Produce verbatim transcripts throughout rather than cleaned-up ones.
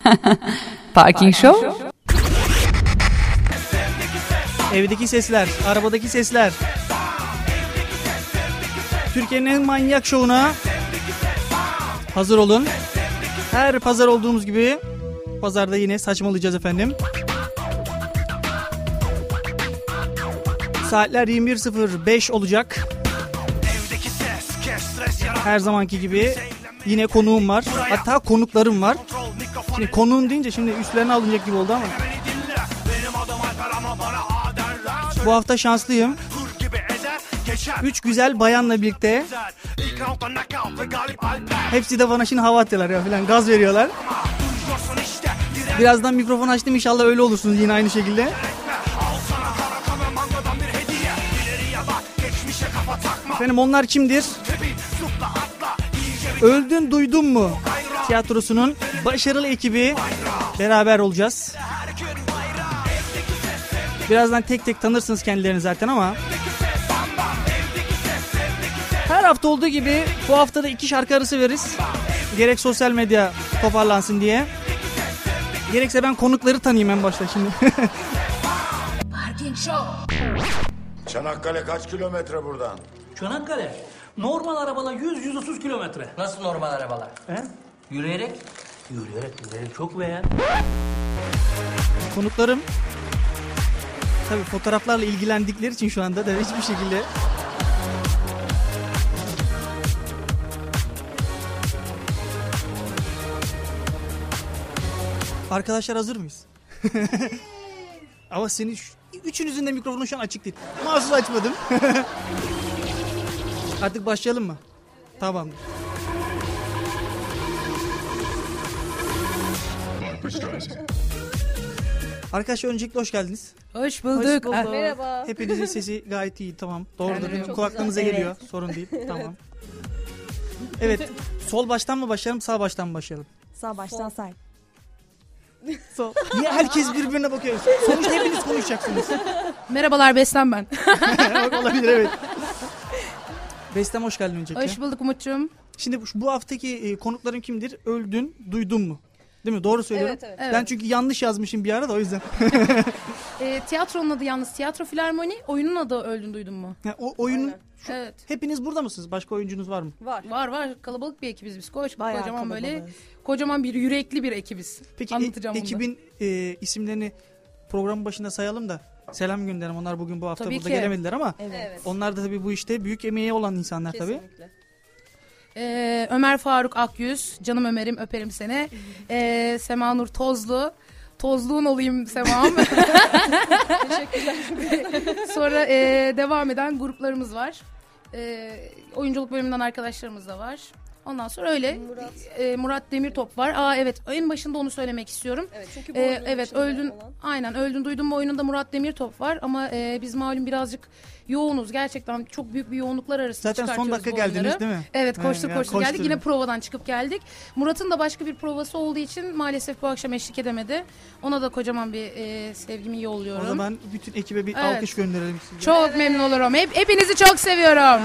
Parking Show. Evdeki sesler, arabadaki sesler. Türkiye'nin en manyak şovuna hazır olun. Her pazar olduğumuz gibi pazarda yine saçmalayacağız efendim. Saatler yirmi bir sıfır beş olacak. Her zamanki gibi yine konuğum var. Hatta konuklarım var. Şimdi konuğum deyince şimdi üstlerine alınacak gibi oldu ama. Bu hafta şanslıyım. Üç güzel bayanla birlikte. Hepsi de bana şimdi hava atıyorlar ya falan, gaz veriyorlar. Birazdan mikrofon açtım, inşallah öyle olursunuz yine aynı şekilde. Efendim onlar kimdir? Öldün Duydun Mu tiyatrosunun başarılı ekibi, beraber olacağız. Birazdan tek tek tanırsınız kendilerini zaten ama her hafta olduğu gibi bu hafta da iki şarkı arası veririz. Gerek sosyal medya toparlansın diye, gerekse ben konukları tanıyayım en başta şimdi. Parking Show. Çanakkale kaç kilometre buradan? Çanakkale normal arabalar yüz yüz otuz kilometre. Nasıl normal arabalar? He? Yürüyerek? Yürüyerek yürüyerek çok be ya. Konuklarım tabii fotoğraflarla ilgilendikleri için şu anda da hiçbir şekilde arkadaşlar hazır mıyız? Ama senin şu, üçünüzün de mikrofonu şu an açık değil. Mahsus açmadım. Artık başlayalım mı? Tamamdır. Arkadaşlar öncelikle hoş geldiniz. Hoş bulduk. Hoş bulduk. Ah, Merhaba. Hepinizin sesi gayet iyi, tamam. Doğrudur. Evet, çok Kulaklarınıza güzel. geliyor. Sorun değil. Tamam. Evet. Sol baştan mı başlayalım, sağ baştan mı başlayalım? Sağ baştan Sol. say. Sol. Niye herkes birbirine bakıyor? Sonuçta hepiniz konuşacaksınız. Merhabalar, Beslem ben. Olabilir, evet. Bestem hoş geldin öncelikle. Hoş bulduk Umut'cum. Şimdi bu, bu haftaki e, konuklarım kimdir? Öldün, duydun mu? Değil mi? Doğru söylüyorum. Evet, evet. Evet. Ben çünkü yanlış yazmışım bir ara da o yüzden. E, tiyatronun adı yalnız Tiyatro Filarmoni, oyunun adı Öldün Duydun Mu? Yani o oyunun Aynen. şu, Evet. hepiniz burada mısınız? Başka oyuncunuz var mı? Var. Var var, kalabalık bir ekibiz biz. Koş, Bayağı kocaman böyle, kalabalığız. kocaman bir yürekli bir ekibiz. Peki Anlatacağım e, bunu da. ekibin e, isimlerini programın başında sayalım da selam gönderelim. Onlar bugün bu hafta Tabii burada ki. gelemediler ama Evet. Evet. onlar da tabii bu işte büyük emeği olan insanlar tabii. Kesinlikle. Ee, Ömer Faruk Akyüz, canım Ömer'im, öperim seni. Ee, Sema Nur Tozlu, tozluğun olayım Sema'm. Teşekkürler. Sonra e, devam eden gruplarımız var. E, oyunculuk bölümünden arkadaşlarımız da var. Ondan sonra öyle Murat. e, Murat Demirtop var. Aa evet, en başında onu söylemek istiyorum. Evet, çünkü bu Ee, oyunun evet içinde öldün olan- aynen öldün duydun mu oyununda Murat Demirtop var ama e, biz malum birazcık yoğunuz, gerçekten çok büyük bir yoğunluklar arası Zaten son çıkartıyoruz dakika bu oyunları. geldiniz değil mi? Evet, Ha, koştur ya, koştur koştur. geldik, yine provadan çıkıp geldik. Murat'ın da başka bir provası olduğu için maalesef bu akşam eşlik edemedi. Ona da kocaman bir e, sevgimi yolluyorum. O zaman bütün ekibe bir Evet. alkış gönderelim size. Çok Evet. memnun olurum. Hep, hepinizi çok seviyorum.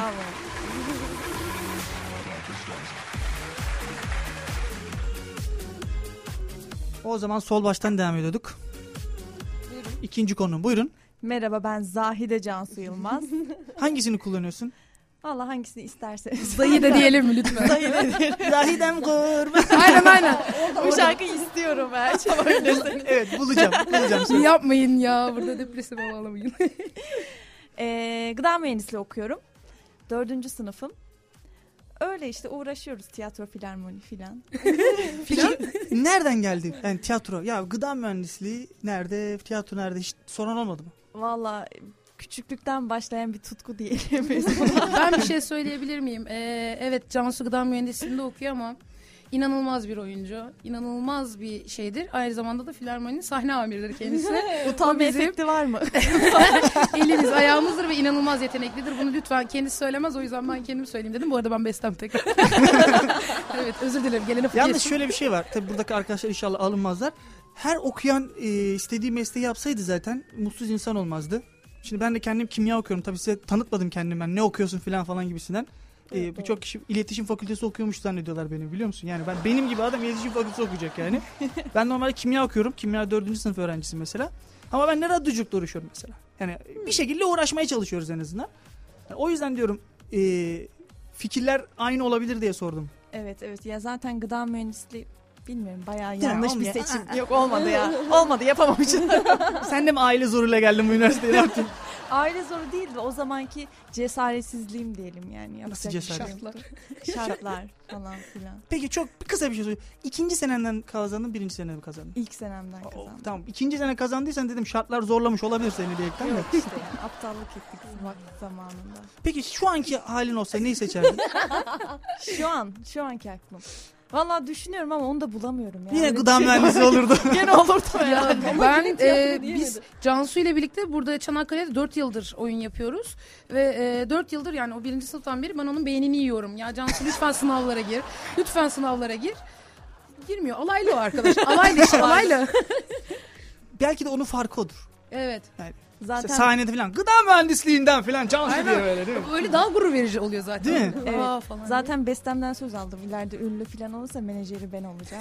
O zaman sol baştan devam ediyorduk. Buyurun. İkinci konu. Buyurun. Merhaba, ben Zahide Cansu Yılmaz. Hangisini kullanıyorsun? Valla hangisini isterseniz. Dayı da diyelim mi lütfen? Zahidem kurban. Aynen aynen. Bu şarkıyı istiyorum ben. Çok oynasın. Evet, bulacağım. Bulacağım. söz. Yapmayın ya, burada depresif olamayın. Ee, gıda mühendisliği okuyorum. Dördüncü sınıfım. Öyle işte uğraşıyoruz, tiyatro, filarmoni filan. Peki nereden geldi? Yani tiyatro. Ya gıda mühendisliği nerede? Tiyatro nerede? Hiç soran olmadı mı? Valla küçüklükten başlayan bir tutku diyelim biz. Ben bir şey söyleyebilir miyim? Ee, evet, Cansu gıda mühendisliğinde okuyor ama inanılmaz bir oyuncu. İnanılmaz bir şeydir. Aynı zamanda da filarmoninin sahne amiridir kendisi. Utanma bizim- efekti var mı? Elimiz ayağımızdır ve inanılmaz yeteneklidir. Bunu lütfen kendisi söylemez, o yüzden ben kendim söyleyeyim dedim. Bu arada ben Bestem tekrar. Evet, özür dilerim. Gelene Yalnız şöyle bir şey var. Tabii buradaki arkadaşlar inşallah alınmazlar. Her okuyan e, istediği mesleği yapsaydı zaten mutsuz insan olmazdı. Şimdi ben de kendim kimya okuyorum. Tabii size tanıtmadım kendim ben. Ne okuyorsun falan falan gibisinden. Ee, Evet, Birçok kişi iletişim fakültesi okuyormuş zannediyorlar beni, biliyor musun? Yani ben benim gibi adam iletişim fakültesi okuyacak yani. Ben normalde kimya okuyorum. Kimya dördüncü sınıf öğrencisiyim mesela. Ama ben de radyoculukla uğraşıyorum mesela. Yani bir şekilde uğraşmaya çalışıyoruz en azından. Yani o yüzden diyorum e, fikirler aynı olabilir diye sordum. Evet evet ya zaten gıda mühendisliği bilmiyorum bayağı Değil mi? yanlış bir Olmuyor. seçim. Yok olmadı ya. Olmadı yapamamışım. Sen de mi aile zoruyla geldin bu üniversiteye, ne yaptın? Aile zoru değil de o zamanki cesaretsizliğim diyelim yani. Yapacak Nasıl bir şey cesaret? yoktu. Şartlar falan filan. Peki çok kısa bir şey söyleyeyim. İkinci senenden kazandın, birinci seneden mi kazandın? İlk senemden O- kazandım. Tamam. İkinci sene kazandıysan dedim şartlar zorlamış olabilir seni diyerekten de. Yok işte yani aptallık ettik vakti zamanında. Peki şu anki halin olsa neyi seçerdin? Şu an, şu anki aklım. Vallahi düşünüyorum ama onu da bulamıyorum ya. Yine Öyle gıda bir şey var. mühendisi olurdu. Gene olurdu Ya yani. ben direkt e, yaptı biz diyemedi. Cansu ile birlikte burada Çanakkale'de dört yıldır oyun yapıyoruz. Ve e, dört yıldır yani o birinci sınıftan beri ben onun beynini yiyorum. Ya Cansu lütfen sınavlara gir. Lütfen sınavlara gir. Girmiyor. Alaylı o arkadaş. Alaylı işte alaylı. Belki de onun farkı odur. Evet. Zaten İşte sahnede falan gıda mühendisliğinden falan Cansu Aynen. diye böyle değil mi? Öyle daha gurur verici oluyor zaten. Değil mi? Evet. Aa, falan. zaten Bestem'den söz aldım. İleride ünlü falan olursa menajeri ben olacağım.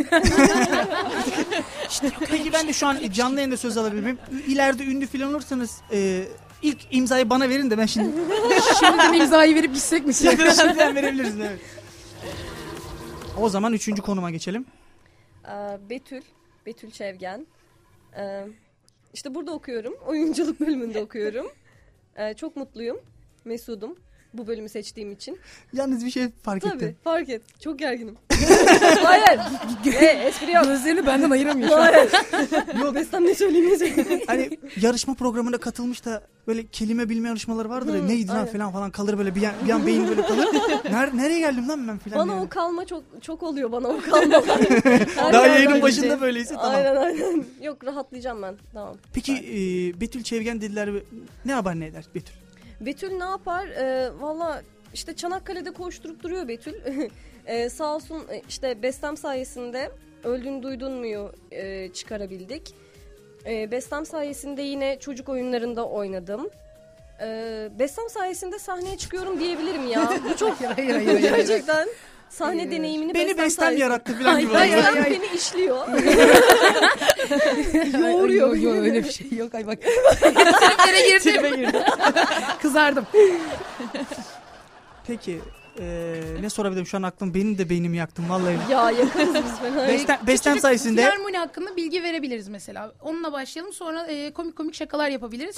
Peki ben de şu an canlı yayında söz alabilir miyim? İleride ünlü falan olursanız e, ilk imzayı bana verin de ben şimdi Şimdi imzayı verip gitsek mi? şimdiden verebiliriz. Evet. O zaman üçüncü konuma geçelim. Aa, Betül, Betül Çevgen. Ee, işte burada okuyorum. Oyunculuk bölümünde okuyorum. Ee, çok mutluyum, mesudum bu bölümü seçtiğim için. Yalnız bir şey fark Tabii, ettim. fark et. Çok gerginim. Hayır. e, espri yok. Gözlerini benden ayıramıyor şu an. Hayır. Yok. Bestem ne söyleyeyim ne söyleyeyim. Hani yarışma programına katılmış da böyle kelime bilme yarışmaları vardır ya, Hı, neydi lan aynen. falan falan kalır böyle bir an, bir an beyni böyle kalır. Ner, nereye geldim lan ben falan. Bana yani. o kalma çok çok oluyor bana o kalma. Her Daha yerden yayının önce. başında böyleyse tamam. Aynen aynen. Yok rahatlayacağım ben. Tamam. Peki e, Betül Çevgen dediler ve ne yapar ne eder Betül? Betül ne yapar? Ee, Valla işte Çanakkale'de koşturup duruyor Betül. ee, sağ olsun işte Bestem sayesinde öldüğünü duydun muyu e, çıkarabildik. Ee, Bestem sayesinde yine çocuk oyunlarında oynadım. Ee, Bestem sayesinde sahneye çıkıyorum diyebilirim ya. Bu çok Hayır hayır hayır. hayır. gerçekten sahne Hayır. deneyimini Beni Bestem Bestem sayesinde- yarattı falan gibi. Hayır, oldu. Bestem hayır. beni işliyor. Yoğuruyor. Yok yok öyle bir şey yok. Ay bak. Triplere girdim. Kızardım. Peki e, ne sorabilirim şu an aklım, benim de beynimi yaktım vallahi. Ya yakınız biz fena. Bestem, Bestem Küçücük sayesinde Filarmoni hakkında bilgi verebiliriz mesela. Onunla başlayalım sonra e, komik komik şakalar yapabiliriz.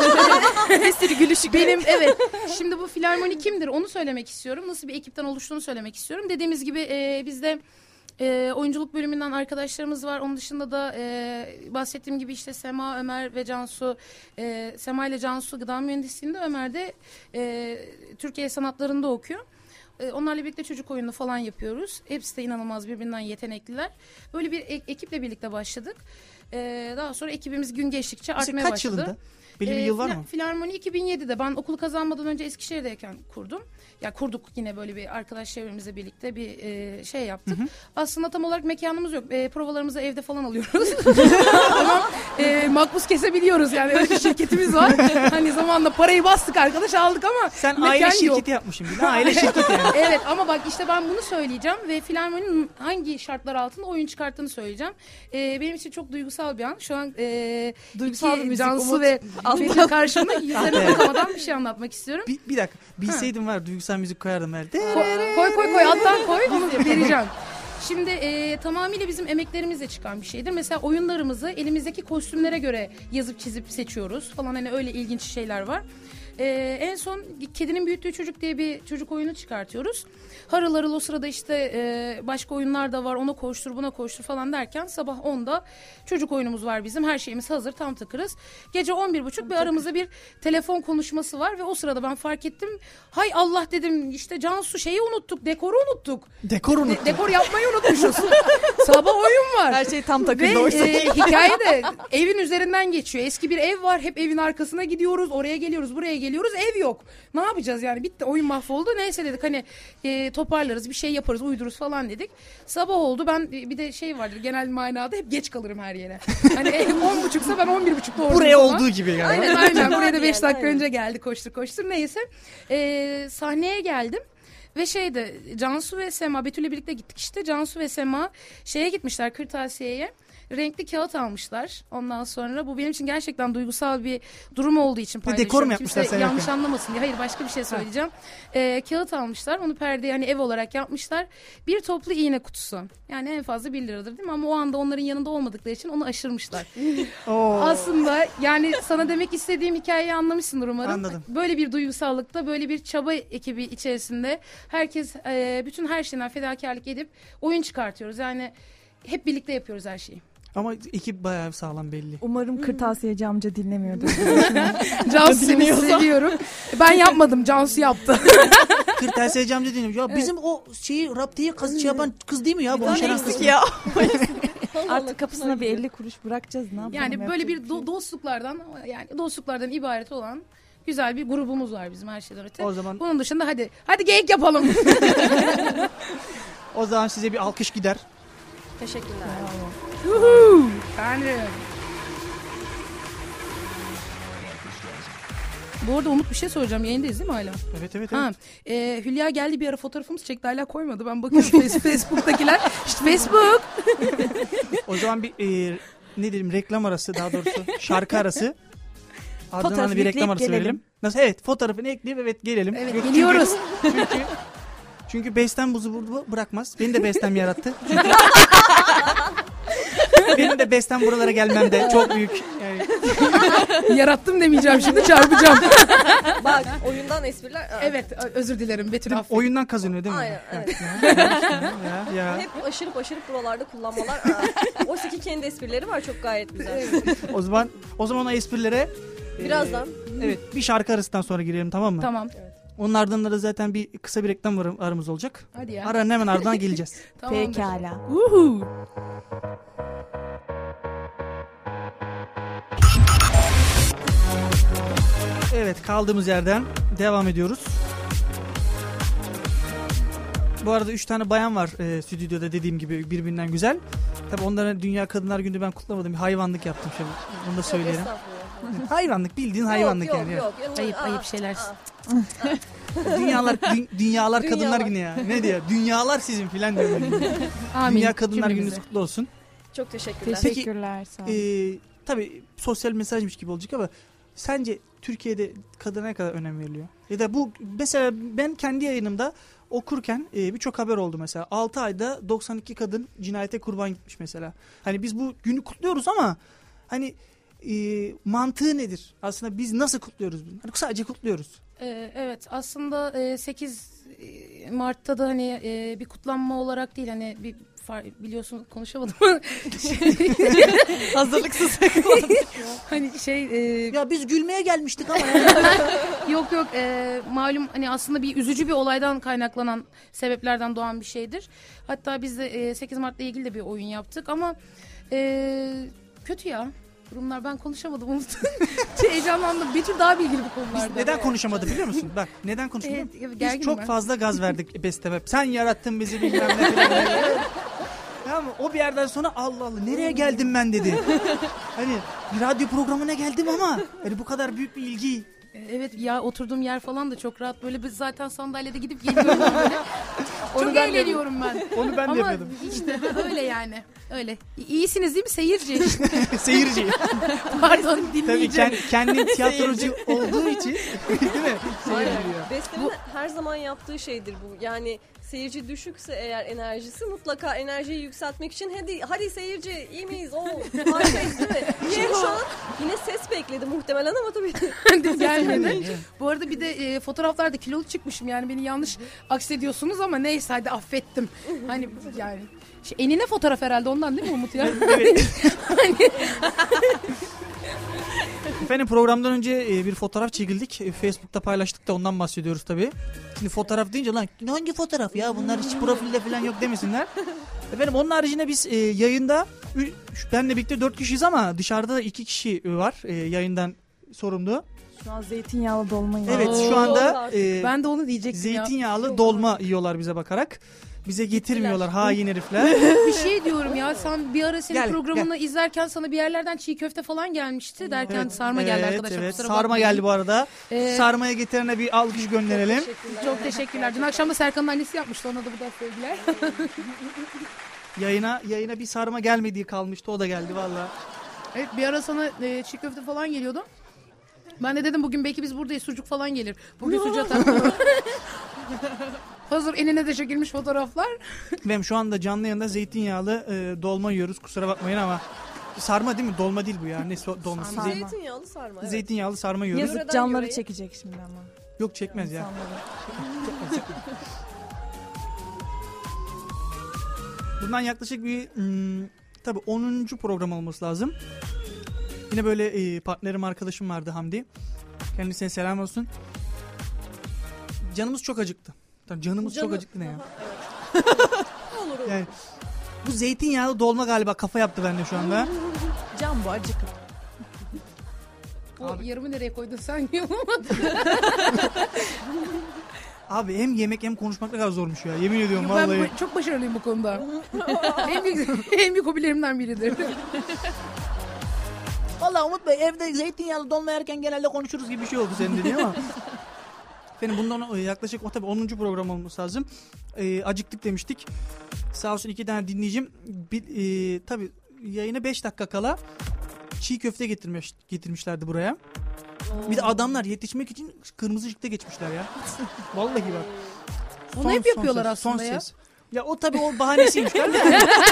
Sesleri gülüşük. Benim evet. Şimdi bu filarmoni kimdir onu söylemek istiyorum. Nasıl bir ekipten oluştuğunu söylemek istiyorum. Dediğimiz gibi e, bizde e, oyunculuk bölümünden arkadaşlarımız var. Onun dışında da e, bahsettiğim gibi işte Sema, Ömer ve Cansu. E, Sema ile Cansu gıda mühendisliğinde, Ömer de e, Türkiye sanatlarında okuyor. E, Onlarla birlikte çocuk oyunu falan yapıyoruz. Hepsi de inanılmaz birbirinden yetenekliler. Böyle bir e- ekiple birlikte başladık. E, daha sonra ekibimiz gün geçtikçe Mesela artmaya kaç başladı. yılında? Belli bir Ee, yıl var Fila- mı? Filarmoni iki bin yedide ben okulu kazanmadan önce Eskişehir'deyken kurdum. Ya kurduk yine böyle bir arkadaş çevremizle birlikte bir e, şey yaptık. Aslında tam olarak mekanımız yok. E, provalarımızı evde falan alıyoruz. Ama e, makbuz kesebiliyoruz yani öyle bir şirketimiz var. Hani zamanla parayı bastık arkadaş aldık ama Sen mekan aile yok. şirketi yapmışsın bir de. Aile şirketi yani. Evet ama bak işte ben bunu söyleyeceğim ve Filarmoni'nin hangi şartlar altında oyun çıkarttığını söyleyeceğim. Ee, benim için çok duygusal bir an. Şu an e, Duygusal iki bir müzik, Cansu Umut. ve Betül karşımda yüzlerine Evet. bakamadan bir şey anlatmak istiyorum. Bir, bir dakika. Bilseydim var duygusal müzik koyardım herhalde. Ko- koy koy koy alttan koy onu vereceğim. Şimdi e, tamamıyla bizim emeklerimizle çıkan bir şeydir. Mesela oyunlarımızı elimizdeki kostümlere göre yazıp çizip seçiyoruz falan, hani öyle ilginç şeyler var. E, en son Kedinin Büyüttüğü Çocuk diye bir çocuk oyunu çıkartıyoruz. Harıl harıl o sırada işte e, başka oyunlar da var, ona koştur buna koştur falan derken sabah onda çocuk oyunumuz var bizim. Her şeyimiz hazır, tam tıkırız. Gece on bir buçuk bir aramızda bir telefon konuşması var ve o sırada ben fark ettim. Hay Allah dedim, işte Cansu şeyi unuttuk, dekoru unuttuk. Dekor De- unuttum. dekor yapmayı unutmuşuz. Sabah oyun var. Her şey tam Ve takıldı oysa. e, hikaye de evin üzerinden geçiyor. Eski bir ev var. Hep evin arkasına gidiyoruz. Oraya geliyoruz, buraya geliyoruz. Ev yok. Ne yapacağız yani? Bitti. Oyun mahvoldu. Neyse dedik hani e, toparlarız, bir şey yaparız, uydururuz falan dedik. Sabah oldu. Ben e, bir de şey vardır genel manada hep geç kalırım her yere. Hani ev on buçuksa ben on bir buçukta oradayım Buraya falan. olduğu gibi yani. Aynen aynen. Buraya da beş Yani, dakika aynen. önce geldi, koştur koştur. Neyse. E, sahneye geldim. Ve şeyde Cansu ve Sema Betül'le birlikte gittik işte. Cansu ve Sema şeye gitmişler, kırtasiyeye. Renkli kağıt almışlar. Ondan sonra bu benim için gerçekten duygusal bir durum olduğu için paylaşıyorum. dekor mu yapmışlar Kimse sen yanlış yakın? anlamasın diye. Hayır, başka bir şey söyleyeceğim. Ee, kağıt almışlar. Onu perdeye hani ev olarak yapmışlar. Bir toplu iğne kutusu. Yani en fazla bir liradır değil mi? Ama o anda onların yanında olmadıkları için onu aşırmışlar. Oo. Aslında yani sana demek istediğim hikayeyi anlamışsındır umarım. Anladım. Böyle bir duygusallıkta, böyle bir çaba ekibi içerisinde herkes e, bütün her şeyden fedakarlık edip oyun çıkartıyoruz. Yani hep birlikte yapıyoruz her şeyi. Ama ekip bayağı sağlam belli. Umarım kırtasiyeci amca dinlemiyordur. Cansu seni seviyorum. Ben yapmadım, Cansu yaptı. Kırtasiyeci amca dinliyorum. Ya bizim o şeyi raptiyi kız şey yapan kız değil mi ya? Bu Lan Şener eksik kızı. ya. Artık kapısına bir elli kuruş bırakacağız, ne yapalım? Yani böyle bir yapacak şey do- dostluklardan yani dostluklardan ibaret olan güzel bir grubumuz var bizim her şeyden öte. O zaman Bunun dışında hadi hadi geyik yapalım. o zaman size bir alkış gider. Teşekkürler. Tanrım. Bu arada Umut bir şey soracağım. Yayındayız değil mi hala? Evet evet Ha, evet. e, Hülya geldi bir ara fotoğrafımızı çekti, hala koymadı. Ben bakıyorum Face- Facebook'takiler. İşte Facebook. O zaman bir e, ne diyelim reklam arası, daha doğrusu şarkı arası. Ardından Fotoğrafı bir reklam ekleyip arası gelelim. verelim. Nasıl? Evet, fotoğrafını ekleyip evet gelelim. Evet, Çünkü- geliyoruz. Çünkü çünkü Bestem buzu bu- bırakmaz. Beni de Bestem yarattı. Benim de Bestem buralara gelmemde çok büyük. Yani Yarattım demeyeceğim şimdi, çarpacağım. Bak oyundan espriler. Aa. Evet, ö- özür dilerim Betül, affet. oyundan kazanıyor değil mi? Aynen, evet. Ya, ya. Hep aşırıp aşırıp buralarda kullanmalar. Aa. Oysa ki kendi esprileri var, çok gayet güzel. O zaman o zaman o esprilere e, Birazdan. evet, bir şarkı arasından sonra girelim, tamam mı? Tamam. Onun ardından da zaten bir kısa bir reklam var- aramız olacak. Hadi ya. Aranın hemen ardından geleceğiz. Tamamdır. Pekala. Uhu. Evet, kaldığımız yerden devam ediyoruz. Bu arada üç tane bayan var e, stüdyoda, dediğim gibi birbirinden güzel. Tabii onların Dünya Kadınlar Günü ben kutlamadım. Bir hayvanlık yaptım şöyle. Onu da söyleyelim. Estağfurullah. hayvanlık, bildiğin hayvanlık yok, yani. Yok yok. Ayıp Aa, ayıp şeyler. aa. Dünyalar dü- dünyalar kadınlar Dünyalar. günü ya. Ne diyor? Dünyalar sizin filan diyor. Amin. Dünya Kadınlar Cümlemize. Gününüz kutlu olsun. Çok teşekkürler. Peki, Teşekkürler, sağ olun. Ee, tabii sosyal mesajmış gibi olacak ama sence Türkiye'de kadına ne kadar önem veriliyor? Ya da bu mesela ben kendi yayınımda okurken e, birçok haber oldu mesela. altı ayda doksan iki kadın cinayete kurban gitmiş mesela. Hani biz bu günü kutluyoruz ama hani e, mantığı nedir? Aslında biz nasıl kutluyoruz bunu? Hani sadece kutluyoruz. Ee, evet, aslında e, sekiz Mart'ta da hani e, bir kutlanma olarak değil, hani bir far- biliyorsun konuşamadım. Hazırlıksız. Hani şey e, Ya biz gülmeye gelmiştik ama. yok yok e, malum hani aslında bir üzücü bir olaydan kaynaklanan sebeplerden doğan bir şeydir. Hatta biz de e, sekiz Mart'la ilgili de bir oyun yaptık ama e, kötü ya. Durumlar, ben konuşamadım, unuttum. Şey, heyecanlandım. Betül daha bilgili bu konularda. Neden konuşamadı biliyor musun? Bak neden konuşamadı? Evet, evet, Biz gerginim çok ben. fazla gaz verdik Bestem'e. Sen yarattın bizi bilmem ne falan. Tamam mı? O bir yerden sonra Allah Allah nereye geldim ben dedi. Hani bir radyo programına geldim ama hani bu kadar büyük bir ilgi. Evet ya, oturduğum yer falan da çok rahat. Böyle biz zaten sandalyede gidip geliyorum böyle. Çok ben de- eğleniyorum ben. Onu ben de Ama yapıyordum. işte öyle yani. Öyle. İyisiniz değil mi seyirci? Seyirci. Pardon, Tabii dinleyici. kend, kendin tiyatrocu olduğu için değil mi? Seyirci Aynen. diyor. Bestem'in her zaman yaptığı şeydir bu. Yani seyirci düşükse eğer enerjisi, mutlaka enerjiyi yükseltmek için hadi hadi seyirci iyi miyiz? O harikayız değil mi? Şimdi şu an yine ses bekledi muhtemelen ama tabii. Gelmedi. Bu arada bir de e, fotoğraflarda kilolu çıkmışım, yani beni yanlış aksediyorsunuz ama neyse, hadi affettim. Hani yani şey, enine fotoğraf herhalde, ondan değil mi Umut ya? Evet. Efendim programdan önce e, bir fotoğraf çekildik. E, Facebook'ta paylaştık da ondan bahsediyoruz tabii. Şimdi fotoğraf deyince lan hangi fotoğraf ya, bunlar hiç profilde falan yok demesinler. Efendim onun haricinde biz e, yayında ü- benle birlikte dört kişiyiz ama dışarıda da iki kişi var e, yayından sorumlu. Şu an zeytinyağlı dolma yiyor. Evet, şu anda e, Ben de onu diyecektim ya. zeytinyağlı dolma yiyorlar bize bakarak. Bize getirmiyorlar hain herifler. Bir şey diyorum ya, sen bir ara senin Gel, programını izlerken sana bir yerlerden çiğ köfte falan gelmişti derken sarma geldi evet, arkadaşlar. evet. kusura Sarma bakmayın. geldi bu arada. Ee, Sarmaya getirene bir alkış gönderelim. Çok teşekkürler. Dün akşam da Serkan'ın annesi yapmıştı, ona da buradan sevgiler. Yayına yayına bir sarma gelmediği kalmıştı, o da geldi valla. Evet, bir ara sana e, çiğ köfte falan geliyordu. Ben de dedim bugün belki biz buradayız, sucuk falan gelir. Bugün sucuğa taktım. Hazır enine de çekilmiş fotoğraflar. Benim şu anda canlı yayında zeytinyağlı e, dolma yiyoruz, kusura bakmayın ama sarma değil mi? Dolma değil bu ya. Ne so- dolması? Sarma. Zeytin- Zeytinyağlı sarma. Evet. Zeytinyağlı sarma yiyoruz. Yazık. Yazık canları yüreği. çekecek şimdi ama. Yok çekmez ya. İnsanları. Bundan yaklaşık bir hmm, tabii onuncu program olması lazım. Yine böyle e, partnerim, arkadaşım vardı Hamdi. Kendisine selam olsun. Canımız çok acıktı. Tabii canımız Canı- çok acıktı ne ya? Aha, evet. olur olur. Yani bu zeytinyağlı dolma galiba kafa yaptı bende şu anda. Can bu acıkın. Bu Abi. yarımı nereye koydun sen yapamadın. Abi hem yemek hem konuşmak ne kadar zormuş ya. Yemin ediyorum Ben vallahi. bu- çok başarılıyım bu konuda. en büyük, en büyük hobilerimden biridir. Vallahi Umut Bey evde zeytinyağlı dolma yerken genelde konuşuruz gibi bir şey oldu senin dediğin ama. Efendim bundan yaklaşık o tabii onuncu program olması lazım. Ee, acıktık demiştik. Sağ olsun iki tane dinleyicim. Bir, e, tabii yayına beş dakika kala çiğ köfte getirmiş, getirmişlerdi buraya. Bir de adamlar yetişmek için kırmızı ışıkta geçmişler ya. Vallahi bak. Onu hep yapıyorlar ses, aslında ya. ses. Ya o tabii o bahanesiymiş kardeşim.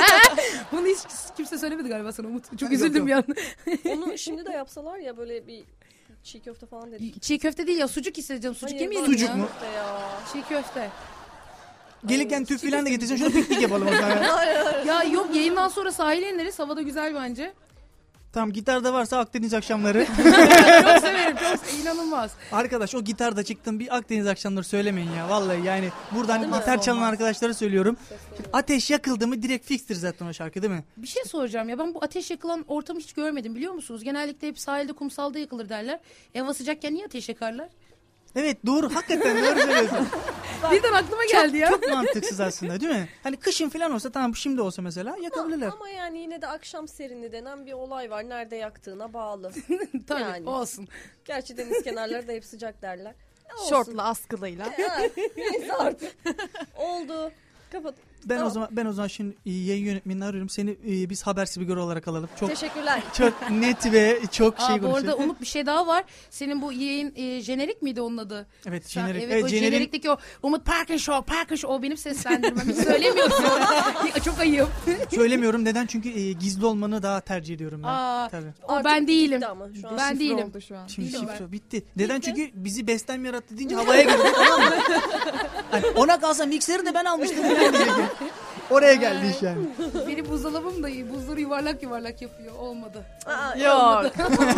Bunu hiç kimse söylemedi galiba sana Umut. Çok Yok, üzüldüm yok. bir an. Onu şimdi de yapsalar ya böyle bir çiğ köfte falan dedik. Çiğ köfte değil ya, sucuk isteyeceğim. Sucuk Hayır, yemeyelim Sucuk ya. mu? köfte ya. Çiğ köfte. Gelirken tüp filan da getirsen şöyle piknik yapalım o zaman. ya. Ya yok, yayından sonra sahile ineriz. Havada güzel bence. Tamam, gitarda varsa Akdeniz akşamları. Çok severim. Çok inanılmaz. Arkadaş o gitarda çıktım, bir Akdeniz akşamları söylemeyin ya vallahi, yani buradan Değil mi? gitar çalan Olmaz. arkadaşlara söylüyorum. Şimdi ateş yakıldı mı direkt fikstir zaten o şarkı değil mi? Bir şey soracağım ya, ben bu ateş yakılan ortamı hiç görmedim biliyor musunuz? Genellikle hep sahilde, kumsalda yakılır derler. E, hava sıcakken niye ateş yakarlar? Evet doğru, hakikaten doğru söylüyorsun. Birden aklıma geldi ya. Çok mantıksız aslında değil mi? Hani kışın falan olsa, tamam şimdi olsa mesela yakabilirler. Ama yani yine de akşam serini denen bir olay var. Nerede yaktığına bağlı. Tabii Yani. olsun. Gerçi deniz kenarları da hep sıcak derler. E, olsun. Şortla askılıyla. Ha, neyse artık. Oldu. Kapat. Ben Tamam. o zaman ben o zaman şimdi e, yayın yönetmenini arıyorum. Seni e, biz haber spikeri olarak alalım. Çok Teşekkürler. çok net ve çok şey Aa, bu arada konuşuyor. Umut bir şey daha var. Senin bu yayın e, jenerik miydi onun adı? Evet, Sen- jenerik. Evet, Evet, o jenerik- jenerikteki o Umut Parkin Show, Parkin Show o benim seslendirmem. Hiç söylemiyorsun. Ya, çok ayıp. Söylemiyorum, neden? Çünkü e, gizli olmanı daha tercih ediyorum ben. Aa, Tabii. o Artık ben değilim. bitti ama şu an. Ben Şifre değilim. oldu şu an. Şimdi Değilim şifre ben. bitti. Neden? Çünkü bizi bestem yarattı deyince havaya girdi, tamam mı? Hani ona kalsa mikseri de ben almıştım. falan diyecek. Oraya geldi iş yani. Benim buzdolabım da iyi. Buzları yuvarlak yuvarlak yapıyor. Olmadı. Aa, Yok.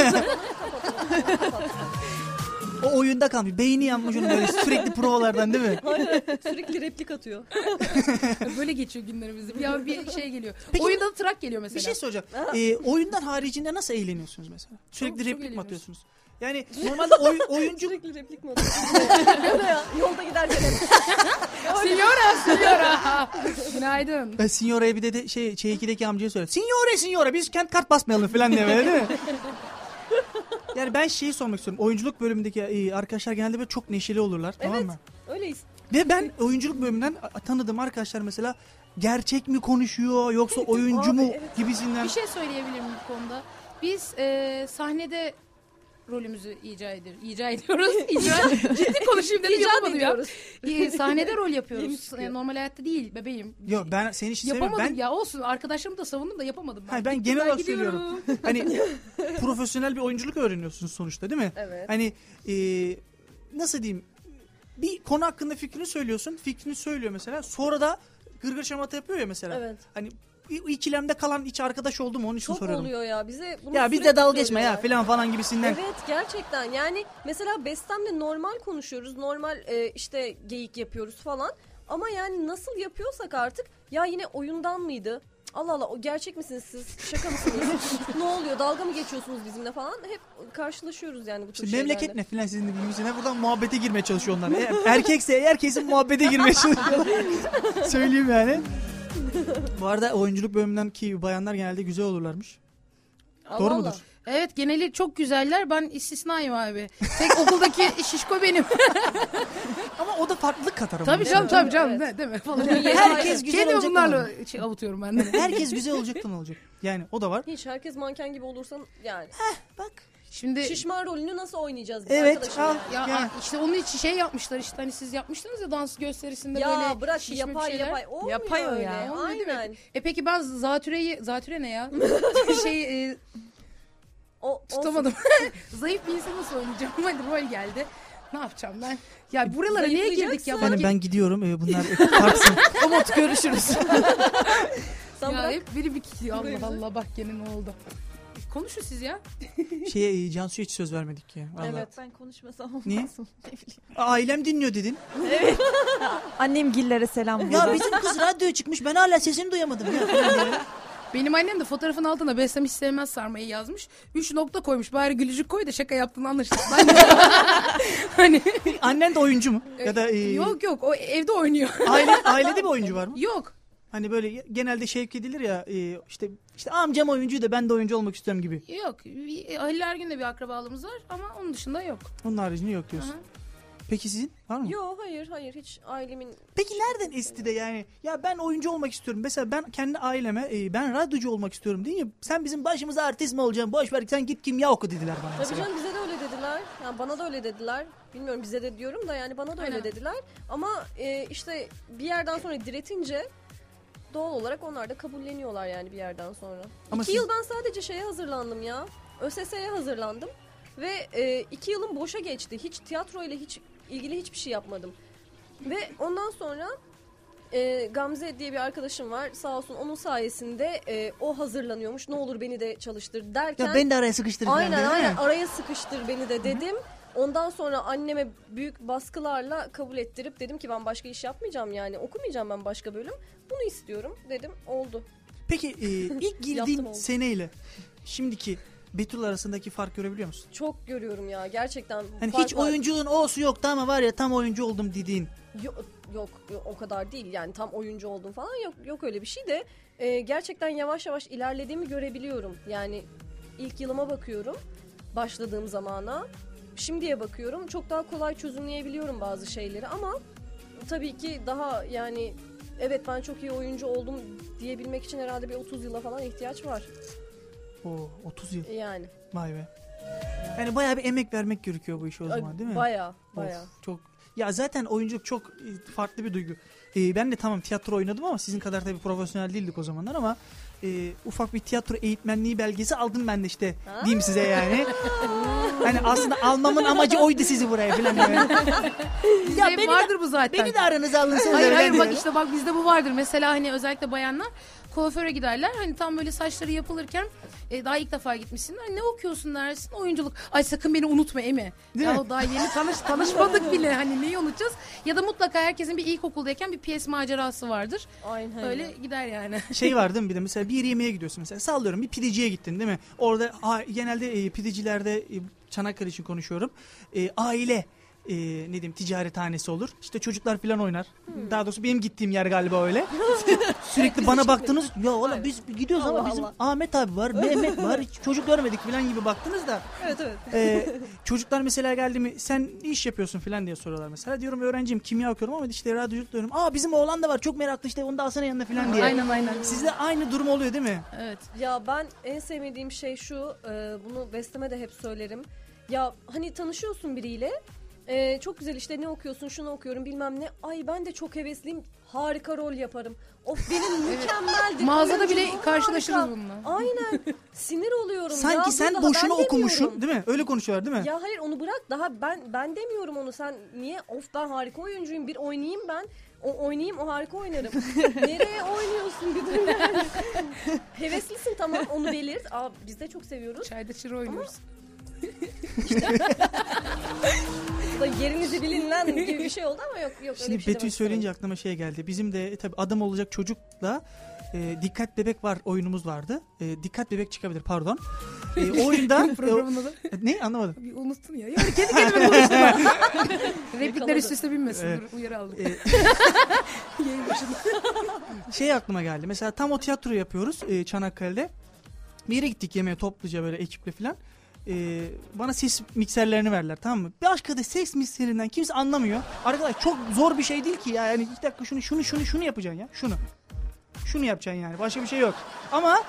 O oyunda kalmış. Beyni yanmış onun böyle sürekli provalardan değil mi? sürekli replik atıyor. Böyle geçiyor günlerimiz. Bir an bir şey geliyor. Peki- Oyunda da trak geliyor mesela. Bir şey soracağım. Ee, oyundan haricinde nasıl eğleniyorsunuz mesela? Sürekli çok replik mi eğleniyoruz. atıyorsunuz? Yani normalde oy, oyuncu... Sürekli replik mi atıyor? Ya da ya, yolda giderken hep. Signora, signora. Günaydın. Ben Signora'ya bir de, de şey, şey ikideki amcaya söyledim. Signore, Signore biz kent kart basmayalım falan diye böyle değil mi? Yani ben şeyi sormak istiyorum. Oyunculuk bölümündeki e, arkadaşlar genelde böyle çok neşeli olurlar. Tamam Evet. mı? Öyleyiz. Ve ben oyunculuk bölümünden a- tanıdığım arkadaşlar mesela gerçek mi konuşuyor yoksa oyuncu abi, mu evet. gibisinden. Bir şey söyleyebilirim bu konuda. Biz e, sahnede rolümüzü icra, ediyor, icra ediyoruz. İcra, ciddi konuşayım dedim İcat yapamadım ya. ediyoruz. E, sahnede rol yapıyoruz. Yemin çıkıyor. E, normal hayatta değil bebeğim. Yok ben senin için Yapamadım söylemiyorum. Ben, ya, olsun. Arkadaşlarımı da savundum da yapamadım. hayır, ben Gittim, genel olarak gidiyorum. söylüyorum. Hani profesyonel bir oyunculuk öğreniyorsunuz sonuçta değil mi? Evet. Hani e, nasıl diyeyim, bir konu hakkında fikrini söylüyorsun. Fikrini söylüyor mesela. Sonra da gırgır şamata yapıyor ya mesela. Evet. Hani o ikilemde kalan hiç arkadaş oldu mu onun için Çok soruyorum. oluyor ya. Bize bunu Ya bizde sürekli dalga geçme ya söylüyorlar. falan falan gibisinden. Evet gerçekten yani mesela Bestem'le normal konuşuyoruz, normal e, işte geyik yapıyoruz falan ama yani nasıl yapıyorsak artık ya yine oyundan mıydı? Allah Allah o gerçek misiniz siz? Şaka mısınız? Ne oluyor? Dalga mı geçiyorsunuz bizimle falan? Hep karşılaşıyoruz yani bu tür İşte şeylerle. memleket ne filan sizin de bilmişsiniz. Buradan muhabbete girmeye çalışıyor onlar. Eğer erkekse eğer kesin muhabbete girmeye çalışıyor. Söyleyeyim yani. Bu arada oyunculuk bölümünden ki bayanlar genelde güzel olurlarmış. Allah Doğru Allah. mudur? Evet, geneli çok güzeller. Ben istisnayım abi. Tek okuldaki şişko benim. Ama o da farklılık katar ama. Tabii canım Evet, tabii canım. evet. Ne, değil mi? Falan. Herkes güzel Kendimi olacak bunlarla şey, avutuyorum ben de. Herkes güzel olacak da ne olacak? Yani o da var. Hiç herkes manken gibi olursan yani. Bak. Şimdi Şişman rolünü nasıl oynayacağız biz Evet, arkadaşım? al. ya? ya Yani. işte onun için şey yapmışlar işte hani siz yapmıştınız ya dans gösterisinde Ya böyle bırak şişme bir yapay şeyler. yapay. Olmuyor Yapay o öyle. ya. Olmuyor değil mi? Aynen. E peki ben zatüreyi, zatüre ne ya? şey e, O, tutamadım. Zayıf bir insan nasıl oynayacağım? Hadi rol geldi. Ne yapacağım ben? Ya buralara niye girdik ya? Zayıflayacaksın. Yani ben gidiyorum. E, bunlar tartsın. Umut görüşürüz. Sen ya bırak. hep biri bir kişi. Allah Burayı Allah bak gene ne oldu? Konuşun siz ya. Şeye e, Cansu'ya hiç söz vermedik ya. Vallahi. Evet. Ben konuşmasam olmaz Niye? mı? Ne bileyim. Ailem dinliyor dedin. Annem gillere selam Ya burada. bizim kız radyoya çıkmış. Ben hala sesini duyamadım ya. falan diye. Benim annem de fotoğrafın altına Beslem hiç sevmez sarmayı yazmış. Üç nokta koymuş. Bari gülücük koy da şaka yaptığını anlaşılsın. Ben de- hani Annen de oyuncu mu? Ya da e, yok yok o evde oynuyor. aile ailede bir oyuncu var mı? Yok. Hani böyle genelde şevk edilir ya e, işte işte amcam oyuncu da ben de oyuncu olmak istiyorum gibi. Yok. Bir- Halil Ergün'le bir akrabalığımız var ama onun dışında yok. Onun haricinde yok diyorsun. Aha. Peki sizin var mı? Yo hayır hayır hiç ailemin Peki nereden esti de yani ya ben oyuncu olmak istiyorum. Mesela ben kendi aileme e, ben radyocu olmak istiyorum değil mi? Sen bizim başımıza artist mi olacaksın? Boş ver sen git kimya oku dediler bana Tabii mesela. canım bize de öyle dediler. Yani bana da öyle dediler. Bilmiyorum bize de diyorum da yani bana da öyle Aynen. dediler. Ama e, işte bir yerden sonra diretince doğal olarak onlar da kabulleniyorlar yani bir yerden sonra. Ama iki siz- yıl ben sadece şeye hazırlandım ya. ÖSS'ye hazırlandım. Ve e, iki yılım boşa geçti. Hiç tiyatro ile hiç ilgili hiçbir şey yapmadım. Ve ondan sonra e, Gamze diye bir arkadaşım var. Sağ olsun onun sayesinde e, o hazırlanıyormuş. Ne olur beni de çalıştır derken. Ya ben de araya sıkıştırdım. Aynen değil mi? aynen araya sıkıştır beni de dedim. Ondan sonra anneme büyük baskılarla kabul ettirip dedim ki ben başka iş yapmayacağım yani okumayacağım ben başka bölüm. Bunu istiyorum dedim oldu. Peki e, ilk Yaptım girdiğin oldu. seneyle şimdiki Betül arasındaki fark görebiliyor musun? Çok görüyorum ya gerçekten. Hani fark hiç var. oyunculuğun olsu yoktu ama var ya tam oyuncu oldum dediğin. Yok, yok yok, o kadar değil yani tam oyuncu oldum falan yok yok öyle bir şey de e, gerçekten yavaş yavaş ilerlediğimi görebiliyorum. Yani ilk yılıma bakıyorum başladığım zamana şimdiye bakıyorum çok daha kolay çözümleyebiliyorum bazı şeyleri ama tabii ki daha yani evet ben çok iyi oyuncu oldum diyebilmek için herhalde bir otuz yıla falan ihtiyaç var Oo otuz yıl. yani. Vay be. Yani bayağı bir emek vermek gerekiyor bu işe o zaman değil mi? Baya Of, baya. çok. Ya zaten oyunculuk çok e, farklı bir duygu. Ee, ben de tamam tiyatro oynadım ama sizin kadar tabii profesyonel değildik o zamanlar ama e, ufak bir tiyatro eğitmenliği belgesi aldım ben de işte Ha? diyeyim size yani. Hani aslında almamın amacı oydu sizi buraya falan. Yani. Bizde Ya hep beni de- vardır bu zaten. Beni de aranıza alınsa Hayır öyle hayır bak diye. işte bak bizde bu vardır. Mesela hani özellikle bayanlar kuaföre giderler. Hani tam böyle saçları yapılırken e, daha ilk defa gitmişsin. Hani ne okuyorsun dersin? Oyunculuk. Ay sakın beni unutma Emi. Değil ya mi? o daha yeni tanış tanışmadık bile. Hani neyi unutacağız? Ya da mutlaka herkesin bir ilkokuldayken bir piyes macerası vardır. Aynen. Öyle gider yani. Şey var değil mi bir de mesela bir yere yemeğe gidiyorsun mesela sallıyorum bir pideciye gittin değil mi? Orada a, genelde e, pidecilerde e, Çanakkale için konuşuyorum. E, aile e, ne diyeyim ticarethanesi olur. İşte çocuklar falan oynar. Hmm. Daha doğrusu benim gittiğim yer galiba öyle. Sürekli bana baktınız. Ya oğlum Aynen. biz gidiyoruz ama Allah bizim Allah. Ahmet abi var, Mehmet var. Hiç çocuk görmedik falan gibi baktınız da. Evet evet. E, çocuklar mesela geldi mi sen ne iş yapıyorsun falan diye soruyorlar mesela. Diyorum öğrenciyim kimya okuyorum ama işte radyoculuk diyorum. Aa bizim oğlan da var çok meraklı işte onu da alsana yanına falan diye. Aynen aynen. Sizde aynı durum oluyor değil mi? Evet. Ya ben en sevmediğim şey şu, e, bunu Bestem'e de hep söylerim. Ya hani tanışıyorsun biriyle, e, çok güzel işte ne okuyorsun, şunu okuyorum bilmem ne. Ay ben de çok hevesliyim, harika rol yaparım. Of benim mükemmeldir. Mağazada bile oyunculuğum karşılaşırız harika. bununla. Aynen. Sinir oluyorum. Sanki ya, sen daha boşuna ben okumuşsun demiyorum. değil mi? Öyle konuşuyorlar değil mi? Ya hayır onu bırak daha ben ben demiyorum onu sen niye of ben harika oyuncuyum bir oynayayım ben o oynayayım o harika oynarım. Nereye oynuyorsun bir dur yani. Heveslisin tamam onu belirt. Aa, biz de çok seviyoruz. Çayda çıra oynuyoruz. Bu da yerinizi bilin lan gibi bir şey oldu ama yok yok öyle Şimdi bir şey Betül demek söyleyince istemedim. aklıma şey geldi. Bizim de tabii adam olacak çocukla e, Dikkat Bebek var oyunumuz vardı. E, Dikkat Bebek çıkabilir pardon. E, o oyunda Programın adı. e, ne anlamadım. Bir unuttun ya. Yani kendi kendime konuştum ben. Replikler üst üste binmesin. Evet. Dur, uyarı aldık. E, Yayın başında. şey aklıma geldi. Mesela tam o tiyatro yapıyoruz e, Çanakkale'de. Bir yere gittik yemeğe topluca böyle ekiple falan. E, bana ses mikserlerini verdiler, tamam mı? Başka da ses mikserinden kimse anlamıyor. Arkadaş çok zor bir şey değil ki ya. Yani iki dakika şunu şunu şunu şunu yapacaksın ya. Şunu. Şunu yapacaksın yani. Başka bir şey yok. Ama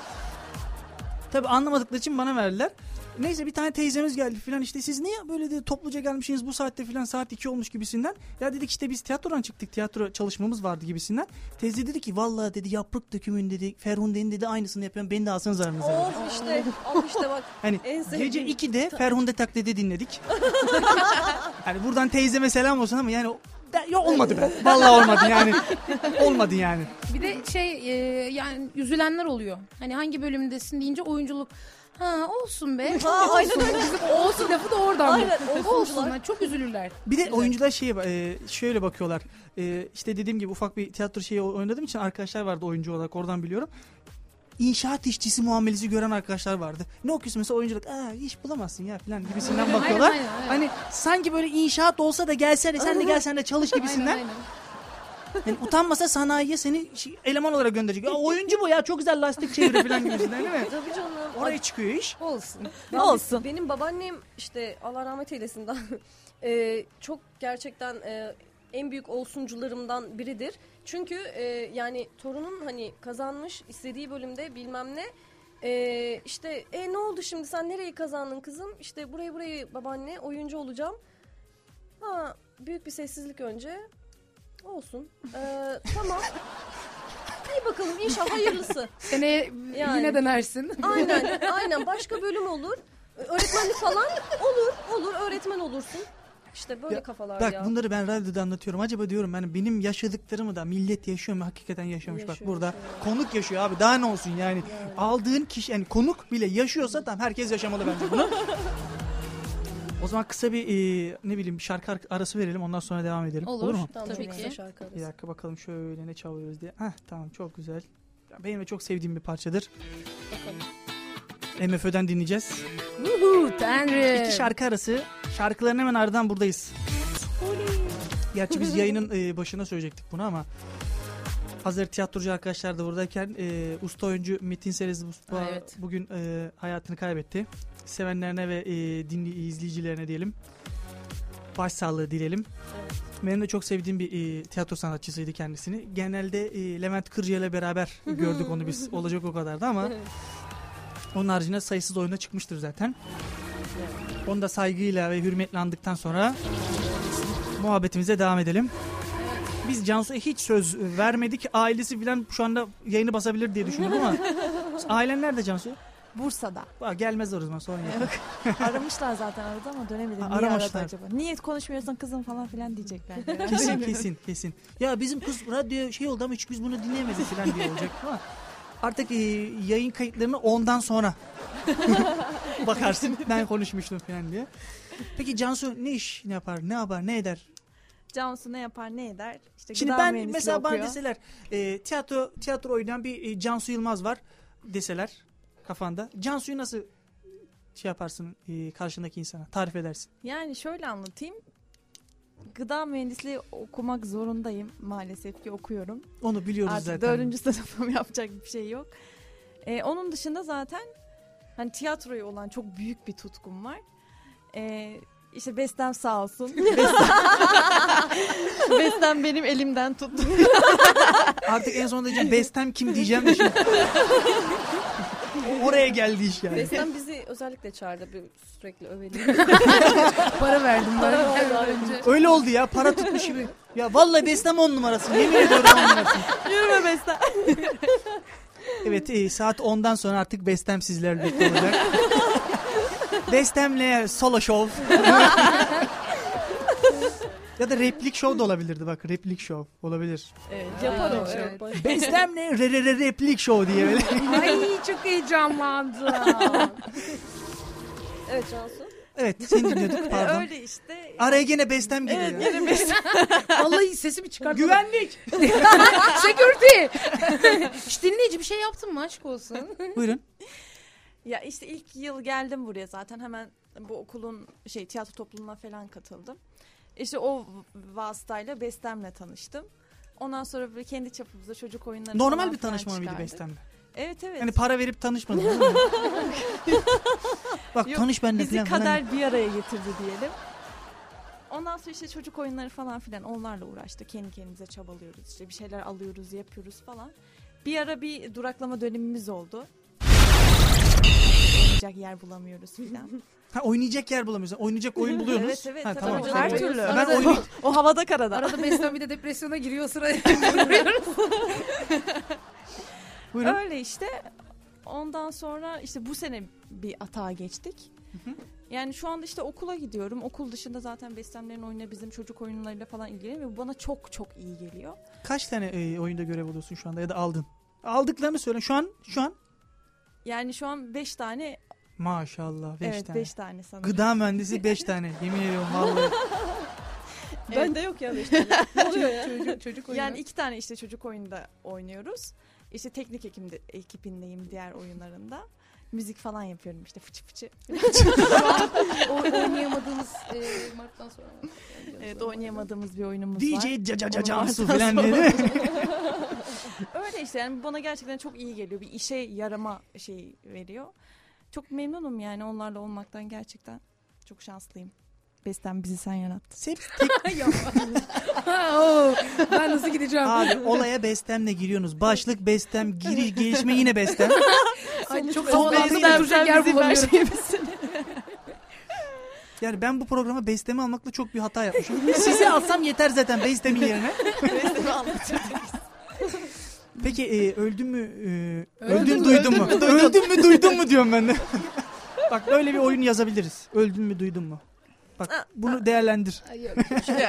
tabii anlamadıkları için bana verdiler. Neyse bir tane teyzemiz geldi filan, işte siz niye böyle de topluca gelmişsiniz bu saatte filan, saat iki olmuş gibisinden. Ya dedik işte biz tiyatrodan çıktık, tiyatro çalışmamız vardı gibisinden. Teyze dedi ki vallahi dedi yaprak dökümün dedi Ferhunde'nin dedi aynısını yapıyorum, beni de alsanız aranıza. Of işte, al işte bak. Hani En sevdiğim. gece ikide Ferhunde taklidi dinledik. Yani buradan teyzeme selam olsun ama yani ya olmadı be. Vallahi olmadı yani. Olmadı yani. Bir de şey e, yani üzülenler oluyor. Hani hangi bölümdesin deyince oyunculuk. Ha olsun be. Ha, aynen olsun. Bizim olsun lafı da oradan. Aynen, Olsun. olsuncular. Ha, çok üzülürler. Bir de Evet. oyuncular şeye e, şöyle bakıyorlar. E, işte dediğim gibi ufak bir tiyatro şeyi oynadığım için arkadaşlar vardı oyuncu olarak, oradan biliyorum. İnşaat işçisi muamelesi gören arkadaşlar vardı. Ne okuyorsun mesela oyunculuk? Aa iş bulamazsın ya falan gibisinden bakıyorlar. Aynen, aynen, aynen. Hani sanki böyle inşaat olsa da gelsene sen de gelsen de çalış gibisinden. Aynen, aynen. Yani utanmasa sanayiye seni şey- eleman olarak gönderecek. Ya oyuncu bu ya, çok güzel lastik çeviriyor falan gibisinden değil mi? Tabii canım. Oraya çıkıyor iş. Olsun. Ya Olsun. Benim babaannem işte Allah rahmet eylesin daha e, çok gerçekten e, en büyük olsuncularımdan biridir. Çünkü e, yani torunun hani kazanmış istediği bölümde bilmem ne e, işte e ne oldu şimdi sen nereyi kazandın kızım? İşte burayı burayı babaanne oyuncu olacağım. Ha büyük bir sessizlik önce. Olsun. E, tamam. İyi bakalım inşallah hayırlısı. Seneye Yani. yine denersin. Aynen, aynen. Başka bölüm olur. Öğretmenlik falan olur, olur. Öğretmen olursun. İşte böyle Ya, kafalar Bak ya. bunları ben radyoda anlatıyorum. Acaba diyorum yani benim yaşadıklarımı da millet yaşıyor mu? Hakikaten yaşamış. Yaşıyor, Bak burada yaşıyor. konuk yaşıyor abi. Daha ne olsun yani. Yani. Aldığın kişi yani konuk bile yaşıyorsa tamam, herkes yaşamalı bence bunu. O zaman kısa bir e, ne bileyim bir şarkı ar- arası verelim, ondan sonra devam edelim. Olur. Olur mu? Tamam, Tabii çok ki. kısa şarkı Bir arası. dakika bakalım şöyle ne çalıyoruz diye. Heh tamam, çok güzel. Ya, benim de çok sevdiğim bir parçadır. Bakalım. M F Ö'den dinleyeceğiz. Uhu, Tanrım. İki şarkı arası. Şarkıların hemen ardından buradayız. Gerçi biz yayının e, başına söyleyecektik bunu ama hazır tiyatrocu arkadaşlar da buradayken e, usta oyuncu Metin Serez Usta Aa, evet. bugün e, hayatını kaybetti. Sevenlerine ve e, dinli izleyicilerine diyelim başsağlığı dileyelim. Evet. Benim de çok sevdiğim bir e, tiyatro sanatçısıydı kendisini. Genelde e, Levent Kırca ile beraber gördük onu biz. Olacak o kadardı ama onun haricinde sayısız oyuna çıkmıştır zaten. Onu da saygıyla ve hürmetle andıktan sonra muhabbetimize devam edelim. Biz Cansu'ya hiç söz vermedik. Ailesi falan şu anda yayını basabilir diye düşünüyorum ama ailen nerede Cansu? Bursa'da. Bak, gelmez o zaman sorun yok. Aramışlar zaten arada ama dönemedim. Ha, Niye aramışlar. aradı acaba? Niye konuşmuyorsun kızım falan filan diyecekler. Kesin kesin kesin. Ya bizim kız radyo şey oldu ama hiç biz bunu dinleyemedik falan diye olacak ama artık e, yayın kayıtlarını ondan sonra bakarsın ben konuşmuştum falan diye. Peki Cansu ne iş ne yapar, ne yapar, ne eder? Cansu ne yapar ne eder? İşte Şimdi gıda ben mühendisliği mesela bana okuyor. deseler e, tiyatro tiyatro oynayan bir e, Cansu Yılmaz var deseler kafanda. Cansu'yu nasıl şey yaparsın e, karşındaki insana tarif edersin? Yani şöyle anlatayım. Gıda mühendisliği okumak zorundayım. Maalesef ki okuyorum. Onu biliyoruz Artık zaten. dördüncü sınıfım, yapacak bir şey yok. Ee, onun dışında zaten hani tiyatroya olan çok büyük bir tutkum var. Ee, işte Bestem sağ olsun. Bestem, Bestem benim elimden tuttu. Artık en sonunda diyeceğim Bestem kim diyeceğim de şimdi. Oraya geldi iş yani. Bestem bizi özellikle çağırdı bir sürekli övelim. Para verdim ben. Para verdim. önce. Öyle oldu ya, para tutmuş gibi. Ya vallahi Bestem on numarası. Yemin ediyorum on numarası. Yürüme Bestem. Evet e, saat ondan sonra artık Bestem sizlerle birlikte olacak. Bestem'le solo show. Ya da replik show da olabilirdi bak. Replik show olabilir. Evet, Yapar o. Evet. Evet. baş- Bestem'le re re re replik show diye böyle. Ay çok heyecanlandım. Evet Cansu. Evet seni dinliyorduk pardon. Öyle işte. Araya gene Bestem giriyor. Evet ya. gene Bestem. Vallahi sesimi çıkartmadım. Güvenlik. Security. Hiç dinleyici bir şey yaptın mı aşk olsun? Buyurun. Ya işte ilk yıl geldim buraya zaten hemen bu okulun şey tiyatro topluluğuna falan katıldım. İşte o vasıtayla Bestem'le tanıştım. Ondan sonra böyle kendi çapımızda çocuk oyunları Normal falan bir filan tanışma mıydı çıkardık. Bestem'le? Evet evet. Hani para verip tanışmadın değil mi? Bak Yok, tanış benimle bizi falan. kader bir araya getirdi diyelim. Ondan sonra işte çocuk oyunları falan filan onlarla uğraştık. Kendi kendimize çabalıyoruz işte bir şeyler alıyoruz yapıyoruz falan. Bir ara bir duraklama dönemimiz oldu. Oynayacak yer bulamıyoruz filan. Ha, oynayacak yer bulamıyorsun. Oynayacak oyun buluyorsunuz. Evet evet Ha, tabii tamam. canım, her Tabii. türlü. Ben oyun O havada karada. Arada Bestem bir de depresyona giriyor sıra. Buyurun. Öyle işte. Ondan sonra işte bu sene bir atağa geçtik. Hı hı. Yani şu anda işte okula gidiyorum. Okul dışında zaten Bestemlerin oyunu bizim çocuk oyunlarıyla falan ilgileniyor ve bu bana çok çok iyi geliyor. Kaç tane e, oyunda görev alıyorsun şu anda ya da aldın? Aldıklarını söyle. Şu an şu an Yani şu an beş tane maşallah beş evet tane. beş tane sanırım. Gıda mühendisi beş tane. Yemin ediyorum vallahi. Bende yok ya beş tane. Ne oluyor ya? çocuk, çocuk oyunu. Yani iki tane işte çocuk oyunda oynuyoruz. İşte teknik ekimde, ekibindeyim diğer oyunlarında. Müzik falan yapıyorum işte fıçı fıçı. o, oynayamadığımız e, Mart'tan sonra. Evet oynayamadığımız bir oyunumuz D var. J Caca Onu Cansu Mart'tan falan sonra- dedi. Öyle işte yani bana gerçekten çok iyi geliyor. Bir işe yarama şey veriyor. Çok memnunum yani onlarla olmaktan gerçekten. Çok şanslıyım. Bestem bizi sen yarattın. Hep tek Ha, o. Ben nasıl gideceğim? abi olaya Bestem'le giriyorsunuz. Başlık Bestem, giriş gelişme yine Bestem. Ay, çok Sonuçta havalı Bestem da duracak yer bizim bulamıyorum. Yani ben bu programa Bestem'i almakla çok bir hata yapmışım. Sizi alsam yeter zaten Bestem'in yerine. Bestem'i anlatacağım. Peki e, öldün mü? E, Öldün öldün mü, duydun öldün mu? mü, duydun. Öldün mü duydun mu diyorum ben de. Bak böyle bir oyun yazabiliriz. Öldün mü duydun mu? Bak bunu değerlendir. Ay, yok.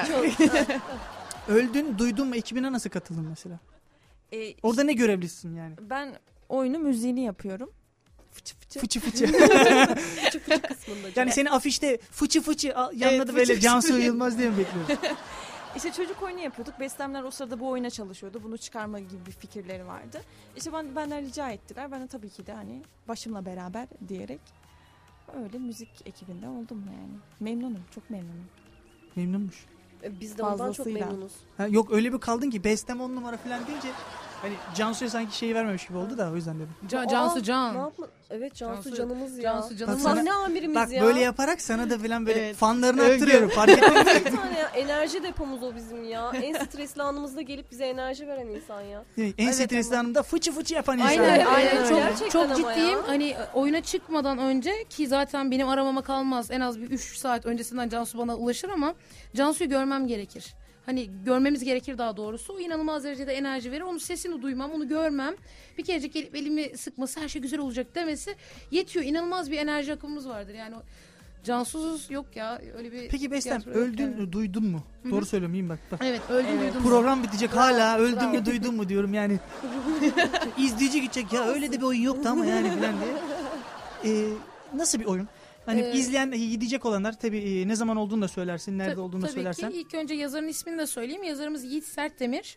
Öldün duydun mu ekibine nasıl katıldın mesela? Ee, Orada ne görevlisin yani? ben oyunu müziğini yapıyorum. Fıçı fıçı. Fıçı fıçı. Küçük küçük kısmında. Yani seni afişte fıçı fıçı a- yanına Evet, da böyle fıçı Cansu fıçı. Yılmaz diye mi bekliyoruz? İşte çocuk oyunu yapıyorduk. Bestemler o sırada bu oyuna çalışıyordu. Bunu çıkarma gibi bir fikirleri vardı. İşte ben, benden rica ettiler. Ben de tabii ki de hani başımla beraber diyerek öyle müzik ekibinde oldum yani. Memnunum. Çok memnunum. Memnunmuş. E, Biz de ondan çok Fazlasıyla. memnunuz. Ha, yok öyle bir kaldın ki Bestem on numara falan deyince hani Cansu'ya sanki şeyi vermemiş gibi oldu da o yüzden dedim. Can, Aa, Cansu Ne Can. yapma? Evet Cansu, Cansu- canımız ya. Cansu canımız. Bak sana- Sahne amirimiz Bak ya. böyle yaparak sana da falan böyle Evet. fanlarını Övgü. attırıyorum fark ettin mi? Bir tane ya, enerji depomuz o bizim ya. En stresli anımızda gelip bize enerji veren insan ya. En Evet, stresli ama- anımda fıçı fıçı yapan insan. Aynen, Aynen aynen. öyle. Çok, Gerçekten çok ama ciddiyim. ya. Hani oyuna çıkmadan önce ki zaten benim aramama kalmaz. En az bir üç saat öncesinden Cansu bana ulaşır ama Cansu'yu görmem gerekir. Hani görmemiz gerekir daha doğrusu. O inanılmaz derecede enerji verir. Onun sesini duymam, onu görmem. Bir kerecik gelip elimi sıkması, her şey güzel olacak demesi yetiyor. İnanılmaz bir enerji akımımız vardır. Yani o Cansu'suz yok ya. Öyle bir Peki Bestem tiyatro yok öldün yani. mü duydun mu? Hı hı. Doğru söylüyorum iyiyim bak. bak. Evet, öldüm Evet. duydum. Program bitecek hala öldün Bravo. mü duydun mu diyorum yani. İzleyici gidecek ya öyle de bir oyun yoktu ama yani falan diye. Ee, nasıl bir oyun? Hani Ee, izleyen gidecek olanlar tabii e, ne zaman olduğunu da söylersin, nerede Ta- olduğunu da tabii söylersen. ki ilk önce yazarın ismini de söyleyeyim. Yazarımız Yiğit Sertdemir.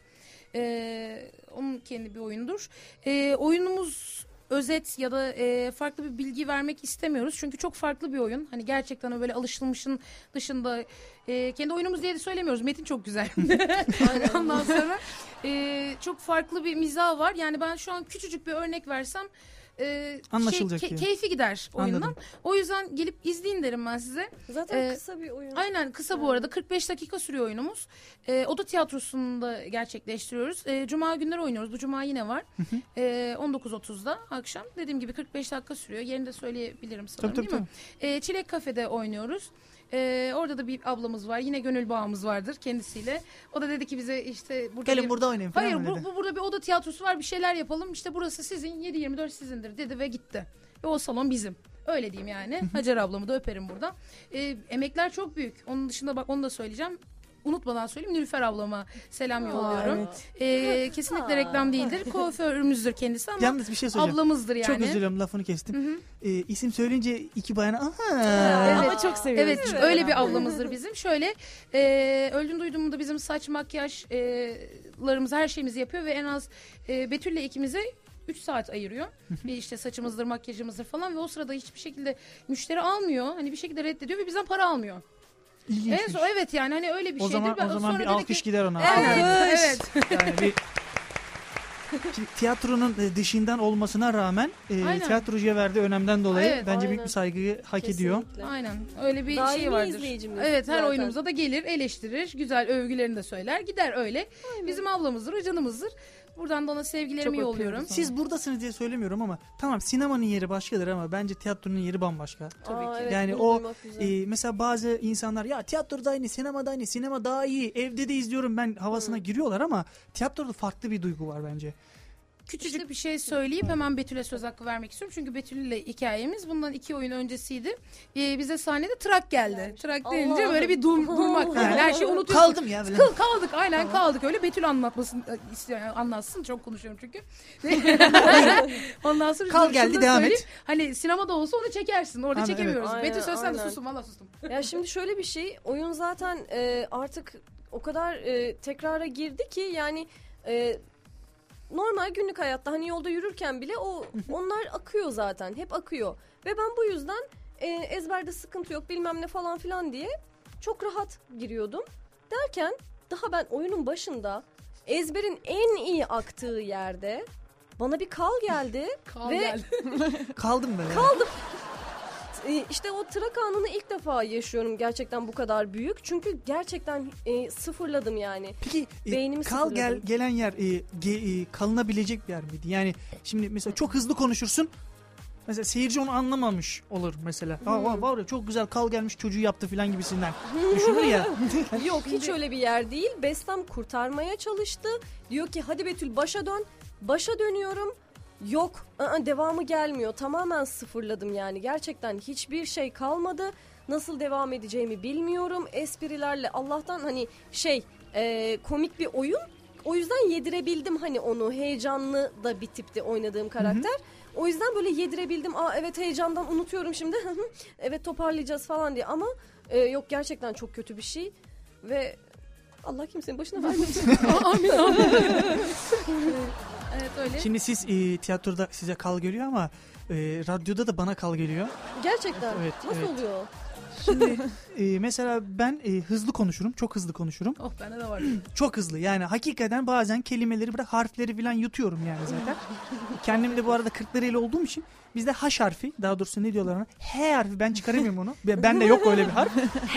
Ee, onun kendi bir oyunudur. Ee, oyunumuz özet ya da e, farklı bir bilgi vermek istemiyoruz. Çünkü çok farklı bir oyun. Hani gerçekten böyle alışılmışın dışında e, kendi oyunumuz diye de söylemiyoruz. Metin çok güzel. Ondan sonra e, çok farklı bir mizah var. Yani ben şu an küçücük bir örnek versem e, Anlaşılacak şey, diye. keyfi gider oyundan. Anladım. O yüzden gelip izleyin derim ben size. Zaten Ee, kısa bir oyun. Aynen kısa bu arada kırk beş dakika sürüyor oyunumuz. Ee, Oda tiyatrosunda gerçekleştiriyoruz. Ee, Cuma günleri oynuyoruz. Bu cuma yine var. Ee, on dokuz otuzda akşam. Dediğim gibi kırk beş dakika sürüyor. Yerini de söyleyebilirim sanırım Tabii, tabii, değil mi? Ee, Çilek Kafe'de oynuyoruz. Ee, orada da bir ablamız var. Yine gönül bağımız vardır kendisiyle. O da dedi ki bize işte burada Gelin bir... burada oynayın falan Hayır mı bu, dedi? bu burada bir oda tiyatrosu var, bir şeyler yapalım. İşte burası sizin, yedi yirmi dört sizindir dedi ve gitti. Ve o salon bizim. Öyle diyeyim yani. Hacer ablamı da öperim burada. Ee, emekler çok büyük. Onun dışında bak onu da söyleyeceğim. unutmadan söyleyeyim, Nilüfer ablama selam yolluyorum. evet. Ee, kesinlikle reklam değildir. Kuaförümüzdür kendisi ama Yalnız bir şey söyleyeceğim. ablamızdır yani. Çok özür dilerim, lafını kestim. Ee, isim söyleyince iki bayana aha. Evet. Ama çok seviyoruz. Evet, Evet. öyle bir ablamızdır bizim. Şöyle e, öldüm duyduğumda bizim saç, makyajlarımız, her şeyimizi yapıyor ve en az e, Betül'le ikimize üç saat ayırıyor. Bir işte saçımızdır, makyajımızdır falan ve o sırada hiçbir şekilde müşteri almıyor. Hani bir şekilde reddediyor ve bizden para almıyor. İlginç. En son, evet yani hani öyle bir O şeydir. zaman Ben o zaman sonra bir dedi alkış ki, gider ona. Evet, evet. Yani bir Şimdi tiyatronun e, dışından olmasına rağmen e, Aynen. tiyatrocuya verdiği önemden dolayı Evet, bence büyük aynen. bir saygıyı hak ediyor. Kesinlikle. Aynen. Öyle bir Daimi şey vardır. izleyicimiz Evet, her zaten. oyunumuza da gelir, eleştirir, güzel övgülerini de söyler, gider öyle. Bizim ablamızdır, o canımızdır. Buradan da ona sevgilerimi Çok yolluyorum. öpüyoruz. Siz buradasınız diye söylemiyorum ama tamam, sinemanın yeri başkadır ama bence tiyatronun yeri bambaşka. Tabii Aa, ki. evet, Yani bunu o duymak güzel. e, mesela bazı insanlar ya tiyatroda aynı, sinemada aynı, sinema daha iyi, evde de izliyorum ben havasına giriyorlar ama tiyatroda farklı bir duygu var bence. Küçücük bir şey söyleyip hemen Betül'e söz hakkı vermek istiyorum. Çünkü Betül'le hikayemiz bundan iki oyun öncesiydi. Ee, bize sahnede trak geldi. Trak deyince Allah. böyle bir dur, durmak yani. Her şeyi unutuyorsun. Kaldım ya böyle. Kal, kaldık aynen kaldık öyle. Betül anlatmasın istiyor, yani anlatsın, çok konuşuyorum çünkü. Ondan sonra Kal şunu geldi, da devam söyleyeyim. et. Hani sinemada olsa onu çekersin. Orada Aynen, çekemiyoruz. evet. Betül Aynen, söz sen de aynen. sustum. Valla sustum. Ya şimdi şöyle bir şey, oyun zaten e, artık o kadar e, tekrara girdi ki yani e, normal günlük hayatta hani yolda yürürken bile o onlar akıyor zaten, hep akıyor. Ve ben bu yüzden e, ezberde sıkıntı yok bilmem ne falan filan diye çok rahat giriyordum. Derken daha ben oyunun başında ezberin en iyi aktığı yerde bana bir kal geldi. Kal Ve- geldi. Kaldım böyle. Kaldım. E, İşte o trak anını ilk defa yaşıyorum gerçekten bu kadar büyük. Çünkü gerçekten e, sıfırladım yani. Peki e, Beynimi kal gel, sıfırladım. gelen yer e, ge- e, kalınabilecek bir yer miydi? Yani şimdi mesela çok hızlı konuşursun. Mesela seyirci onu anlamamış olur mesela. Aa, var, var ya çok güzel kal gelmiş çocuğu yaptı falan gibisinden düşünür ya. Yok hiç öyle bir yer değil. Bestem kurtarmaya çalıştı. Diyor ki hadi Betül başa dön. Başa dönüyorum. Yok ı-ı, devamı gelmiyor. Tamamen sıfırladım yani. Gerçekten hiçbir şey kalmadı. Nasıl devam edeceğimi bilmiyorum. Esprilerle Allah'tan hani şey e, komik bir oyun. O yüzden yedirebildim hani onu. Heyecanlı da bir tipti oynadığım karakter. O yüzden böyle yedirebildim. Aa evet heyecandan unutuyorum şimdi. Evet toparlayacağız falan diye ama e, yok gerçekten çok kötü bir şey ve Allah kimsenin başına vermesin. Amin amin. Evet öyle. Şimdi siz e, tiyatroda size kal geliyor ama e, radyoda da bana kal geliyor. Gerçekten. Evet, Nasıl evet. oluyor? Şimdi e, mesela ben e, hızlı konuşurum. Çok hızlı konuşurum. Oh bende de var. Çok hızlı yani hakikaten bazen kelimeleri bırak harfleri falan yutuyorum yani zaten. Kendim de bu arada kırklarıyla olduğum için bizde H harfi, daha doğrusu ne diyorlar ona? H harfi, ben çıkaramıyorum onu. Ben de yok öyle bir harf.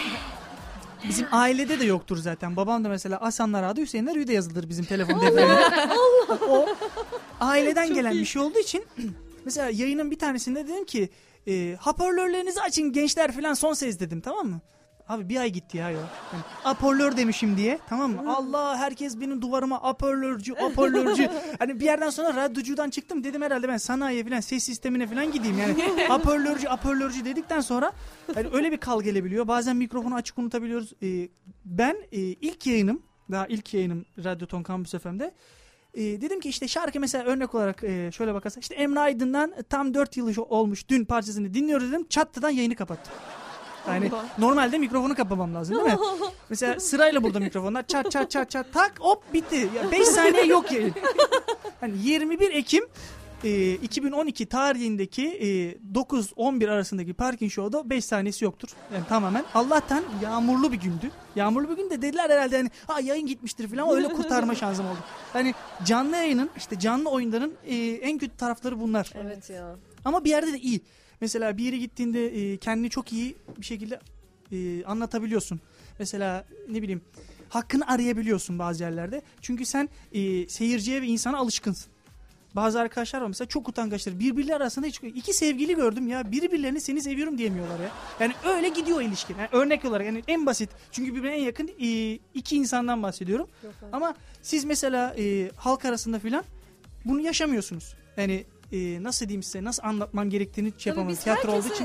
Bizim ailede de yoktur zaten. Babam da mesela Hasanlar adı Hüseyinler Hüde yazılır bizim telefon defterine. O aileden gelen bir şey olduğu için mesela yayının bir tanesinde dedim ki e, hoparlörlerinizi açın gençler falan son ses dedim, tamam mı? Abi bir ay gitti ya. ya. Yani, hoparlör demişim diye, tamam mı? Allah, herkes benim duvarıma hoparlörcü hoparlörcü. Hani bir yerden sonra radyocudan çıktım, dedim herhalde ben sanayiye falan ses sistemine falan gideyim. Yani hoparlörcü hoparlörcü dedikten sonra yani öyle bir kal gelebiliyor. Bazen mikrofonu açık unutabiliyoruz. Ee, ben e, ilk yayınım, daha ilk yayınım Radyo Ton Campus F M'de. E, dedim ki işte şarkı mesela örnek olarak e, şöyle bakarsak işte Emre Aydın'dan tam dört yıl olmuş dün parçasını dinliyoruz dedim, çattıdan yayını kapattım. Yani normalde mikrofonu kapamam lazım değil mi? Mesela sırayla burada mikrofonlar çat çat çat çat tak hop bitti. Ya beş saniye yok yayın. Hani yirmi bir Ekim e, iki bin on iki tarihindeki e, dokuz on bir arasındaki Parking Show'da beş saniyesi yoktur. Yani tamamen. Allah'tan yağmurlu bir gündü. Yağmurlu bir gün de dediler herhalde hani ha yayın gitmiştir falan, öyle kurtarma şansım oldu. Hani canlı yayının, işte canlı oyunların e, en kötü tarafları bunlar. Evet ya. Ama bir yerde de iyi. Mesela bir yere gittiğinde e, kendini çok iyi bir şekilde e, anlatabiliyorsun. Mesela ne bileyim hakkını arayabiliyorsun bazı yerlerde. Çünkü sen e, seyirciye ve insana alışkınsın. Bazı arkadaşlar var mesela çok utangaçlar. Birbirleri arasında hiç iki sevgili gördüm ya, birbirlerini seni seviyorum diyemiyorlar ya. Yani öyle gidiyor ilişki. Yani örnek olarak yani en basit. Çünkü birbirine en yakın e, iki insandan bahsediyorum. Yok, evet. Ama siz mesela e, halk arasında filan bunu yaşamıyorsunuz. Yani e, nasıl diyeyim size, nasıl anlatmam gerektiğini hiç Tabii yapamam. biz Tiyatro olduğu herkese için.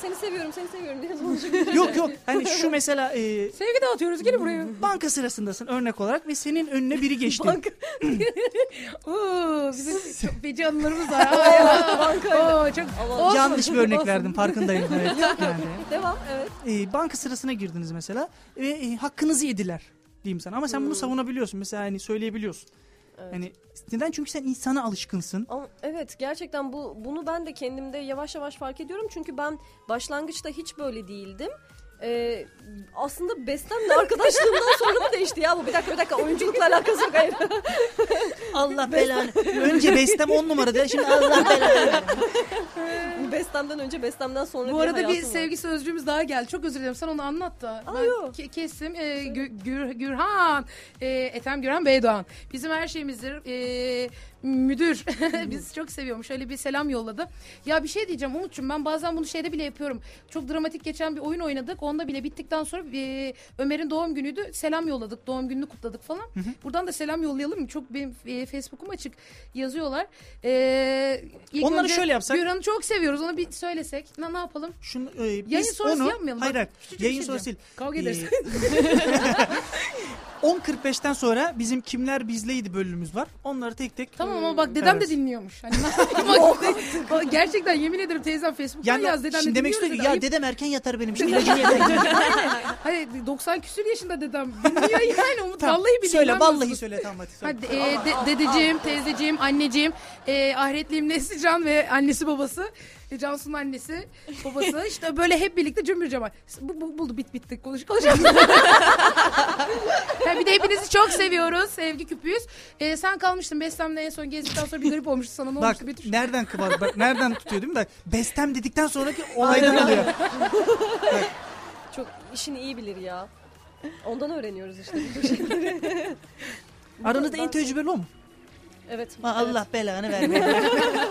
seni seviyorum seni seviyorum diye konuşuyor. Yok yok hani şu mesela e, Sevgi dağıtıyoruz gelin buraya. banka sırasındasın örnek olarak ve senin önüne biri geçti. Banka. Oo, bizim çok feci anılarımız var. Aa, Oo, çok olsun. Yanlış bir örnek Olsun. verdim farkındayım. Evet. Yani, Devam evet. e, banka sırasına girdiniz mesela ve e, hakkınızı yediler diyeyim sana ama sen bunu savunabiliyorsun mesela hani söyleyebiliyorsun. Evet. Hani neden? Çünkü sen insana alışkınsın. Ama evet gerçekten bu bunu ben de kendimde yavaş yavaş fark ediyorum. Çünkü ben başlangıçta hiç böyle değildim. Ee, aslında Bestem'le arkadaşlığımdan sonra mı değişti ya bu? Bir dakika bir dakika oyunculukla alakası yok. Hayır. Allah belanı. Önce Bestem on numara diyor. Şimdi Allah belanı. Bestem'den önce Bestem'den sonra Bu diye arada bir hayatım var. sevgi sözcüğümüz daha geldi. Çok özür dilerim. Sen onu anlat da. Aa, Ben yok. ke- kestim. Ee, Gü- Gür- Gürhan. Ee, Ethem Gürhan Beydoğan. Bizim her şeyimizdir. Ee, müdür. Bizi çok seviyormuş. Öyle bir selam yolladı. Ya bir şey diyeceğim Umut'cum. Ben bazen bunu şeyde bile yapıyorum. Çok dramatik geçen bir oyun oynadık. Onda bile bittikten sonra e, Ömer'in doğum günüydü. Selam yolladık. Doğum gününü kutladık falan. Buradan da selam yollayalım mı? Çok benim e, Facebook'um açık. Yazıyorlar. Ee, ilk Onları önce şöyle yapsak. Gürhan'ı çok seviyoruz. Onu bir söylesek. Ne, ne yapalım? Şunu, e, biz Yayın sonrası onu, yapmayalım. Hayır Bak, hayır. küçücük bir Yayın şey sonrası değil. Kavga Ee, ederiz. on kırk beşten sonra bizim Kimler Bizleydi bölümümüz var. Onları tek tek. Tamam ama bak dedem Evet. de dinliyormuş. Hani bak, bak, gerçekten yemin ederim teyzem Facebook'tan Yani yaz dedem de şimdi demek dinliyoruz istiyor ki dedi. ya Ayıp. dedem erken yatar benim şimdi ilacımı yedim. Hayır doksan küsür yaşında dedem dinliyor yani Umut Tamam, vallahi biliyor. söyle vallahi inanmıyorsunuz. söyle tamam hadi söyle. Hadi e, de- dedeciğim, teyzeciğim, anneciğim, e, ahiretliğim Neslican ve annesi babası, e, Cansu'nun annesi, babası işte böyle hep birlikte cümbür cemaat. Bu, bu, buldu bit bitti konuş konuşalım. Ha, bir de hepinizi çok seviyoruz. Sevgi küpüyüz. E, sen kalmıştın Bestem'le en son gezdikten sonra bir garip olmuştu sana. Ne Bak olmuştu Betüş? nereden kıvar bak nereden tutuyor değil mi? Bak Bestem dedikten sonraki olaydan alıyor. Çok işini iyi bilir ya. Ondan öğreniyoruz işte bu şeyleri. Aranızda en Ben- tecrübeli o mu? Evet. Ha, Allah evet. belanı vermiyor.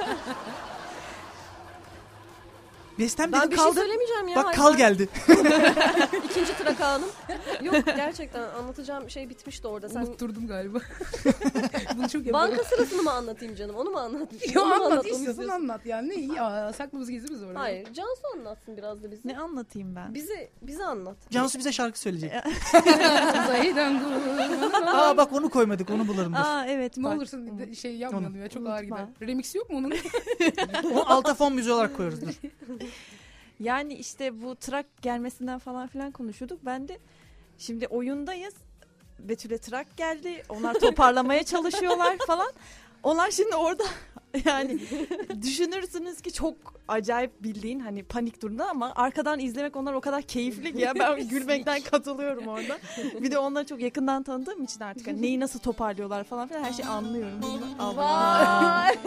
Bestem Ben dedim bir şey kaldı. söylemeyeceğim ya. Bak Hayır, kal ben- geldi. İkinci Trak Hanım. Yok gerçekten anlatacağım şey bitmişti orada. Sen Unutturdum galiba. Bunu çok yapalım. banka sırasını mı anlatayım canım? Onu mu anlatayım? Yo Onu mu anlat anlatmamı istiyorsan istiyorsun? anlat yani. Ne iyi ya saklımız gizlimiz orada. Hayır. Cansu anlatsın biraz da bize. Ne anlatayım ben? Bize bize anlat. Cansu bize şarkı söyleyecek. Zahiden dur. Aa bak onu koymadık onu bulalım dur. Aa evet Ne bak. olursun de- şey yapmayalım ya çok ağır Unutma. gider. Remix yok mu onun? Onu alta fon müziği olarak koyuyoruz dur. Yani işte bu trak gelmesinden falan filan konuşuyorduk. Ben de şimdi oyundayız. Betül'e trak geldi. Onlar toparlamaya çalışıyorlar falan. Onlar şimdi orada yani düşünürsünüz ki çok acayip bildiğin hani panik durumda ama arkadan izlemek onlar o kadar keyifli ki ya ben gülmekten katılıyorum orada. Bir de onları çok yakından tanıdığım için artık hani neyi nasıl toparlıyorlar falan filan her şeyi anlıyorum. Allah. Vay.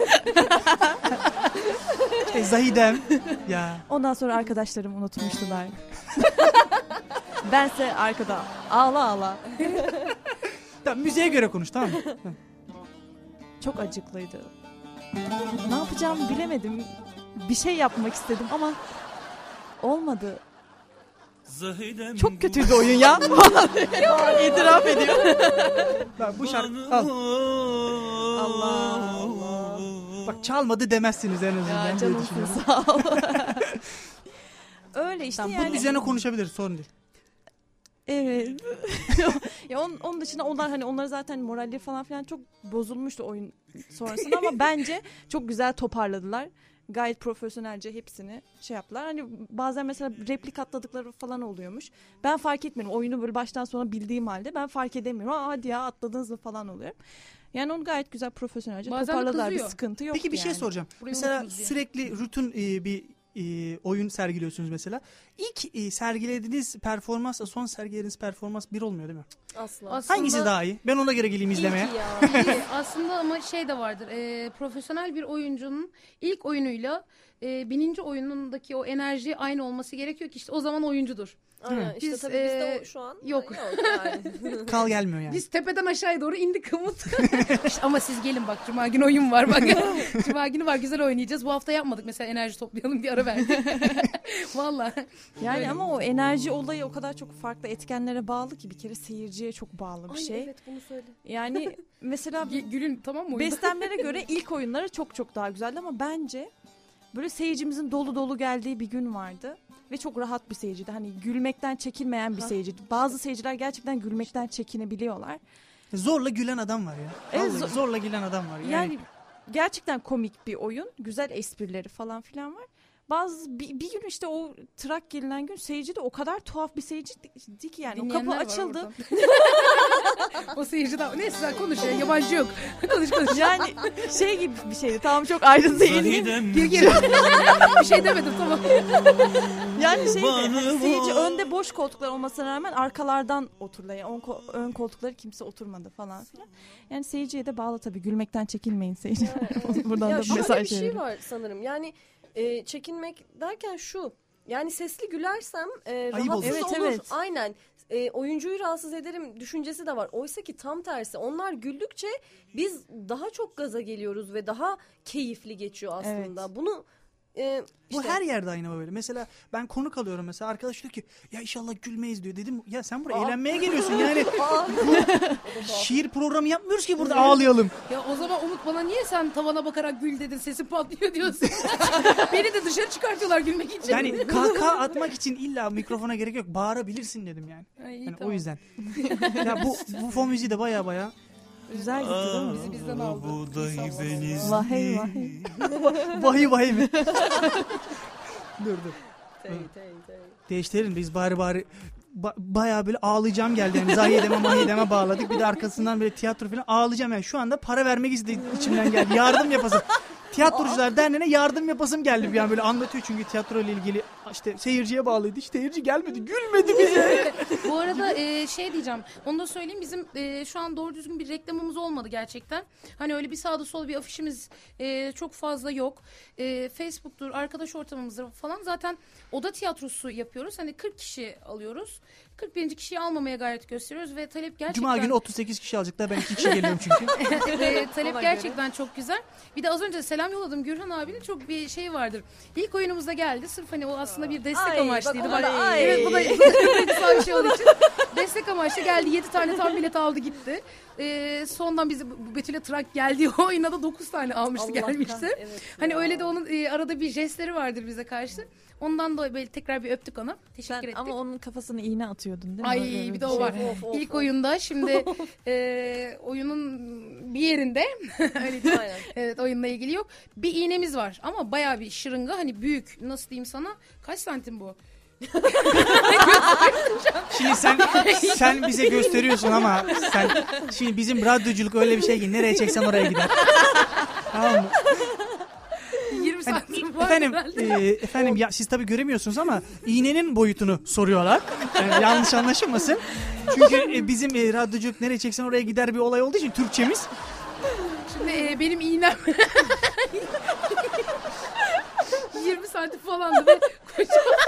İşte Zahidem. Ya. Ondan sonra arkadaşlarım unutmuştular. Bense arkada ağla ağla. Tamam müziğe göre konuş tamam mı? Çok acıklıydı. Ne yapacağımı bilemedim. Bir şey yapmak istedim ama olmadı. Çok kötüydü oyun ya. İtiraf ediyorum. Bak bu şarkı al. Allah Allah. Bak çalmadı demezsiniz en azından. Ya diye canımsın düşünüyorum. sağ ol. Öyle işte Tamam, yani. bunun üzerine konuşabiliriz sorun değil. Evet. Ya onun, onun dışında onlar hani onları zaten moralleri falan filan çok bozulmuştu oyun sonrasında ama bence çok güzel toparladılar. Gayet profesyonelce hepsini şey yaptılar. Hani bazen mesela replik atladıkları falan oluyormuş. Ben fark etmiyorum. Oyunu böyle baştan sona bildiğim halde ben fark edemiyorum. Aa hadi ya atladınız mı falan oluyor. Yani onu gayet güzel profesyonelce Bazen de toparladılar. Bir kızıyor. sıkıntı yok. Peki bir şey yani. soracağım. Burayı Mesela unuttunuz diye. sürekli rutin e, bir e, oyun sergiliyorsunuz mesela. İlk e, sergilediğiniz performansla son sergilediğiniz performans bir olmuyor değil mi? Asla. Aslında- Hangisi daha iyi? Ben ona göre geleyim izlemeye. İyi ki ya. İyi. Aslında ama şey de vardır. E, profesyonel bir oyuncunun ilk oyunuyla e, bininci oyunundaki o enerji aynı olması gerekiyor ki işte o zaman oyuncudur. Aynen. İşte Biz, tabii bizde e, o şu an yok. yani. Kal gelmiyor yani. Biz tepeden aşağıya doğru indik Umut. İşte ama siz gelin bak Cuma günü oyun var bak. Cuma günü var güzel oynayacağız. Bu hafta yapmadık mesela enerji toplayalım diye ara verdik. Valla. Yani Öyle. ama o enerji olayı o kadar çok farklı etkenlere bağlı ki bir kere seyirciye çok bağlı bir Ay, şey. evet bunu söyle. Yani mesela Ge- Gülün tamam mı oyunda? bestemlere göre ilk oyunları çok çok daha güzeldi ama bence böyle seyircimizin dolu dolu geldiği bir gün vardı. Ve çok rahat bir seyirciydi. Hani gülmekten çekinmeyen bir seyirci. Bazı seyirciler gerçekten gülmekten çekinebiliyorlar. Zorla gülen adam var ya. Evet, Vallahi zor- zorla gülen adam var. Yani, Yani gerçekten komik bir oyun. Güzel esprileri falan filan var. Bazı bir, bir gün işte o Trak gelinen gün seyirci de o kadar tuhaf bir seyirciydi ki yani. O kapı Dinleyenler var açıldı. oradan. O seyirci de neyse sen konuş ya, yabancı yok. konuş konuş. Yani şey gibi bir şeydi. Tamam, çok ayrıntı değil. Gir gir. Bir şey demedim, tamam. Yani şeydi. Seyirci önde boş koltuklar olmasına rağmen arkalardan oturdu. Yani ön, ko- ön koltukları kimse oturmadı falan filan. Yani seyirciye de bağlı tabii. Gülmekten çekinmeyin seyirci. Buradan Ya da bir şöyle mesaj bir şey verelim. var sanırım. Yani e, çekinmek derken şu. Yani sesli gülersem e, rahatsız olur. Evet, olur. evet. Aynen. E, oyuncuyu rahatsız ederim düşüncesi de var. Oysa ki tam tersi. Onlar güldükçe biz daha çok gaza geliyoruz ve daha keyifli geçiyor aslında. Evet. Bunu e, Bu işte- her yerde aynı böyle. Mesela ben konuk alıyorum mesela. Arkadaş diyor ki ya inşallah gülmeyiz diyor. Dedim ya sen buraya Aa. eğlenmeye geliyorsun yani. Aa. Şiir programı yapmıyoruz ki burada ağlayalım. Ya o zaman Umut bana niye sen tavana bakarak gül dedin, sesin patlıyor diyorsun. Beni de dışarı çıkartıyorlar gülmek için. Yani kahkaha atmak için illa mikrofona gerek yok. Bağırabilirsin dedim yani. Ay, iyi, Yani tamam. o yüzden. Ya bu bu fon müziği de baya baya Güzel gitti değil mi? Bizi bizden aldı. Vahey vahey. vahiy vahiy mi? dur dur. Tey, tey, tey. Değiştirelim biz bari bari ba- bayağı böyle ağlayacağım geldi. Yani zahiyedeme mahiyedeme bağladık. Bir de arkasından böyle tiyatro falan ağlayacağım yani. Şu anda para vermek istedi içimden geldi. Yardım yapasım. Tiyatrocular Derneği'ne yardım yapasım geldi bir an böyle anlatıyor çünkü tiyatro ile ilgili işte seyirciye bağlıydı. İşte seyirci gelmedi, gülmedi bize. Bu arada e, şey diyeceğim. Onu da söyleyeyim. Bizim e, şu an doğru düzgün bir reklamımız olmadı gerçekten. Hani öyle bir sağda solda bir afişimiz e, çok fazla yok. E, Facebook'tur, arkadaş ortamımızdır falan. Zaten oda tiyatrosu yapıyoruz. Hani kırk kişi alıyoruz. kırk birinci kişiyi almamaya gayret gösteriyoruz ve talep gerçekten... Cuma günü otuz sekiz kişi alacaklar. Ben iki kişi geliyorum çünkü. Ve talep gerçekten çok güzel. Bir de az önce selam yolladım Gürhan abinin çok bir şey vardır. İlk oyunumuzda geldi. Sırf hani o aslında bir destek Ay, amaçlıydı. bak ona da Bak- ay. Evet bu da güzel bir şey olduğu için. Destek amaçlı geldi. yedi tane tam bilet aldı gitti. Ee, sondan bizi bu Betül'e Trak geldiği oyuna da dokuz tane almıştı Allah gelmişti. kah- evet Hani ya. öyle de onun e, arada bir jestleri vardır bize karşı. Ondan da böyle tekrar bir öptük ona. Teşekkür Sen ettik. ama onun kafasına iğne atıyordun değil mi? Ay Öyle bir de o şey var. Of, of, İlk of. oyunda şimdi e, oyunun bir yerinde öyle diyeyim. Aynen. Evet oyunla ilgili yok. Bir iğnemiz var ama bayağı bir şırınga hani büyük nasıl diyeyim sana kaç santim bu? Şimdi sen sen bize gösteriyorsun ama sen şimdi bizim radyoculuk öyle bir şey ki nereye çeksen oraya gider. Tamam mı? yirmi Hani, santim var efendim herhalde. e, efendim ya siz tabii göremiyorsunuz ama iğnenin boyutunu soruyorlar. Yani yanlış anlaşılmasın. Çünkü e, bizim e, radyoculuk nereye çeksen oraya gider bir olay olduğu için Türkçemiz. Şimdi e, benim iğnem yirmi santim falandı ve kocaman.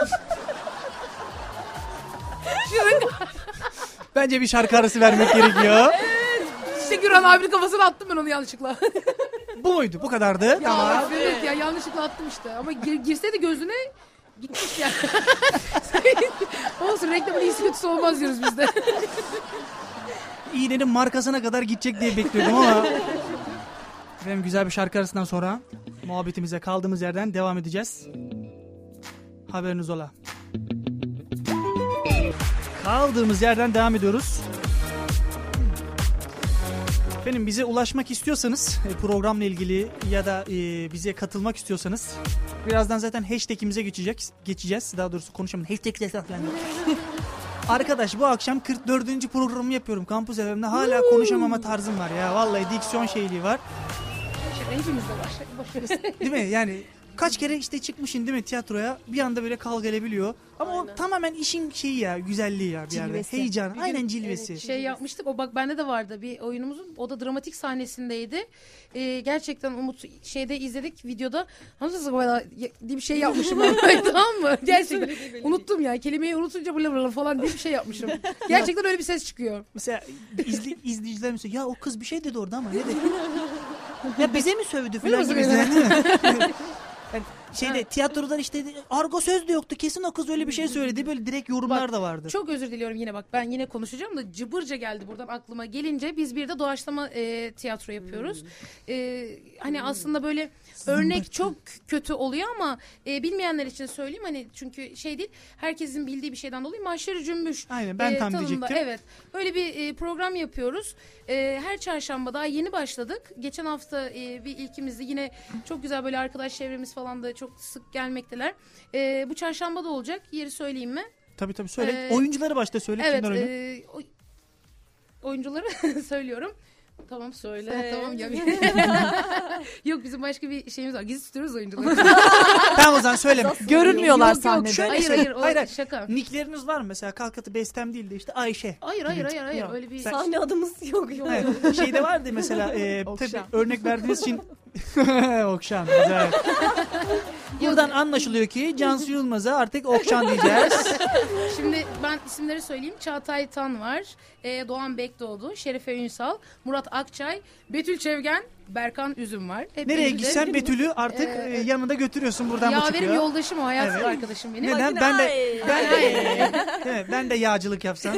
Şırınga. Bence bir şarkı arası vermek gerekiyor. İşte Gürhan abinin kafasına attım ben onu yanlışlıkla. Bu muydu? Bu kadardı. Tamam. Ya, evet ya yanlışlıkla attım işte. Ama gir, girseydi gözüne gitmiş ya. Olsun reklamın iyisi kötüsü olmaz diyoruz biz de. İğnenin markasına kadar gidecek diye bekliyordum ama. Efendim güzel bir şarkı arasından sonra muhabbetimize kaldığımız yerden devam edeceğiz. Haberiniz ola. Kaldığımız yerden devam ediyoruz. Efendim bize ulaşmak istiyorsanız e, programla ilgili ya da e, bize katılmak istiyorsanız birazdan zaten hashtag'imize geçeceğiz. Geçeceğiz. Daha doğrusu konuşamadım. Hashtag falan. Arkadaş bu akşam kırk dördüncü programı yapıyorum Kampüs F M'de. Hala konuşamama tarzım var ya. Vallahi diksiyon şeyliği var. Hepimizde var. Boş ver. Değil mi? Yani kaç kere işte çıkmışsın değil mi tiyatroya? Bir anda böyle kal gelebiliyor. Ama Aynen. o tamamen işin şeyi ya, güzelliği ya bir yerde. Cilvesi. Heyecan. Aynen cilvesi. Şey yapmıştık o bak bende de vardı bir oyunumuzun o da dramatik sahnesindeydi. Ee, gerçekten Umut şeyde izledik videoda Hamza böyle diye bir şey yapmışım ben tamam mı? Gerçekten unuttum ya kelimeyi unutunca bla bla falan diye bir şey yapmışım. Gerçekten öyle bir ses çıkıyor. Mesela izli, izleyiciler mesela ya o kız bir şey dedi orada ama ne dedi? Ya bize mi sövdü falan Bilmiyorum gibi. yani. Yani, yani şeyde tiyatroda işte argo söz de yoktu. Kesin o kız öyle bir şey söyledi. Böyle direkt yorumlar Bak, da vardı. Çok özür diliyorum yine bak ben yine konuşacağım da cıbırca geldi buradan aklıma gelince biz bir de doğaçlama e, tiyatro yapıyoruz. Hmm. E, hani aslında böyle örnek çok kötü oluyor ama e, bilmeyenler için söyleyeyim hani çünkü şey değil herkesin bildiği bir şeyden dolayı Mahşer-i Cümbüş. Aynen, ben tam tadında, diyecektim. Evet böyle bir e, program yapıyoruz. E, her çarşamba daha yeni başladık. Geçen hafta e, bir ilkimizdi yine çok güzel böyle arkadaş çevremiz falan da çok sık gelmekteler. E, bu çarşamba da olacak yeri söyleyeyim mi? Tabii tabii söyle. Ee, Oyuncuları başta söyle. Evet, kimler oynuyor? e, oy- oyuncuları söylüyorum. Tamam söyle. Söyle. Tamam ya. Yok bizim başka bir şeyimiz var. Gizli tutuyoruz oyuncuları. Tamam o zaman söyleme. Görünmüyorlar Yok, yok. sahnede. Şöyle Hayır söyle. hayır o Hayır, hayır. şaka. Nickleriniz var mı mesela? Kalkatı Bestem değil de işte Ayşe. Hayır hayır gibi. hayır hayır Yok. öyle bir Sen- Sahne adımız yok. Evet. Şeyde vardı mesela e, Okşan. tabii örnek verdiğiniz için Okşan güzel. Buradan anlaşılıyor ki Cansu Yılmaz'a artık Okşan diyeceğiz. Şimdi ben isimleri söyleyeyim. Çağatay Tan var. E, Doğan Bekdoğdu, Şerife Ünsal, Murat Akçay, Betül Çevgen, Berkan Üzüm var. Hep Nereye elimizde. gitsen Betül'ü artık Ee, e, yanında götürüyorsun buradan bu Yaverim çıkıyor. yoldaşım o hayat Evet. arkadaşım benim. Neden? Ben de ben de, evet, ben de yağcılık yapsam.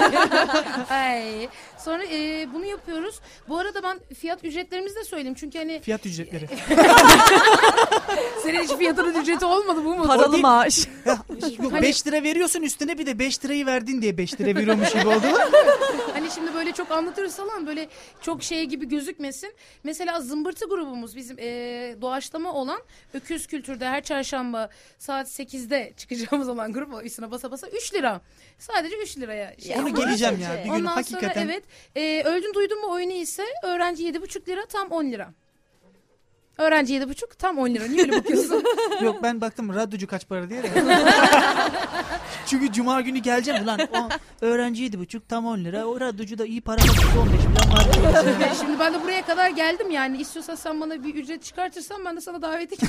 Ay. Sonra e, bunu yapıyoruz. Bu arada ben fiyat ücretlerimizi de söyleyeyim. Çünkü hani Fiyat ücretleri. senin hiç fiyatının ücreti olmadı bu mu? Paralı maaş. Yok Hani- beş lira veriyorsun üstüne bir de beş lirayı verdin diye beş lira veriyormuş gibi oldu mu? Hani şimdi böyle çok anlatırız falan böyle çok şey gibi gözükmesin. Mesela Zımbırtı grubumuz bizim e, doğaçlama olan Öküz Kültür'de her çarşamba saat sekizde çıkacağımız olan grup o üstüne basa basa üç lira. Sadece üç liraya. Şey Onu yapıyoruz. geleceğim ya. Bir gün Ondan hakikaten. sonra evet e, öldün duydun mu oyunu ise öğrenci yedi buçuk lira tam on lira. Öğrenci yedi buçuk tam on lira. Niye öyle bakıyorsun? Yok ben baktım radyocu kaç para diye de. Çünkü cuma günü geleceğim ulan o öğrenci yedi buçuk tam on lira. O radyocu da iyi para bakıyor on beş milyon var. diye. E, Şimdi ben de buraya kadar geldim yani. İstiyorsan sen bana bir ücret çıkartırsan ben de sana davet edeyim.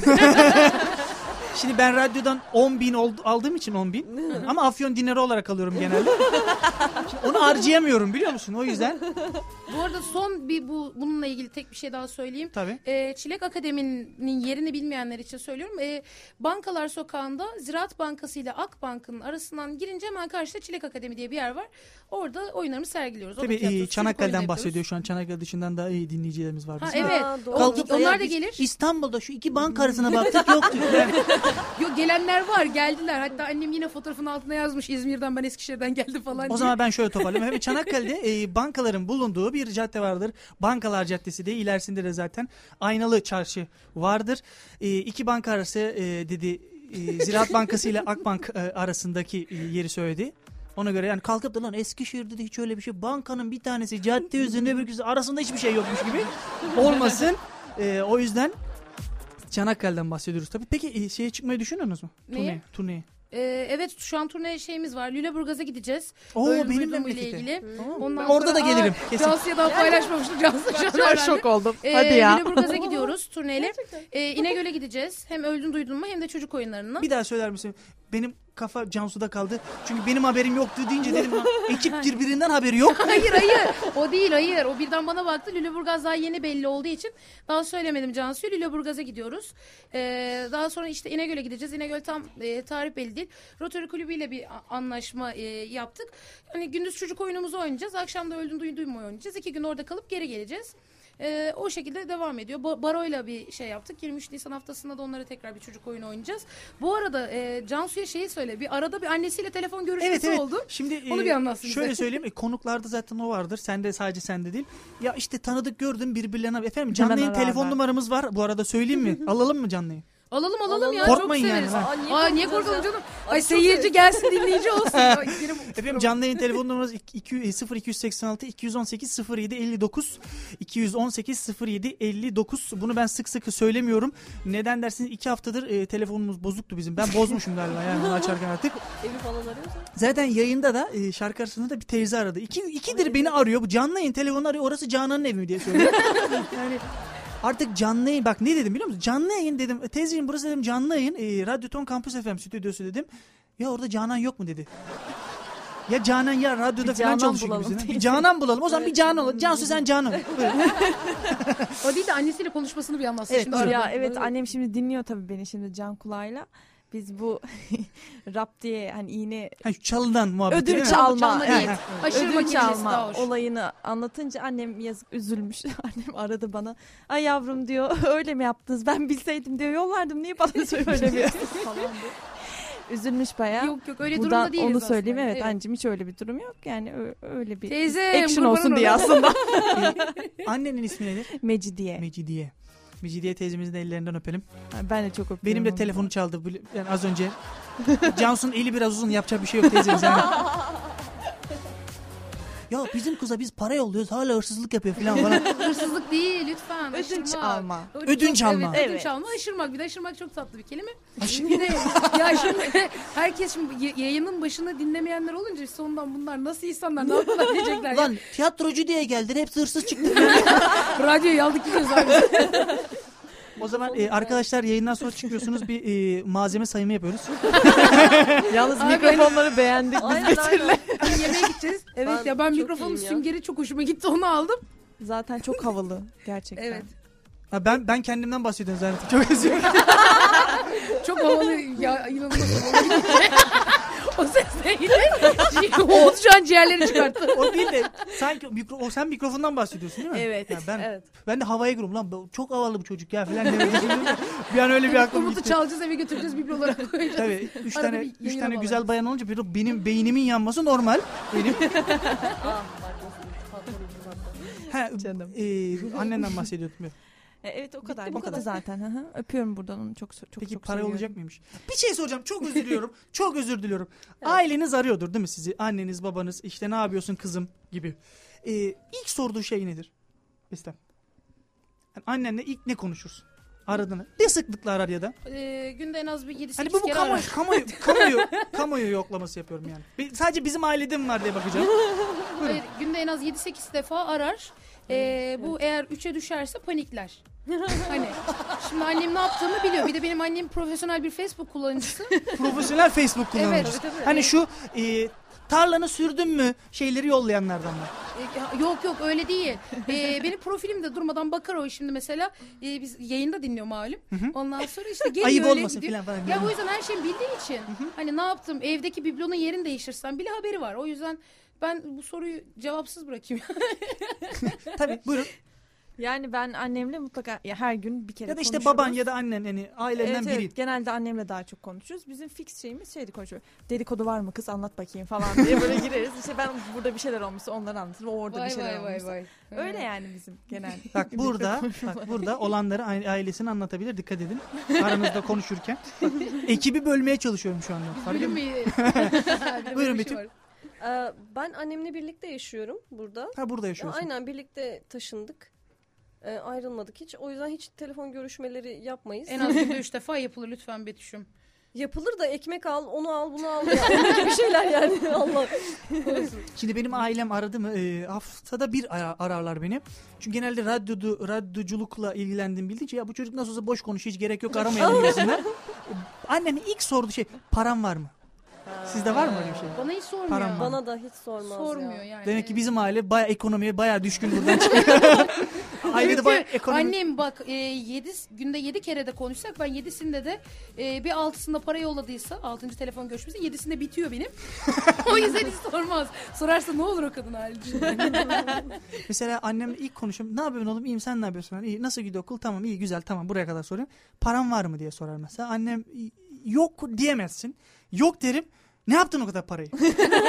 Şimdi ben radyodan on bin oldu, aldığım için on bin. Ama afyon dinarı olarak alıyorum genelde. Şimdi onu harcayamıyorum biliyor musun? O yüzden. Bu arada son bir bu bununla ilgili tek bir şey daha söyleyeyim. Tabii. Ee, Çilek Akademi'nin yerini bilmeyenler için söylüyorum. Ee, Bankalar Sokağı'nda Ziraat Bankası ile Akbank'ın arasından girince hemen karşıda Çilek Akademi diye bir yer var. Orada oyunlarımızı sergiliyoruz. Orada Tabii tiyatrosu, e, çocuk oyunu Çanakkale'den yapıyoruz. bahsediyor şu an. Çanakkale dışından da iyi dinleyicilerimiz var Ha, bizim. evet. Aa, doğru. O- Kalkıp da onlar ya da biz gelir. İstanbul'da şu iki banka arasına baktık yoktu. Yani Yok gelenler var geldiler. Hatta annem yine fotoğrafın altına yazmış İzmir'den ben Eskişehir'den geldi falan o diye. zaman ben şöyle toparlayayım. Hem Çanakkale'de e, bankaların bulunduğu bir cadde vardır. Bankalar Caddesi de ilerisinde de zaten Aynalı Çarşı vardır. E, iki banka arası e, dedi e, Ziraat Bankası ile Akbank e, arasındaki e, yeri söyledi. Ona göre yani kalkıp da lan Eskişehir'de de hiç öyle bir şey. Bankanın bir tanesi cadde üzerinde öbürküsü arasında hiçbir şey yokmuş gibi olmasın. E, o yüzden Çanakkale'den bahsediyoruz tabii. Peki e, şeye çıkmayı düşünüyorsunuz mu? Neye? Turneye. Turneye. Ee, evet şu an turne şeyimiz var. Lüleburgaz'a gideceğiz. Oo Öldüm benim duydum ile memlekete. ilgili. Tamam. Ondan Ben orada sonra- da gelirim. Aa, Kesin. Cansu'ya daha paylaşmamıştım. Cansu şu an Çok öğrendi. şok oldum. Ee, Hadi ya. Lüleburgaz'a gidiyoruz turneyle. Ee, İnegöl'e gideceğiz. Hem öldün duydun mu hem de çocuk oyunlarına. Bir daha söyler misin? Benim kafa Cansu'da kaldı. Çünkü benim haberim yoktu deyince dedim lan, ekip birbirinden haberi yok. Hayır hayır o değil hayır. O birden bana baktı. Lüleburgaz daha yeni belli olduğu için daha söylemedim Cansu'ya. Lüleburgaz'a gidiyoruz. Ee, daha sonra işte İnegöl'e gideceğiz. İnegöl tam e, tarih belli değil. Rotary Kulübü ile bir a- anlaşma e, yaptık. Hani gündüz çocuk oyunumuzu oynayacağız. Akşam da öldün duydun mu oynayacağız. İki gün orada kalıp geri geleceğiz. Ee, o şekilde devam ediyor. Ba- Baro'yla bir şey yaptık. yirmi üç Nisan haftasında da onlara tekrar bir çocuk oyunu oynayacağız. Bu arada e, Cansu'ya şeyi söyle. Bir arada bir annesiyle telefon görüşmesi Evet evet. oldu. Şimdi Onu e, bir anlatsın şöyle bize. söyleyeyim. E, konuklarda zaten o vardır. Sende sadece sende değil. Ya işte tanıdık gördüm birbirlerine. Efendim canlı Hemen yayın telefon ararlar. numaramız var. Bu arada söyleyeyim mi? Alalım mı canlı yayın? Alalım alalım, Alalım. ya Korkmayın çok yani, severiz. ha. Aa, niye Aa, niye korkuyoruz korkalım ya? canım? Ay, Ay çok seyirci severiz. gelsin dinleyici olsun. Ay, benim- Efendim canlı yayın telefon numaramız iki- sıfır iki seksen altı iki yüz on sekiz sıfır yedi elli dokuz iki yüz on sekiz sıfır yedi elli dokuz. Bunu ben sık sık söylemiyorum. Neden dersiniz? iki haftadır e, telefonumuz bozuktu bizim. Ben bozmuşum galiba yani bunu açarken artık. Evi falan arıyorsa. Zaten yayında da e, şarkı arasında da bir teyze aradı. İki, ikidir beni arıyor. Bu canlı yayın telefonu arıyor. Orası Canan'ın evi mi diye söylüyor. Yani artık canlı yayın. Bak ne dedim biliyor musun? Canlı yayın dedim. E, Teyzeciğim burası dedim canlı yayın. E, Radyoton Campus F M stüdyosu dedim. Ya orada Canan yok mu dedi. Ya Canan ya radyoda Bir falan Canan çalışıyor bulalım gibisinden. Bir teyze. Canan bulalım. O zaman bir Canan olalım. Cansu sen Canan ol. Buyurun. O değil de annesiyle konuşmasını bir anlatsın. Evet, Şimdi buyurun. Ya arada. evet annem şimdi dinliyor tabii beni şimdi can kulağıyla. Biz bu rap diye hani iğne Ha, şu çalıdan muhabbeti değil ödünç mi? alma, Çalma evet, değil. Aşırı ödünç makinesi daha alma hoş. olayını anlatınca annem yazık üzülmüş. Annem aradı bana. Ay yavrum diyor öyle mi yaptınız? Ben bilseydim diyor yollardım. Niye bana söylemiyorsunuz falan diye. Üzülmüş bayağı. Yok yok öyle Buradan durumda değiliz onu söyleyeyim aslında. evet, anneciğim hiç öyle bir durum yok. Yani ö- öyle bir Teyzem, action kurban olsun diye olayım. aslında. Ee, annenin ismi nedir? Mecidiye. Mecidiye. Mecidiye teyzemizin de ellerinden öpelim. Ben de çok öpüyorum. Benim de onu. telefonu çaldı bili- yani az önce. Cansu'nun eli biraz uzun, yapacak bir şey yok teyzemiz. Yani. Ya bizim kıza biz para yolluyoruz hala hırsızlık yapıyor falan falan. Hırsızlık değil lütfen. Ödünç aşırmak. alma. Ödünç Çok- alma. Evet, ödünç Evet. alma. Aşırmak. Bir de aşırmak çok tatlı bir kelime. Bir de ya şimdi herkes şimdi y- yayının başında dinlemeyenler olunca sonundan bunlar nasıl insanlar ne yaptılar diyecekler. ya. Lan tiyatrocu diye geldiler hepsi hırsız çıktı. Radyoyu aldık gidiyoruz abi. O zaman e, arkadaşlar yayından sonra çıkıyorsunuz bir e, malzeme sayımı yapıyoruz. Yalnız Abi- mikrofonları beğendik biz Aynen Betül'le. aynen. Hani yemeğe gideceğiz. Evet Ben ya ben çok mikrofonum iyiyim ya. süngeri çok hoşuma gitti onu aldım. Zaten çok havalı gerçekten. Evet. Ha, ben ben kendimden bahsediyorum zaten. Çok özür dilerim. Çok havalı ya inanılmaz havalı. O ses neydi? Oğuz şu an ciğerleri çıkarttı. O değil de sanki mikro, o sen mikrofondan bahsediyorsun değil mi? Evet. Ya ben Evet. ben de havaya giriyorum lan bu çok havalı bu çocuk ya falan demek düşündüm. Bir an öyle bir aklım Umut'u gitti. çalacağız eve götüreceğiz biblolara koyacağız. Tabii üç Arada tane bir üç yayına tane bağlayalım. güzel bayan olunca bir de benim beynimin yanması normal. Benim. Ah, bak nasıl patronumuz zaten. Ha, Canım. e, annenden bahsediyordum. ya. E, Evet o kadar. Bitti, Bu bu kadar kadar. zaten. Hı hı. Öpüyorum buradan onu çok çok Peki çok para seviyorum. olacak mıymış? Bir şey soracağım. Çok özür diliyorum. Çok özür diliyorum. Aileniz arıyordur değil mi sizi? Anneniz, babanız işte ne yapıyorsun kızım gibi. Ee, ilk sorduğu şey nedir? İstem. Yani annenle ilk ne konuşursun? Aradığını. Ne sıklıkla arar ya da? Ee, günde en az bir yedi sekiz Hani bu, bu kere kamuoyu, arar. kamuoyu, kamuoyu, kamuoyu yoklaması yapıyorum yani. Bir- sadece bizim ailede mi var diye bakacağım. Hayır, günde en az yedi sekiz defa arar. Ee, bu eğer üçe düşerse panikler. Hani şimdi annem ne yaptığımı biliyor. Bir de benim annem profesyonel bir Facebook kullanıcısı. Profesyonel Facebook kullanıcısı. Evet, tabii, tabii. Hani şu e, tarlanı sürdün mü şeyleri yollayanlardan var. Ee, ya- yok yok öyle değil. Ee, benim profilimde durmadan bakar o şimdi mesela. Ee, biz yayında dinliyor malum. Ondan sonra işte geliyor Ayıp öyle olmasın gidiyor. filan falan. Ya o yüzden her şeyi bildiği için. Hani ne yaptım evdeki biblonun yerini değiştirsem bile haberi var. O yüzden ben bu soruyu cevapsız bırakayım. Tabii buyurun. Yani ben annemle mutlaka ya her gün bir kere Ya da işte konuşuruz. baban ya da annen yani ailenden Evet, biri. evet. Genelde annemle daha çok konuşuyoruz. Bizim fix şeyimiz şeydi konuşuyor. Dedikodu var mı kız anlat bakayım falan diye böyle gireriz. İşte ben burada bir şeyler olmuşsa onları anlatırım. O orada bir şeyler olmuşsa. Öyle yani bizim genel. Bak burada, bak burada olanları aile- ailesine anlatabilir. Dikkat edin. Aranızda konuşurken. Bak, ekibi bölmeye çalışıyorum şu anda. Fark Bölüm ediyor musun? mü? Buyurun Bir Betül. şey var. Ee, ben annemle birlikte yaşıyorum burada. Ha burada yaşıyorsun. Aynen birlikte taşındık. Ee, ayrılmadık hiç. O yüzden hiç telefon görüşmeleri yapmayız. En az günde üç defa yapılır lütfen Betüş'üm. Yapılır da ekmek al, onu al, bunu al. Yani. Onun gibi şeyler yani. Allah. Şimdi benim ailem aradı mı e, haftada bir ara- ararlar beni. Çünkü genelde radyodu, radyoculukla ilgilendiğim bildiğince ya bu çocuk nasıl olsa boş konuşuyor hiç gerek yok aramayalım gibisinden. Annemin ilk sorduğu şey param var mı? Sizde var mı öyle bir şey? Bana hiç sormuyor. Param var. Bana da hiç sormaz Sormuyor ya. yani. Demek ki bizim aile baya ekonomiye baya düşkün buradan çıkıyor. Ailede baya Çünkü ekonomi... annem bak e, yedi, günde yedi kere de konuşsak ben yedisinde de e, bir altısında para yolladıysa altıncı telefon görüşmesi yedisinde bitiyor benim. O yüzden hiç sormaz. Sorarsa ne olur o kadın halinde. Mesela annemle ilk konuşuyorum. Ne yapıyorsun oğlum? İyiyim sen ne yapıyorsun? İyi. Nasıl gidiyor okul? Tamam iyi güzel tamam buraya kadar soruyorum. Param var mı diye sorar mesela. Annem yok diyemezsin. Yok derim. Ne yaptın o kadar parayı?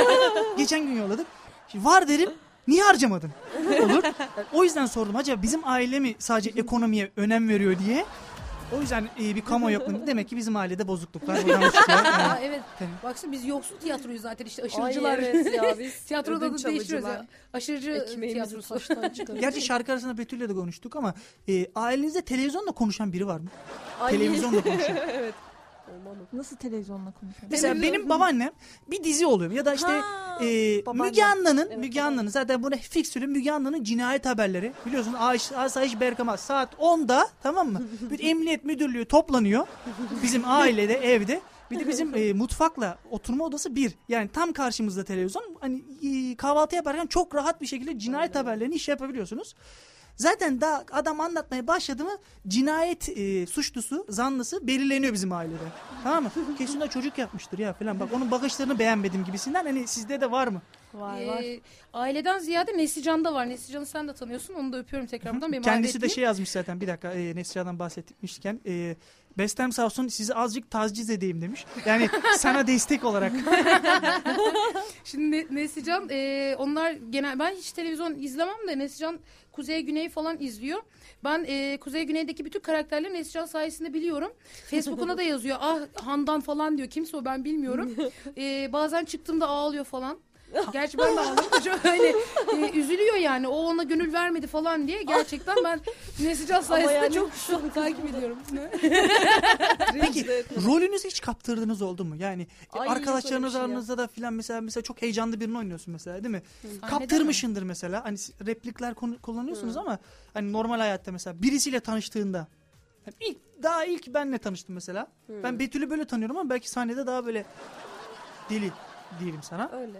Geçen gün yolladık. Şimdi var derim. Niye harcamadın? Olur. O yüzden sordum. Acaba bizim aile mi sadece ekonomiye önem veriyor diye? O yüzden e, bir kamu yok mu? Demek ki bizim ailede bozukluklar. Buradan çıkıyor. Aa, Yani, evet. tabii. Baksana biz yoksul tiyatroyuz zaten işte Ay aşırıcılar. evet ya biz Tiyatroda ödünç da değiştiriyoruz alıcılar. ya. Aşırıcı Ekmeğimizi tiyatrosu. taştan çıkarıyoruz. Gerçi şarkı arasında Betül'le de konuştuk ama e, ailenizde televizyonla konuşan biri var mı? Ay. Televizyonla konuşuyor. Evet. Olmalı. Nasıl televizyonla konuşuyorsun? Mesela Televizyon- benim babaannem bir dizi oluyor ya da işte Ha, e, babaannem. Müge Anlı'nın Evet, Müge Anlı'nın zaten buna fiksülü Müge Anlı'nın cinayet haberleri biliyorsun Aş, Asayiş Bergama saat onda tamam mı? Bir emniyet müdürlüğü toplanıyor bizim ailede evde Bir de bizim e, mutfakla oturma odası bir. Yani tam karşımızda televizyon. Hani e, kahvaltı yaparken çok rahat bir şekilde cinayet haberlerini iş yapabiliyorsunuz. Zaten daha adam anlatmaya başladı mı cinayet e, suçlusu, zanlısı belirleniyor bizim ailede. Tamam mı? Kesin de çocuk yapmıştır ya falan. Bak onun bakışlarını beğenmedim gibisinden. Hani sizde de var mı? Var Ee, var. aileden ziyade Neslican'da var. Neslican'ı sen de tanıyorsun. Onu da öpüyorum tekrardan. Benim Kendisi de ahiretliyim. şey yazmış zaten bir dakika e, Neslihan'dan bahsetmişken e, Bestem sağ olsun sizi azıcık taciz edeyim demiş. Yani sana destek olarak. Şimdi Neslican e, onlar genel ben hiç televizyon izlemem de Neslican Kuzey Güney falan izliyor. Ben e, Kuzey Güney'deki bütün karakterleri Neslican sayesinde biliyorum. Facebook'una da yazıyor. Ah Handan falan diyor. Kimse o ben bilmiyorum. E, bazen çıktığımda ağlıyor falan. Gerçi ben de ağlıyorum. Çok öyle e, üzülüyor yani. O ona gönül vermedi falan diye. Gerçekten ben Neslican sayesinde yani- çok çok takip ediyorum. Peki rolünüzü hiç kaptırdığınız oldu mu? Yani Ay, arkadaşlarınız yok öyle bir şey ya. aranızda da filan mesela mesela çok heyecanlı birini oynuyorsun mesela değil mi? Kaptırmışındır mesela. Hani replikler konu- kullanıyorsunuz Hı. ama hani normal hayatta mesela birisiyle tanıştığında yani ilk daha ilk benle tanıştım mesela. Hı. Ben Betül'ü böyle tanıyorum ama belki sahnede daha böyle deli diyelim sana. Öyle.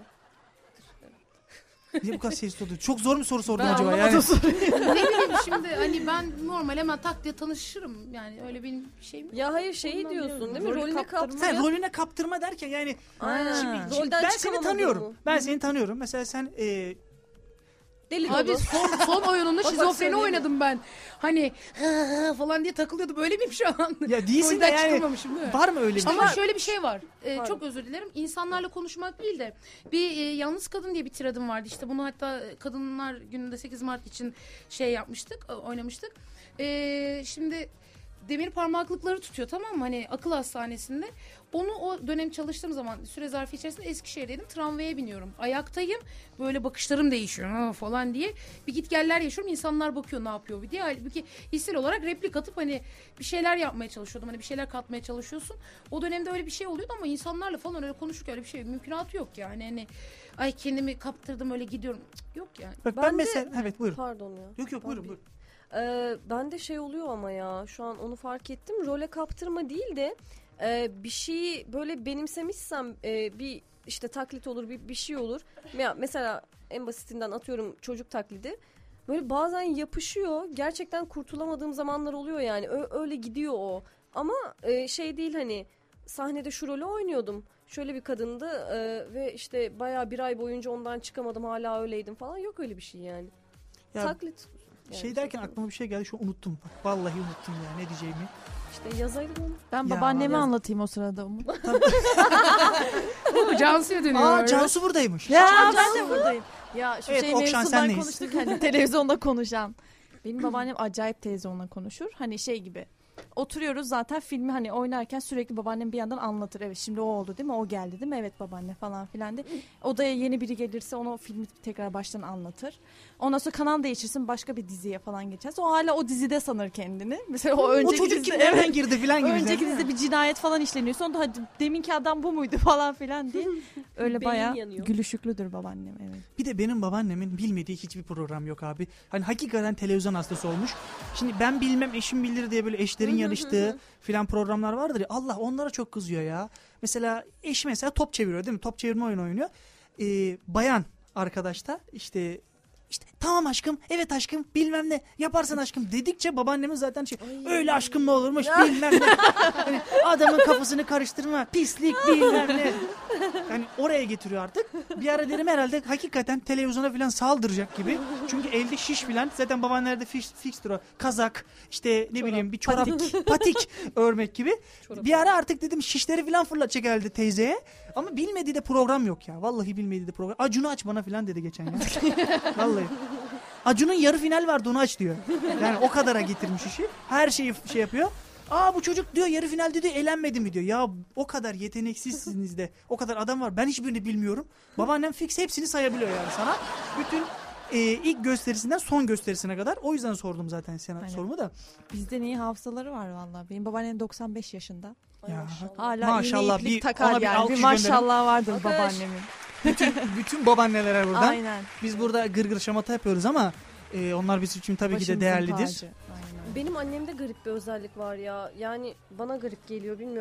Niye bu kadar sessiz oldu? Çok zor mu soru sordum Ben acaba? anlamadım Yani Ne bileyim şimdi hani ben normal hemen tak diye tanışırım. Yani öyle benim bir şeyim yok. Ya hayır şey Ondan diyorsun diyorum. değil mi? Rolü Rolüne kaptırma. kaptırmaya. sen rolüne kaptırma derken yani Aynen. Ha. şimdi Rolden ben seni çıkamama tanıyorum. durumu. Ben seni tanıyorum. Mesela sen e, Deli Abi dolu. son, son oyununda bak şizofreni söyleyeyim. oynadım ben. Hani hı hı falan diye takılıyordum. Böyle miyim şu an? ya değilsin de Rolden yani çıkamamışım değil mi? var mı öyle bir şey? Ama şöyle bir şey var. Ee, Pardon. çok özür dilerim. İnsanlarla konuşmak değil de bir e, yalnız kadın diye bir tiradım vardı. İşte bunu hatta Kadınlar Günü'nde sekiz Mart için şey yapmıştık, e, oynamıştık. Ee, şimdi demir parmaklıkları tutuyor, tamam mı? Hani akıl hastanesinde. Onu o dönem çalıştığım zaman süre zarfı içerisinde Eskişehir'deydim. Tramvaya biniyorum. Ayaktayım. Böyle bakışlarım değişiyor ha, falan diye. Bir git geller yaşıyorum. İnsanlar bakıyor ne yapıyor bu diye. Halbuki hissel olarak replik atıp hani bir şeyler yapmaya çalışıyordum. Hani bir şeyler katmaya çalışıyorsun. O dönemde öyle bir şey oluyordu ama insanlarla falan öyle konuşurken öyle bir şey mümkünatı yok yani. Hani ay kendimi kaptırdım öyle gidiyorum. Cık, yok yani. Bak ben, Ben de- mesela evet buyurun. Pardon ya. Yok yok buyurun Tabii. buyurun. Ee, ben de şey oluyor ama ya şu an onu fark ettim. Role kaptırma değil de e, bir şeyi böyle benimsemişsem e, bir işte taklit olur bir, bir şey olur. Ya, mesela en basitinden atıyorum çocuk taklidi. Böyle bazen yapışıyor. Gerçekten kurtulamadığım zamanlar oluyor yani. Ö- öyle gidiyor o. Ama e, şey değil hani sahnede şu rolü oynuyordum. Şöyle bir kadındı e, ve işte bayağı bir ay boyunca ondan çıkamadım hala öyleydim falan. Yok öyle bir şey yani. Ya, Taklit. Yani şey derken şey- aklıma bir şey geldi şu an unuttum. Bak vallahi unuttum ya ne diyeceğimi. İşte yazaydım onu. Ben Ya, babaanneme yaz- anlatayım o sırada Umut. O Cansu'ya dönüyor. Aa Cansu buradaymış. Ya ben de buradayım. Ya şu Evet, şey Okşan, mevzusundan senleyiz. konuştuk hani televizyonda konuşan. Benim babaannem acayip televizyonda konuşur. Hani şey gibi. Oturuyoruz zaten filmi hani oynarken sürekli babaannem bir yandan anlatır. Evet şimdi o oldu değil mi? O geldi değil mi? Evet babaanne falan filan de. Odaya yeni biri gelirse onu o filmi tekrar baştan anlatır. Ondan sonra kanal değişirsin başka bir diziye falan geçersin. O hala o dizide sanır kendini. Mesela o O önceki çocuk dizide kim nereden evet. girdi filan gibi. Önceki zaten. dizide bir cinayet falan işleniyor. Sonra hadi deminki adam bu muydu falan filan diye. Öyle Beyin bayağı yanıyor. gülüşüklüdür babaannem evet. Bir de benim babaannemin bilmediği hiçbir program yok abi. Hani hakikaten televizyon hastası olmuş. Şimdi ben bilmem eşim bilir diye böyle eşlerin yarıştığı filan programlar vardır ya. Allah onlara çok kızıyor ya. Mesela eş mesela top çeviriyor değil mi? Top çevirme oyunu oynuyor. Ee, bayan arkadaş da işte işte tamam aşkım, evet aşkım, bilmem ne yaparsın aşkım dedikçe babaannemin zaten şey öyle aşkım mı olurmuş bilmem ne. Hani adamın kafasını karıştırma, pislik bilmem ne. Yani oraya getiriyor artık. Bir ara derim herhalde hakikaten televizyona falan saldıracak gibi. Çünkü elde şiş falan. Zaten babaannelerde fix, fixtir o. Kazak, işte ne bileyim bir çorap, patik, örmek gibi. Çorap. Bir ara artık dedim şişleri falan fırlatacak herhalde teyzeye. Ama bilmediği de program yok ya. Vallahi bilmediği de program. Acun'u aç bana falan dedi geçen ya. Vallahi. Acun'un yarı final vardı onu aç diyor. Yani o kadara getirmiş işi. Her şeyi şey yapıyor. Aa bu çocuk diyor yarı finalde diyor eğlenmedi mi diyor. Ya o kadar yeteneksizsiniz de o kadar adam var. Ben hiçbirini bilmiyorum. Babaannem fix hepsini sayabiliyor yani sana. Bütün e, ilk gösterisinden son gösterisine kadar. O yüzden sordum zaten sana Aynen. sorumu da. Bizden iyi hafızaları var vallahi. Benim babaannem doksan beş yaşında. Ay Ya. maşallah. Hala Maşallah, iğne iplik bir- takar ona bir yani. alkış Bir maşallah vardır Alkış. babaannemin. Bütün, bütün babaannelere buradan. Aynen. Biz burada gırgır şamata yapıyoruz ama e, onlar bizim için tabii ki de Başımızın değerlidir. tacı. Aynen. Benim annemde garip bir özellik var ya. Yani bana garip geliyor bilmiyorum.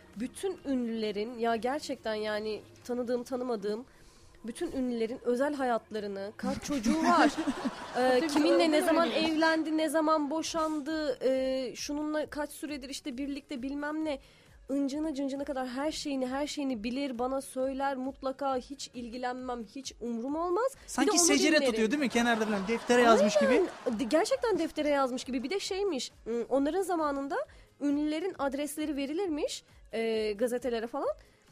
bütün ünlülerin ya gerçekten yani tanıdığım tanımadığım bütün ünlülerin özel hayatlarını, kaç çocuğu var, e, kiminle ne zaman evlendi, ne zaman boşandı, e, şununla kaç süredir işte birlikte bilmem ne, ıncına cıncına kadar her şeyini her şeyini bilir, bana söyler mutlaka, hiç ilgilenmem, hiç umrum olmaz. Sanki secere tutuyor değil mi? Kenarda falan deftere yazmış gibi. Gerçekten deftere yazmış gibi. Bir de şeymiş, onların zamanında ünlülerin adresleri verilirmiş e, gazetelere falan.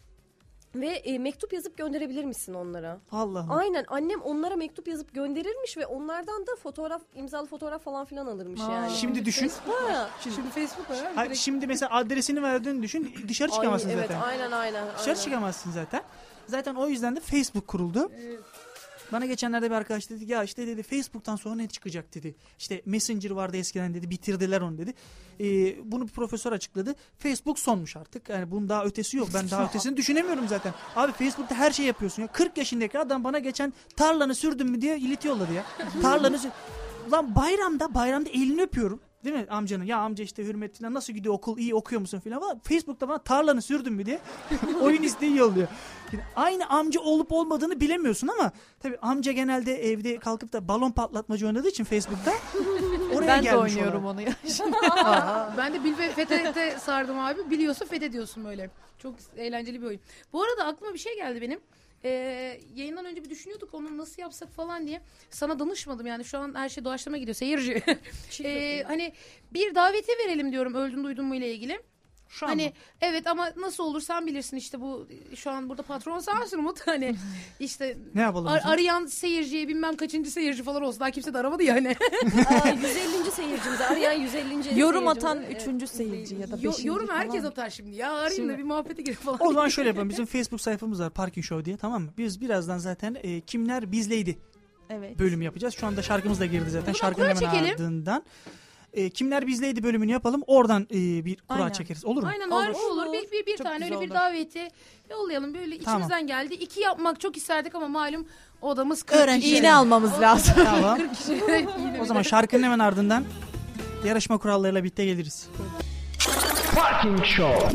Ve e, mektup yazıp gönderebilir misin onlara? Allah. Aynen, annem onlara mektup yazıp gönderirmiş ve onlardan da fotoğraf, imzalı fotoğraf falan filan alırmış Aa. yani. Şimdi düşün. Ha. Şimdi, şimdi Facebook var. Hayır, şimdi mesela adresini verdiğini düşün. Dışarı çıkamazsın Ay, evet, zaten. aynen aynen. Dışarı aynen. çıkamazsın zaten. Zaten o yüzden de Facebook kuruldu. Evet. Bana geçenlerde bir arkadaş dedi ya işte dedi Facebook'tan sonra ne çıkacak dedi. İşte Messenger vardı eskiden dedi, bitirdiler onu dedi. Ee, bunu bir profesör açıkladı. Facebook sonmuş artık. Yani bunun daha ötesi yok. Ben daha ötesini düşünemiyorum zaten. Abi Facebook'ta her şey yapıyorsun ya. kırk yaşındaki adam bana geçen tarlanı sürdün mü diye ilet yolladı ya. Tarlanı sür- Ulan bayramda bayramda elini öpüyorum. Değil mi amcanın? Ya amca işte hürmet falan, nasıl gidiyor okul, iyi okuyor musun falan. Ama Facebook'ta bana tarlanı sürdün mü diye oyun isteği yolluyor. Yani aynı amca olup olmadığını bilemiyorsun ama tabii amca genelde evde kalkıp da balon patlatmacı oynadığı için Facebook'ta oraya Ben de gelmiş oynuyorum olan. onu ya. Ben de bil ve fethe sardım abi. Biliyorsa fethediyorsun böyle. Çok eğlenceli bir oyun. Bu arada aklıma bir şey geldi benim. Ee, yayından önce bir düşünüyorduk onu nasıl yapsak falan diye. Sana danışmadım yani, şu an her şey doğaçlama gidiyor seyirci. ee, hani bir davetiye verelim diyorum öldün duydun mu ile ilgili. Şu an Hani mı? evet ama nasıl olur sen bilirsin işte, bu şu an burada patron sensin Umut, hani işte Ne yapalım? ar- bizim? arayan seyirciye bilmem kaçıncı seyirci falan olsun, daha kimse de aramadı ya hani. Aa, yüz ellinci seyircimiz, arayan yüz ellinci Yorum seyircimiz. atan Evet, üçüncü seyirci ya da Yo- beşinci yorum falan. herkes atar şimdi ya, arayayım Şimdi- da bir muhabbete girelim falan. O zaman şöyle yapalım. Bizim Facebook sayfamız var, Parking Show diye, tamam mı? Biz birazdan zaten e, Kimler Bizleydi Evet. bölümü yapacağız. Şu anda şarkımız da girdi zaten. O zaman Şarkının kura hemen çekelim. ardından. E, Kimler Bizleydi bölümünü yapalım. Oradan e, bir kura Aynen. çekeriz. Olur mu? Aynen Olur. harika olur. Bir, bir, bir Çok tane güzel öyle bir olur. daveti yollayalım. Böyle Tamam. içimizden geldi. İki yapmak çok isterdik ama malum odamız kırk Öğrenci kişi. İğne almamız lazım. Tamam. kırk kişi. İğne O zaman bir de. şarkının hemen ardından yarışma kurallarıyla birlikte geliriz. Parking Show.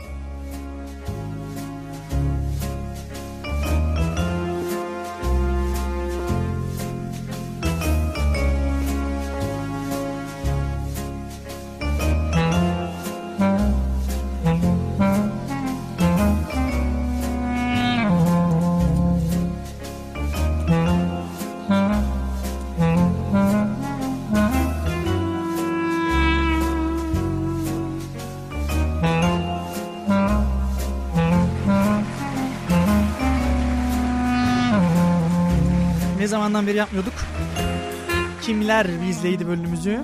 Ne zamandan beri yapmıyorduk? Kimler Bizleydi bölümümüzü.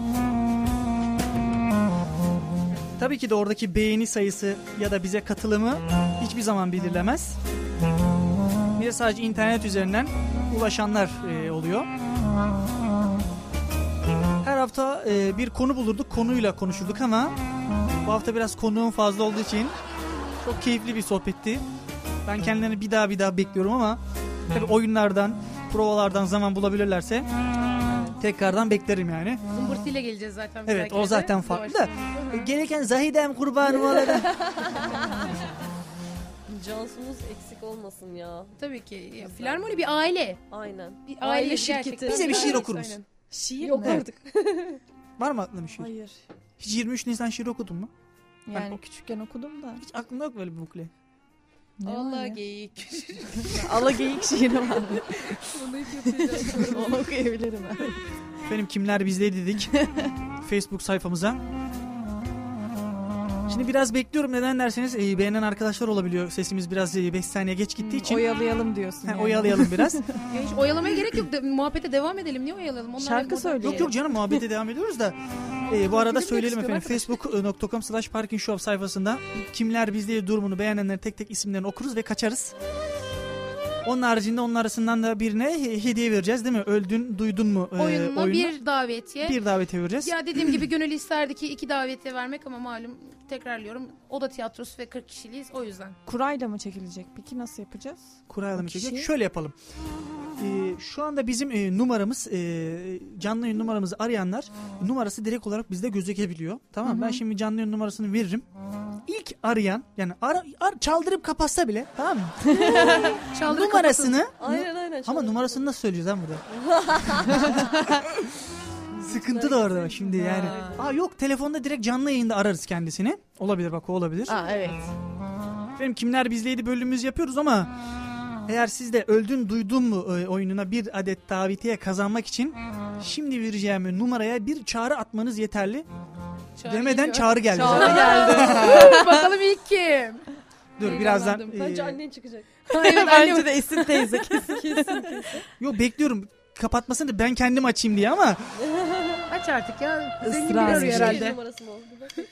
Tabii ki de oradaki beğeni sayısı ya da bize katılımı hiçbir zaman belirlemez. Bir de sadece internet üzerinden ulaşanlar e, oluyor. Her hafta e, bir konu bulurduk, konuyla konuşurduk ama bu hafta biraz konuğum fazla olduğu için çok keyifli bir sohbetti. Ben kendilerini bir daha bir daha bekliyorum ama tabii oyunlardan, provalardan zaman bulabilirlerse tekrardan beklerim yani. Zımbırtıyla geleceğiz zaten. Evet, belki o de. zaten farklı da. Doğaçlama. Gelirken Zahidem kurbanım olaydı. Cansu'muz eksik olmasın ya. Tabii ki. Ya, Filarmoni bir aile. Aynen. Bir Aile aile şirketi. gerçekten. Bize bir şiir okur musun? Aynen. Şiir Yok mi? artık. Var mı aklında bir şiir? Hayır. Hiç yirmi üç Nisan şiiri okudun mu? Yani küçükken okudum da. Hiç aklımda yok böyle bir bukle. Ne var Allah ya? geyik. Ala geyik şiiri var. Onu hep yapacağız. Onu okuyabilirim ben. Efendim Kimler Bizleydi dedik. Facebook sayfamıza. Şimdi biraz bekliyorum, neden derseniz e, beğenen arkadaşlar olabiliyor. Sesimiz biraz beş saniye geç gittiği için. Oyalayalım diyorsun. Ha, yani. oyalayalım biraz. Ya hiç oyalamaya gerek yok. De, muhabbete devam edelim. Niye oyalayalım? Onlar Şarkı hep burada- söyleyelim. Yok yok canım, muhabbete devam ediyoruz da. E, bu arada Bilmek söyleyelim istiyorum efendim. facebook nokta com slash parking show sayfasında Kimler Bizleydi durumunu beğenenlerin tek tek isimlerini okuruz ve kaçarız. Onun haricinde onun arasından da birine he- hediye vereceğiz değil mi? Öldün duydun mu? e, Oyununa oyunu? bir davetiye. bir davetiye vereceğiz. Ya dediğim gibi gönül isterdi ki iki davetiye vermek ama malum tekrarlıyorum. Oda tiyatrosu ve kırk kişiliyiz o yüzden. Kurayla mı çekilecek? Peki nasıl yapacağız? Kurayla mı kişi? çekecek? Şöyle yapalım. Ee, şu anda bizim e, numaramız e, canlı yayın numaramızı arayanlar numarası direkt olarak bizde gözükebiliyor. Tamam mı? Ben şimdi canlı yayın numarasını veririm. ilk arayan yani ara, ar, çaldırıp kapatsa bile tamam mı? Çaldırıp numarasını Aynen aynen. ama numarasını nasıl söyleyeceğiz lan burada? Sıkıntı da orada şimdi yani. Aa yok telefonda direkt canlı yayında ararız kendisini. Olabilir bak o olabilir. Aa, evet. Efendim Kimler Bizleydi bölümümüzü yapıyoruz ama eğer siz de öldün duydun mu e, oyununa bir adet davetiye kazanmak için şimdi vereceğim numaraya bir çağrı atmanız yeterli. Çağrı Demeden geliyor. çağrı geldi. Çağrı zaten. Bakalım ilk kim? Dur birazdan. Heyecanlandım. Bence e, annen çıkacak. Evet, Bence annem. de Esin teyze kesin kesin. Yok bekliyorum. Kapatmasını da ben kendim açayım diye ama Aç artık ya. Zengin Israr biri arıyor ediyor. herhalde. Numarası mı oldu?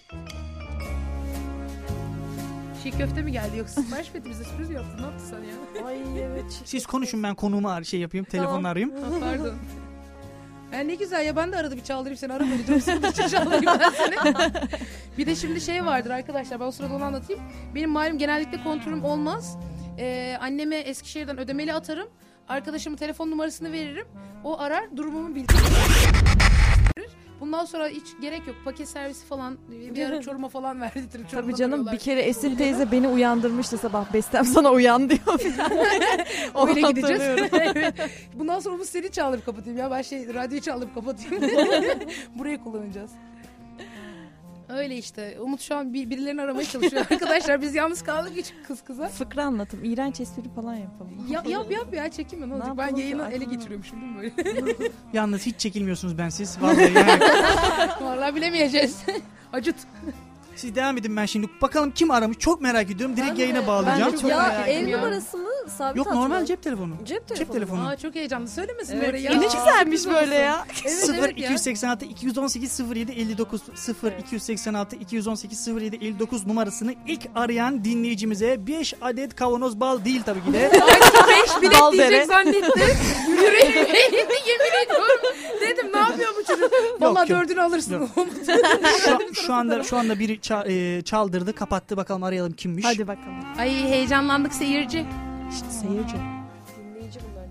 Çiğ köfte mi geldi yoksa sipariş mi etti? Bize sürpriz mi yaptın? Ne yaptın sen ya? Ay evet. siz konuşun ben konuğumu ar- şey yapayım telefonla Tamam. arayayım. Ha, pardon. Ya ne güzel ya ben de arada bir çaldırayım seni aramayı. Çok sıkıntı çaldırayım ben seni. Bir de şimdi şey vardır arkadaşlar ben o sırada onu anlatayım. Benim malum genellikle kontrolüm olmaz. Ee, anneme Eskişehir'den ödemeli atarım. Arkadaşımın telefon numarasını veririm. O arar durumumu bildirir. Bundan sonra hiç gerek yok. Paket servisi falan bir ara Çorum'a falan verdirtirim. Tabii Çorum'da canım duruyorlar. bir kere Esin teyze beni uyandırmıştı sabah. Bestem sana uyan diyor. Öyle Onu gideceğiz. hatırlıyorum. Evet. Bundan sonra bu seni çaldırıp kapatayım ya. Ben şey radyoyu çaldırıp kapatayım. Burayı kullanacağız. Öyle işte. Umut şu an bir, birilerini aramaya çalışıyor. Arkadaşlar biz yalnız kaldık hiç kız kıza. Fıkra anlatım. İğrenç espri falan yapalım. Yap yap yap ya çekinme ne olacak. Ne Ben yapalım yayını ki? ele geçiriyormuşum değil mi böyle? Yalnız hiç çekilmiyorsunuz ben siz. Vallahi yani. Vallahi bilemeyeceğiz. Acıt. Siz devam edin ben şimdi. Bakalım kim aramış çok merak ediyorum. Direkt Ben de- yayına ben bağlayacağım. de çok Ya merak ev ettim ya. numarası mı? Sabit Yok hatlı normal mı? cep telefonu. Cep telefonu. Cep telefonu. Aa çok heyecanlı. Söylemesin Evet, böyle ya. Yeni güzelmiş Sürpriz böyle olsun. ya. Evet, sıfır evet ya. iki yüz seksen altı iki yüz on sekiz sıfır yedi elli dokuz sıfır iki yüz seksen altı iki yüz on sekiz sıfır yedi elli dokuz numarasını ilk arayan dinleyicimize beş adet kavanoz bal değil tabii ki de. Beş bilet Bal diyecek dere. zannettim. Yüreğime indi yemin ediyorum. Dedim ne yapıyor bu çocuk? Vallahi yok. dördünü alırsın. Yok. şu, şu anda şu anda biri ça- e, çaldırdı kapattı bakalım arayalım kimmiş. Hadi bakalım. Ay heyecanlandık seyirci. İşte seyirci. Dinleyici bunlar.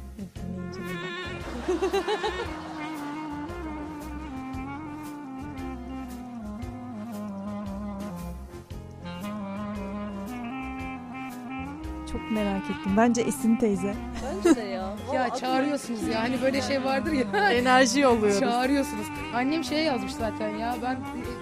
Çok merak ettim. Bence Esin teyze. Bence de ya. Vallahi Ya aklım- çağırıyorsunuz ya. Hani böyle şey vardır ya. Enerji yolluyoruz. Çağırıyorsunuz. Annem şey yazmış zaten ya. Ben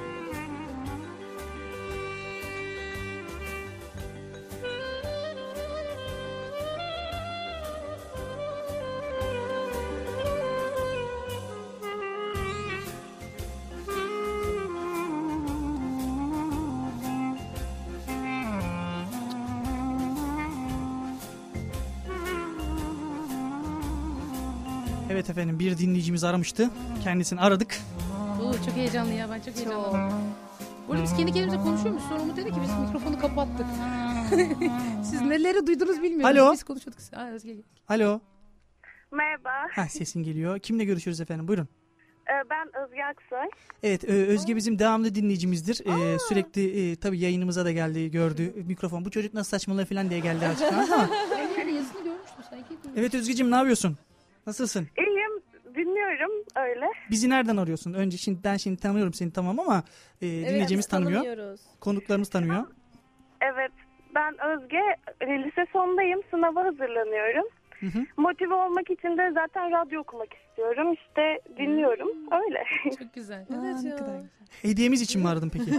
Evet efendim bir dinleyicimiz aramıştı. Kendisini aradık. Oo, çok heyecanlı ya. Ben çok heyecanlandım. Burada biz kendi kendimize konuşuyor muyuz? Sonra Umut dedi ki biz mikrofonu kapattık. Siz neleri duydunuz bilmiyorum. Alo. Biz konuşuyorduk. Aa, Özge. Alo. Merhaba, Ha sesin geliyor. Kimle görüşüyoruz efendim? Buyurun. Ee, ben Özge Aksoy. Evet Ö- Özge bizim devamlı dinleyicimizdir. Ee, sürekli e, tabii yayınımıza da geldi gördü. Mikrofon bu çocuk nasıl saçmalıyor falan diye geldi açıklamaz ama. Ben yine yazısını görmüştüm sanki. Evet Özgeciğim ne yapıyorsun? Nasılsın? İyiyim, dinliyorum öyle. Bizi nereden arıyorsun? Önce şimdi ben şimdi tanıyorum seni tamam ama e, Evet, dinleyicimiz biz tanımıyor. tanımıyoruz. Konuklarımız tanıyor. Evet, ben Özge, e, lise sondayım, sınava hazırlanıyorum. Hı hı. Motive olmak için de zaten radyo okumak istiyorum. İşte dinliyorum, öyle. Çok güzel. Evet ne ya. kadar güzel. Hediyemiz için mi aradın peki?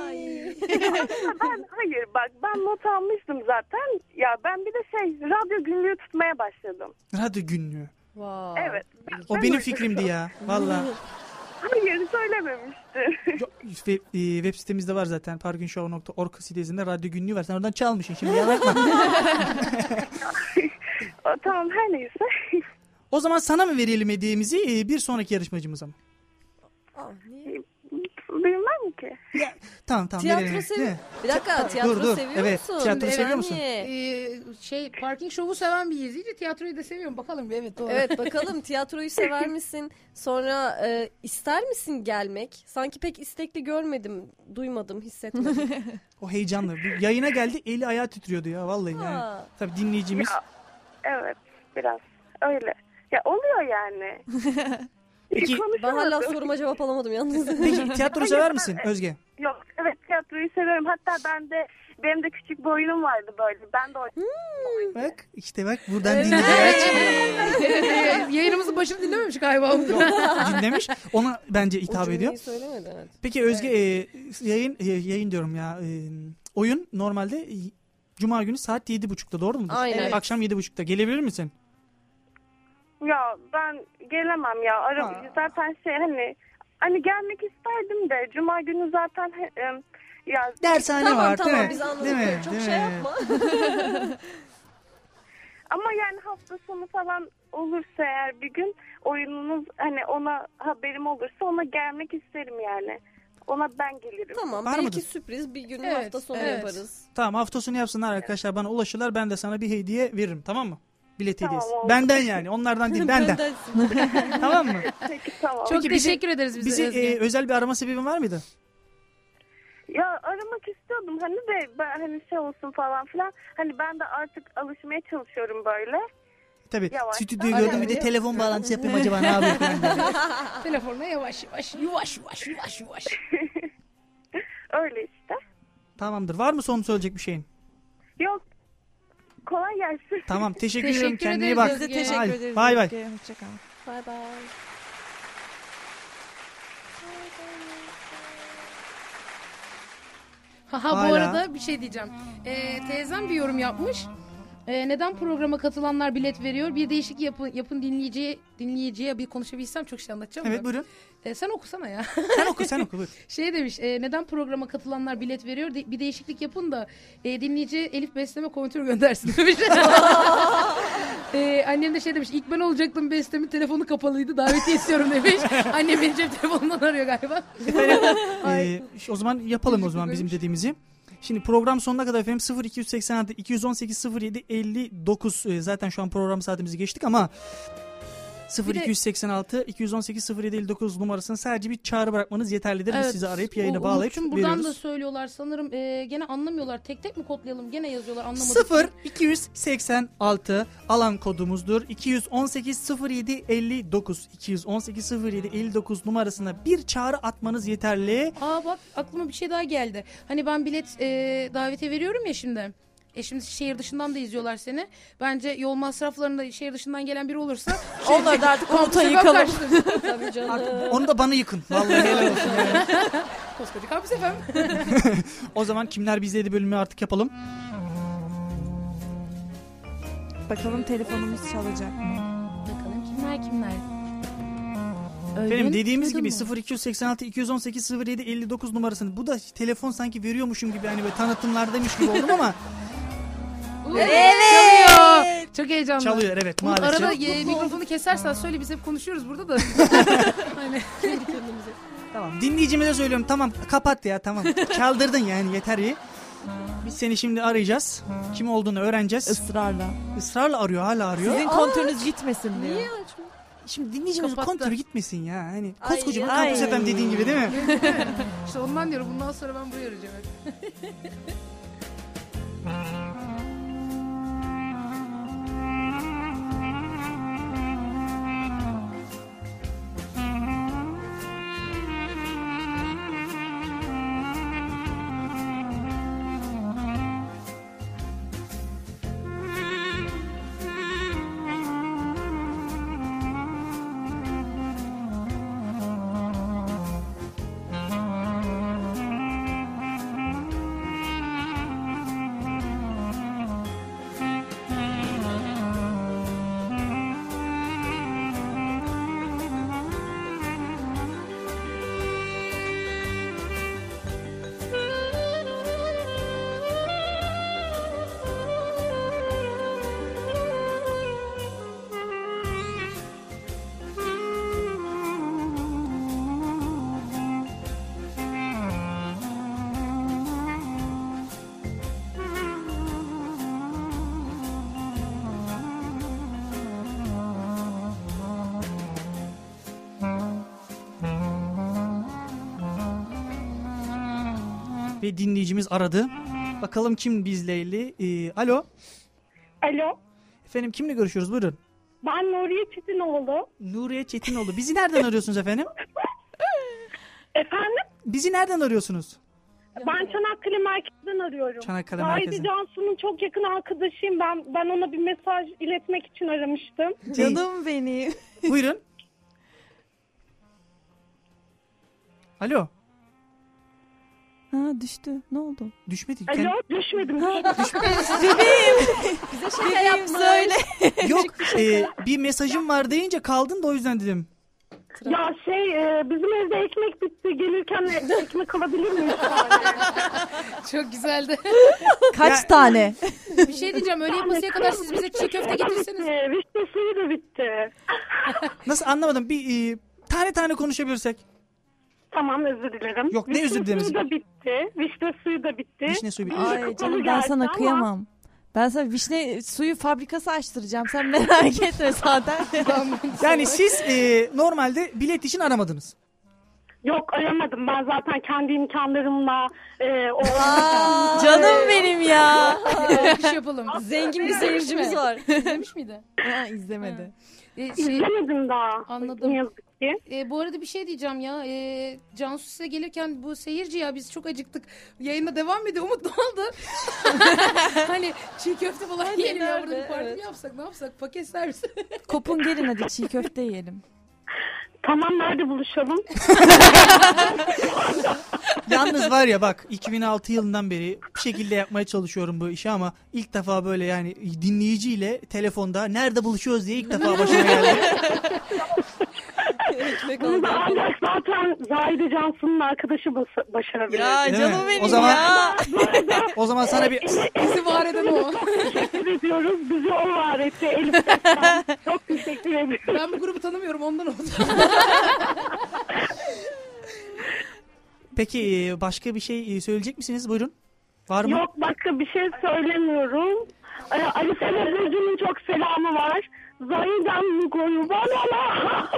ben, hayır bak, ben not almıştım zaten. Ya ben bir de şey, radyo günlüğü tutmaya başladım. Radyo günlüğü. Vay. Evet. O Ben benim uydurdum. fikrimdi ya. Valla. Hayır, söylememiştim. Web, e, web sitemizde var zaten. parkinshow nokta org sitesinde radyo günlüğü var. Sen oradan çalmışsın şimdi yalan yapma. O, tamam, her neyse. O zaman sana mı verelim hediyemizi e, bir sonraki yarışmacımıza mı? Aa, niye? Bilmem ki. Tamam tamam Tiyatro verelim. sev- Değil mi? Bir dakika, tiyatro dur, dur. seviyor Evet, musun? tiyatro Şimdi seviyor evet. musun? Ee, şey parking şovu seven bir izleyici tiyatroyu da seviyorum. Bakalım bir evet doğru. Evet bakalım tiyatroyu sever misin? Sonra e, ister misin gelmek? Sanki pek istekli görmedim, duymadım, hissetmedim. O heyecanlı. Bir yayına geldi eli ayağı titriyordu ya vallahi yani. Ha. Tabii dinleyicimiz. Ya, evet, biraz öyle. Ya oluyor yani. Peki, Ben hala Konuşamadım. soruma cevap alamadım yalnız. peki tiyatro sever misin Özge? Yok, evet tiyatroyu seviyorum. Hatta ben de benim de küçük bir oyunum vardı böyle. Ben de oynadım. Bak işte bak buradan Evet. dinlemek Yayınımızın başını dinlememiş galiba. dinlemiş. Ona bence hitap O ediyor. cümleyi söylemedi evet. Peki Özge e, yayın e, yayın diyorum ya. E, oyun normalde e, Cuma günü saat yedi buçukta doğru mudur? Aynen. Evet. Akşam yedi buçukta gelebilir misin? Ya ben gelemem ya. Ara, Ha. zaten şey hani hani gelmek isterdim de Cuma günü zaten he- em, ya Dershane Tamam var tamam değil mi? biz anladık. Değil mi? Çok Değil şey mi? yapma. ama yani hafta sonu falan olursa eğer bir gün oyununuz hani ona haberim olursa ona gelmek isterim yani. Ona ben gelirim. Tamam Var belki mıdır? sürpriz bir gün Evet, hafta sonu evet. yaparız. Tamam hafta sonu yapsınlar arkadaşlar bana ulaşırlar ben de sana bir hediye veririm tamam mı? Bilet Tamam, hediyesi. oldu. Benden yani onlardan değil benden. Benden- Tamam mı? Peki tamam. Çok Peki bizi- teşekkür ederiz bize Bizi Özge. e, özel bir arama sebebin var mıydı? Ya aramak istiyordum hani de ben hani şey olsun falan filan. Hani ben de artık alışmaya çalışıyorum böyle. Tabii. Yavaş. Stüdyoyu Aynen. gördüm bir de telefon bağlantısı yapayım acaba ne yapayım falan diye. Telefonla yavaş yavaş yavaş yavaş yavaş yavaş. Öyle işte. Tamamdır. Var mı son söyleyecek bir şeyin? Yok. Kolay gelsin. Tamam. Teşekkür, Teşekkür ederim. Kendine iyi ederiz bak. Biz de Özge. teşekkür Hadi, ederiz. bay bay. Özge. Hoşça kal. Bye bye. Haha bu Hala. arada bir şey diyeceğim. Ee, teyzem bir yorum yapmış. Ee, neden programa katılanlar bilet veriyor? Bir değişik yapın, yapın dinleyiciye dinleyiciye bir konuşabilsem çok şey anlatacağım. Evet da. buyurun. Ee, sen okusana ya. Sen oku sen oku buyur. Şey demiş, e, neden programa katılanlar bilet veriyor? De- bir değişiklik yapın da e, dinleyici Elif Beslem'e kontür göndersin demiş. e, annem de şey demiş, ilk ben olacaktım Beslem'in telefonu kapalıydı, davetiye istiyorum demiş. Annem beni cep telefonundan arıyor galiba. Ee, o zaman yapalım o zaman bizim dediğimizi. Şimdi program sonuna kadar efendim sıfır iki seksen altı iki yüz on sekiz sıfır yedi elli dokuz e, zaten şu an program saatimizi geçtik ama sıfır iki seksen altı iki yüz on sekiz sıfır yedi elli dokuz numarasına sadece bir çağrı bırakmanız yeterlidir. Biz sizi arayıp yayına U- bağlayıp Umut'cum, buradan da veriyoruz. söylüyorlar sanırım, e, gene anlamıyorlar. Tek tek mi kodlayalım? Gene yazıyorlar, anlamadım. sıfır iki yüz seksen altı alan kodumuzdur. iki yüz on sekiz sıfır yedi elli dokuz iki yüz on sekiz sıfır yedi elli dokuz numarasına bir çağrı atmanız yeterli. Aa bak, aklıma bir şey daha geldi. Hani ben bilet e, davete veriyorum ya şimdi. E şimdi şehir dışından da izliyorlar seni. Bence yol masraflarında şehir dışından gelen biri olursa Onları da artık kampüse Umut'a ben yıkalım. kaçtım. Tabii canım. Onu da bana yıkın. Vallahi helal olsun. Yani. Koskoca kampüs efendim. O zaman Kimler Bizdeydi bölümü artık yapalım. Bakalım telefonumuz çalacak mı? Bakalım kimler kimler. Benim dediğimiz duydun gibi mu? sıfır iki seksen altı iki yüz on sekiz sıfır yedi elli dokuz numarasını bu da telefon sanki veriyormuşum gibi hani böyle tanıtımlardaymış gibi oldum ama Evet. Çalıyor. Çok heyecanlı. çalıyor evet Umut, maalesef. arada e, mikrofonu kesersen söyle, biz hep konuşuyoruz burada da. Aynen. Kendi kendimize. Tamam dinleyicime de söylüyorum tamam kapat ya tamam çaldırdın yani yeter iyi. Biz seni şimdi arayacağız. Kim olduğunu öğreneceğiz. Israrla. Israrla arıyor hala arıyor. Sizin kontörünüz gitmesin diyor. Niye açmıyor? Şimdi dinleyicimizin Kapattı. kontörü gitmesin ya. Hani Ay, koskocaman ay. Kampüs F M dediğin gibi değil mi? İşte ondan diyorum, bundan sonra ben buraya arayacağım. Ve dinleyicimiz aradı. Bakalım kim bizle ilgili. Ee, alo. Alo. Efendim kimle görüşüyoruz buyurun. Ben Nuriye Çetinoğlu. Nuriye Çetinoğlu. Bizi nereden arıyorsunuz efendim? Efendim? Bizi nereden arıyorsunuz? Ben Çanakkale merkezden arıyorum. Çanakkale Zahide merkezi. Cansu'nun çok yakın arkadaşıyım. Ben ben ona bir mesaj iletmek için aramıştım. Canım benim. Buyurun. Alo. Ha düştü. Ne oldu? Düşmedi. Alo, Kend- düşmedim. Bebeğim söyle. Yok e, bir mesajım var deyince kaldın da o yüzden dedim. Ya şey e, bizim evde ekmek bitti. Gelirken ekmek alabilir miyiz? Çok güzeldi. Kaç Ya- tane? Bir şey diyeceğim, öğle yapmasıya kadar siz bize çiğ köfte getirseniz. Bitti. Vişne suyu da bitti. Nasıl anlamadım. Bir e, tane tane konuşabilirsek. Tamam, özür dilerim. Yok, ne Vişne özür dileriz? suyu da bitti. Vişne suyu da bitti. Vişne suyu bitti. Ay canım ben sana Ama- kıyamam. Ben sana vişne suyu fabrikası açtıracağım. Sen merak etme zaten. Yani siz e, normalde bilet için aramadınız. Yok, aramadım. Ben zaten kendi imkanlarımla e, o Canım benim ya. Bir şey yapalım. Zengin bir seyircimiz var. İzlemiş miydi? Ha, izlemedi. Ee, şey, izlemedim daha. Anladım. Ne yazık ki. e, bu arada bir şey diyeceğim ya. E, Cansu size gelirken bu seyirci ya biz çok acıktık. Yayında devam ediyor. Umut ne oldu? Hani çiğ köfte falan yiyelim ya. Burada bir parti evet. mi yapsak? Ne yapsak? Paket servis. Kopun gelin hadi çiğ köfte yiyelim. Tamam, nerede buluşalım? Yalnız var ya bak iki bin altı yılından beri bir şekilde yapmaya çalışıyorum bu işi ama ilk defa böyle yani dinleyiciyle telefonda nerede buluşuyoruz diye ilk defa başıma geldi. Ekmek Bunu da aldım. ancak zaten Zahide Cansu'nun arkadaşı bas- başarabilir. Ya Değil canım mi? benim O zaman- ya. O zaman sana bir Bizi var eden o. Teşekkür ediyoruz. Bizi o var etti. Elif Seslen. Çok teşekkür ediyorum. Ben bu grubu tanımıyorum ondan oldu. peki e, başka bir şey e, söyleyecek misiniz? Buyurun. Var mı? Yok, başka bir şey söylemiyorum. Ee, Ali Sever'in çok selamı var. Zahide'm Mugo'yu bana.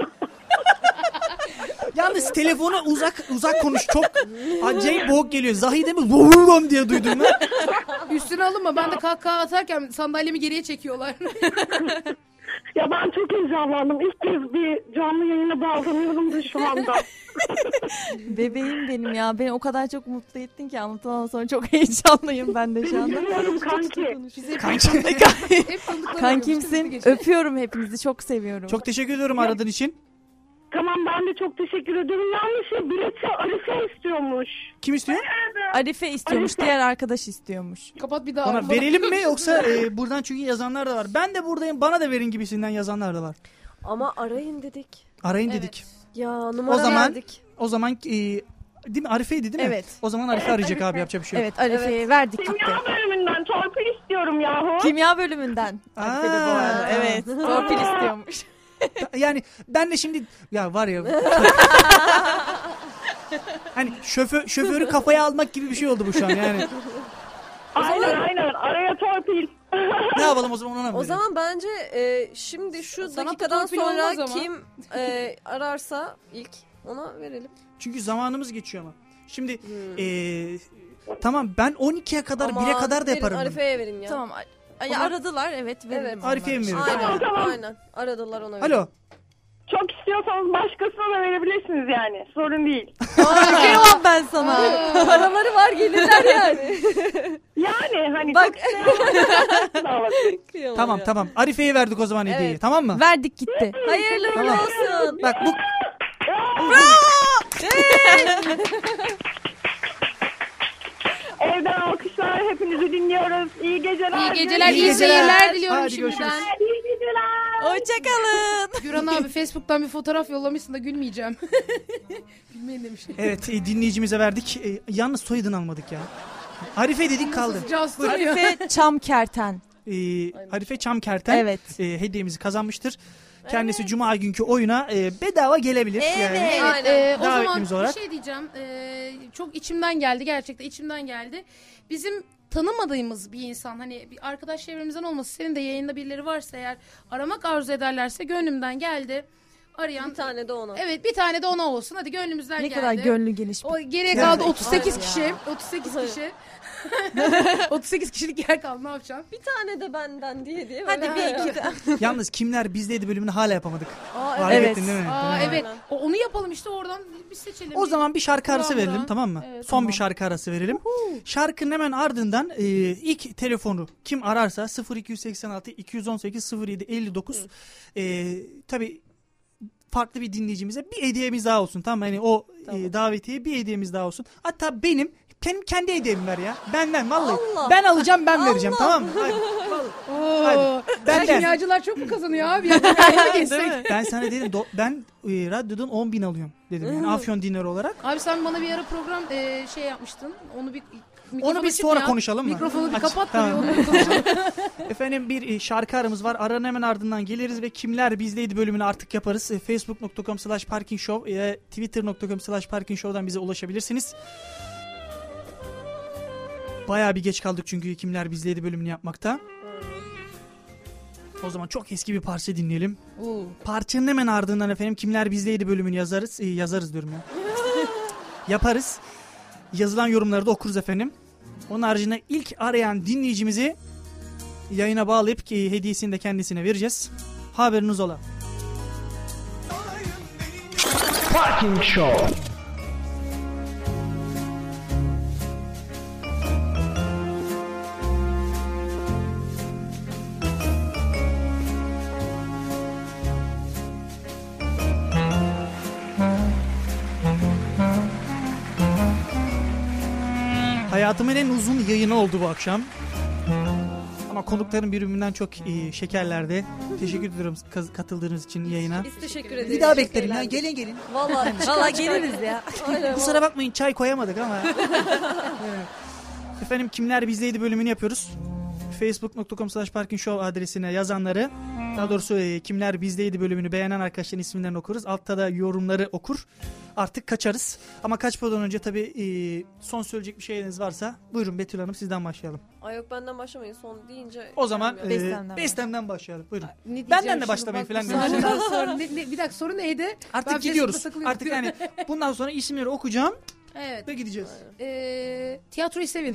Yalnız telefona uzak uzak konuş. Çok acayip boğuk geliyor. Zahide mi? Vuvurum diye duydum ben. Üstüne alınma. Ben de kahkaha atarken sandalyemi geriye çekiyorlar. Ya ben çok heyecanlandım. İlk kez bir canlı yayına bağlanıyorum da şu anda. Bebeğim benim ya. Beni o kadar çok mutlu ettin ki anlatılan sonra çok heyecanlıyım ben de şu anda. Biliyorum kanki. Bize hep, Kanki. hep tanıdıkları Kankimsin. arıyormuş, değil mi? Öpüyorum hepinizi. Çok seviyorum. Çok teşekkür ediyorum aradığın için. Tamam, ben de çok teşekkür ederim. Yalnız şey bileti Arife istiyormuş. Kim istiyor? Arife istiyormuş. Arife. Diğer arkadaş istiyormuş. Kapat bir daha. Ona verelim mi yoksa e, buradan çünkü yazanlar da var. Ben de buradayım bana da verin gibisinden yazanlar da var. Ama arayın dedik. Arayın Evet. dedik. Ya numara O zaman- verdik. O zaman e, değil mi? Arife'ydi değil mi? Evet. O zaman Arife arayacak abi yapacak bir şey yok. Evet Arife'ye verdik gitti. Kimya bölümünden torpil istiyorum yahu. Kimya bölümünden. Arife de bu Aa, arada. tamam. Evet. Torpil istiyormuş. Yani ben de şimdi ya var ya hani şoför, şoförü kafaya almak gibi bir şey oldu bu şu an yani. Aynen aynen, araya torpil. Ne yapalım o zaman ona mı O verelim? zaman bence e, şimdi şu Sanatta dakikadan torpil sonra olmaz ama. kim e, ararsa ilk ona verelim. Çünkü zamanımız geçiyor ama. Şimdi eee, tamam ben on ikiye kadar Aman, bire kadar da verin, yaparım. bunu. Arife'ye verin ya. Tamam. Ay, aradılar evet verelim. Evet. onlara. Arife'ye mi verelim? Aynen, Tamam. aynen. Aradılar ona verin. Alo. Çok istiyorsanız başkasına da verebilirsiniz yani. Sorun değil. Aa, kıyamam ben sana. Paraları var, gelirler yani. Yani hani Bak. çok istiyorsanız. Kıyamam Tamam ya. tamam. Arife'ye verdik o zaman hediyeyi. Evet. Tamam mı? Verdik gitti. Hayırlı uğurlu Tamam. olsun. Bak bu Evden alkışlar, hepinizi dinliyoruz. İyi geceler. İyi geceler, iyi, İyi geceler. seyirler diliyorum Hadi şimdiden. görüşürüz. İyi geceler. Hoşçakalın. Güran abi Facebook'tan bir fotoğraf yollamışsın da gülmeyeceğim. Gülmeyin demiş. evet e, dinleyicimize verdik. E, yalnız soyadını almadık ya. Arife dedik kaldı. Just duruyor. Arife Çamkerten. E, Arife Çamkerten Evet. e, hediyemizi kazanmıştır. Kendisi Cuma günkü oyuna e, bedava gelebilir. Evet. Yani. Evet, Aynen. e, o Davetlimiz zaman olarak. bir şey diyeceğim. E, çok içimden geldi, gerçekten içimden geldi. Bizim tanımadığımız bir insan, hani bir arkadaş çevremizden olması, senin de yayında birileri varsa eğer aramak arzu ederlerse gönlümden geldi. arayan. Bir tane de ona. Evet, bir tane de ona olsun. Hadi gönlümüzden Ne geldi. kadar gönlü geniş. O geriye Yani- kaldı otuz sekiz Aynen kişi. ya. otuz sekiz kişi. otuz sekiz kişilik yer kaldı, ne yapacağım? Bir tane de benden diye diye. Hadi böyle- bir iki de. Yalnız kimler bizdeydi bölümünü hala yapamadık. Aa, Fark evet. ettin değil mi? Aa, Değil mi? evet. O, onu yapalım işte, oradan bir seçelim. O zaman bir şarkı arası Buram verelim, buram. tamam mı? Evet, Son tamam. bir şarkı arası verelim. Şarkının hemen ardından e, ilk telefonu kim ararsa sıfır iki seksen altı iki yüz on sekiz sıfır yedi elli dokuz e, tabii farklı bir dinleyicimize bir hediyemiz daha olsun, tamam mı? Yani o Tamam. e, davetiye bir hediyemiz daha olsun. Hatta benim benim kendi hediyemi ver ya. Benden vallahi. Allah. Ben alacağım, ben vereceğim, tamam mı? Hadi. Oo, Hadi. ben Benden. kimyacılar çok mu kazanıyor abi? Ya, ben geçsek. Ben sana dedim do- ben e, radyodan on bin alıyorum dedim. Yani Afyon dinleri olarak. Abi sen bana bir ara program e, şey yapmıştın. Onu bir Onu mikrofonu biz açıp sonra ya. konuşalım mı? Mikrofonu bir Aç, kapat tamam. da bir onu konuşalım. Efendim bir e, şarkı aramız var. Aranın hemen ardından geliriz ve kimler bizdeydi bölümünü artık yaparız. E, facebook nokta com slash parking show e, twitter nokta com slash parking show'dan bize ulaşabilirsiniz. Bayağı bir geç kaldık çünkü kimler bizdeydi bölümünü yapmakta. O zaman çok eski bir parça dinleyelim. Oo. Parçanın hemen ardından efendim kimler bizdeydi bölümünü yazarız. E, yazarız diyorum ya. Yaparız. Yazılan yorumları da okuruz efendim. Onun haricinde ilk arayan dinleyicimizi yayına bağlayıp ki hediyesini de kendisine vereceğiz. Haberiniz ola. Parking Show. Hayatımın en uzun yayını oldu bu akşam. Ama konukların birbirinden çok iyi şekerlerdi. Teşekkür ediyorum kaz- katıldığınız için yayına. Biz teşekkür ederiz. Bir daha Çok beklerim ya. eğlendik. Gelin gelin. Vallahi, Valla geliriz ya. Aynen, Kusura bakmayın çay koyamadık ama. Evet. Efendim kimler bizdeydi bölümünü yapıyoruz. facebook nokta com slash parking show adresine yazanları, daha doğrusu e, kimler bizdeydi bölümünü beğenen arkadaşların isimlerini okuruz. Altta da yorumları okur. Artık kaçarız. Ama kaçmadan önce tabii e, son söyleyecek bir şeyiniz varsa buyurun Betül Hanım, sizden başlayalım. Ay yok, benden başlamayın, son deyince. O zaman e, Bestem'den Bestem'den başlayalım. Buyurun. Ne diyeceğim Benden de şimdi? başlamayın Bak, falan bu demiştim. saatten sonra- ne- ne- bir dakika, soru neydi? Artık Ben gidiyoruz. Facebook'ta takılıyorum. Artık yani bundan sonra isimleri okuyacağım Evet. ve gideceğiz. Ee, tiyatroyu sevin.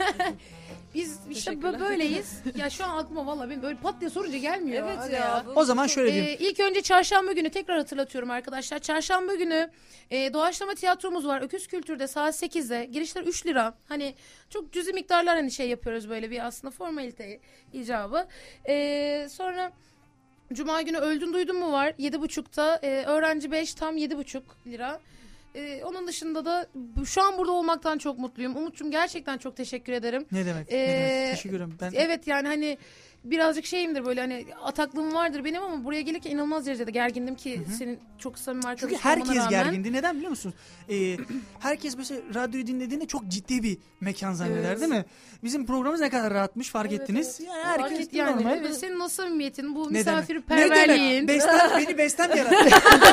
Biz işte bö- Teşekkürler. böyleyiz. Ya şu an aklıma vallahi benim böyle pat diye sorunca gelmiyor. Evet Hadi ya. bu- O zaman şöyle diyeyim. Ee, ilk önce çarşamba günü tekrar hatırlatıyorum arkadaşlar. Çarşamba günü e, doğaçlama tiyatromuz var. Öküz Kültür'de saat sekizde. Girişler üç lira. Hani çok cüzi miktarlar hani şey yapıyoruz, böyle bir aslında formalite icabı. Ee, sonra Cuma günü Öldün Duydun mu var yedi buçukta. Ee, öğrenci beş tam yedi buçuk lira. Ee, onun dışında da şu an burada olmaktan çok mutluyum. Umut'cum gerçekten çok teşekkür ederim. Ne demek? ne Ee, demek? Teşekkür ederim. Ben Evet yani hani birazcık şeyimdir böyle, hani ataklığım vardır benim ama buraya gelirken inanılmaz derecede gergindim ki senin çok samimi arkadaşın Çünkü olmana herkes rağmen. gergindi. Neden biliyor musun? Ee, herkes mesela radyoyu dinlediğinde çok ciddi bir mekan zanneder, Evet. değil mi? Bizim programımız ne kadar rahatmış, fark Evet, ettiniz. evet. Yani Fark herkes et yani. normal. Evet, senin o samimiyetin, bu Ne demek? Ne misafirperverliğin. demek? Bestem, beni bestem yarattı.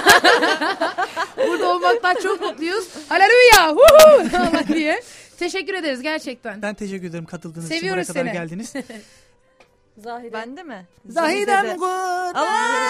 Burada olmaktan çok mutluyuz. Haleluya! Huhu! falan diye. Teşekkür ederiz gerçekten. Ben teşekkür ederim katıldığınız için, buraya Seviyoruz kadar seni. geldiniz. Zahide. Ben de mi? Zahidem de. kurban.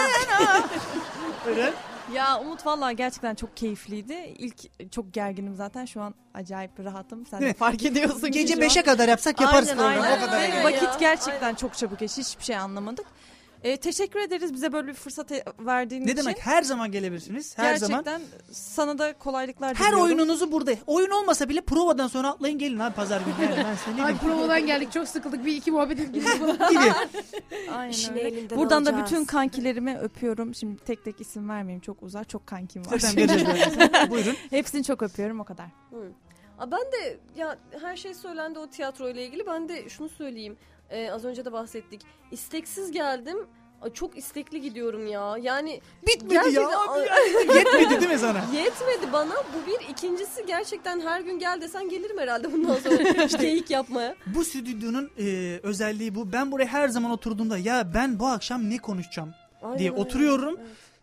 Buyurun. Ya Umut vallahi gerçekten çok keyifliydi. İlk çok gerginim zaten. Şu an acayip rahatım. Sen Değil de mi? fark ediyorsun ki Gece şu beşe an. kadar yapsak yaparız Aynen, programı. aynen. O kadar. Aynen. yani. Vakit Ya, gerçekten aynen. çok çabuk geçti. Hiçbir şey anlamadık. Ee, teşekkür ederiz bize böyle bir fırsat e- verdiğin Ne için. demek? Her zaman gelebilirsiniz. Her zaman. Gerçekten sana da kolaylıklar Her diliyorum. oyununuzu burada. Oyun olmasa bile provadan sonra atlayın gelin abi pazar günü. Yani ben size ne Ay diyeyim? provadan geldik, çok sıkıldık, bir iki muhabbet edip gidelim. Gibi. Aynen İşini öyle. elinden Buradan da alacağız. bütün kankilerimi öpüyorum. Şimdi tek tek isim vermeyeyim, çok uzar. Çok kankim var. Zaten vereceğiz birazdan. Buyurun. Hepsini çok öpüyorum, o kadar. Hı. Aa, ben de ya her şey söylendi o tiyatro ile ilgili. Ben de şunu söyleyeyim. Ee, az önce de bahsettik. İsteksiz geldim. Aa, çok istekli gidiyorum ya. Yani Bitmedi gerçekten- ya abi. ya. Yetmedi değil mi sana? yetmedi bana. Bu bir. İkincisi gerçekten her gün gel desen gelirim herhalde bundan sonra geyik yapmaya. Bu stüdyonun e, özelliği bu. Ben buraya her zaman oturduğumda ya ben bu akşam ne konuşacağım Aynen diye öyle. oturuyorum. Evet.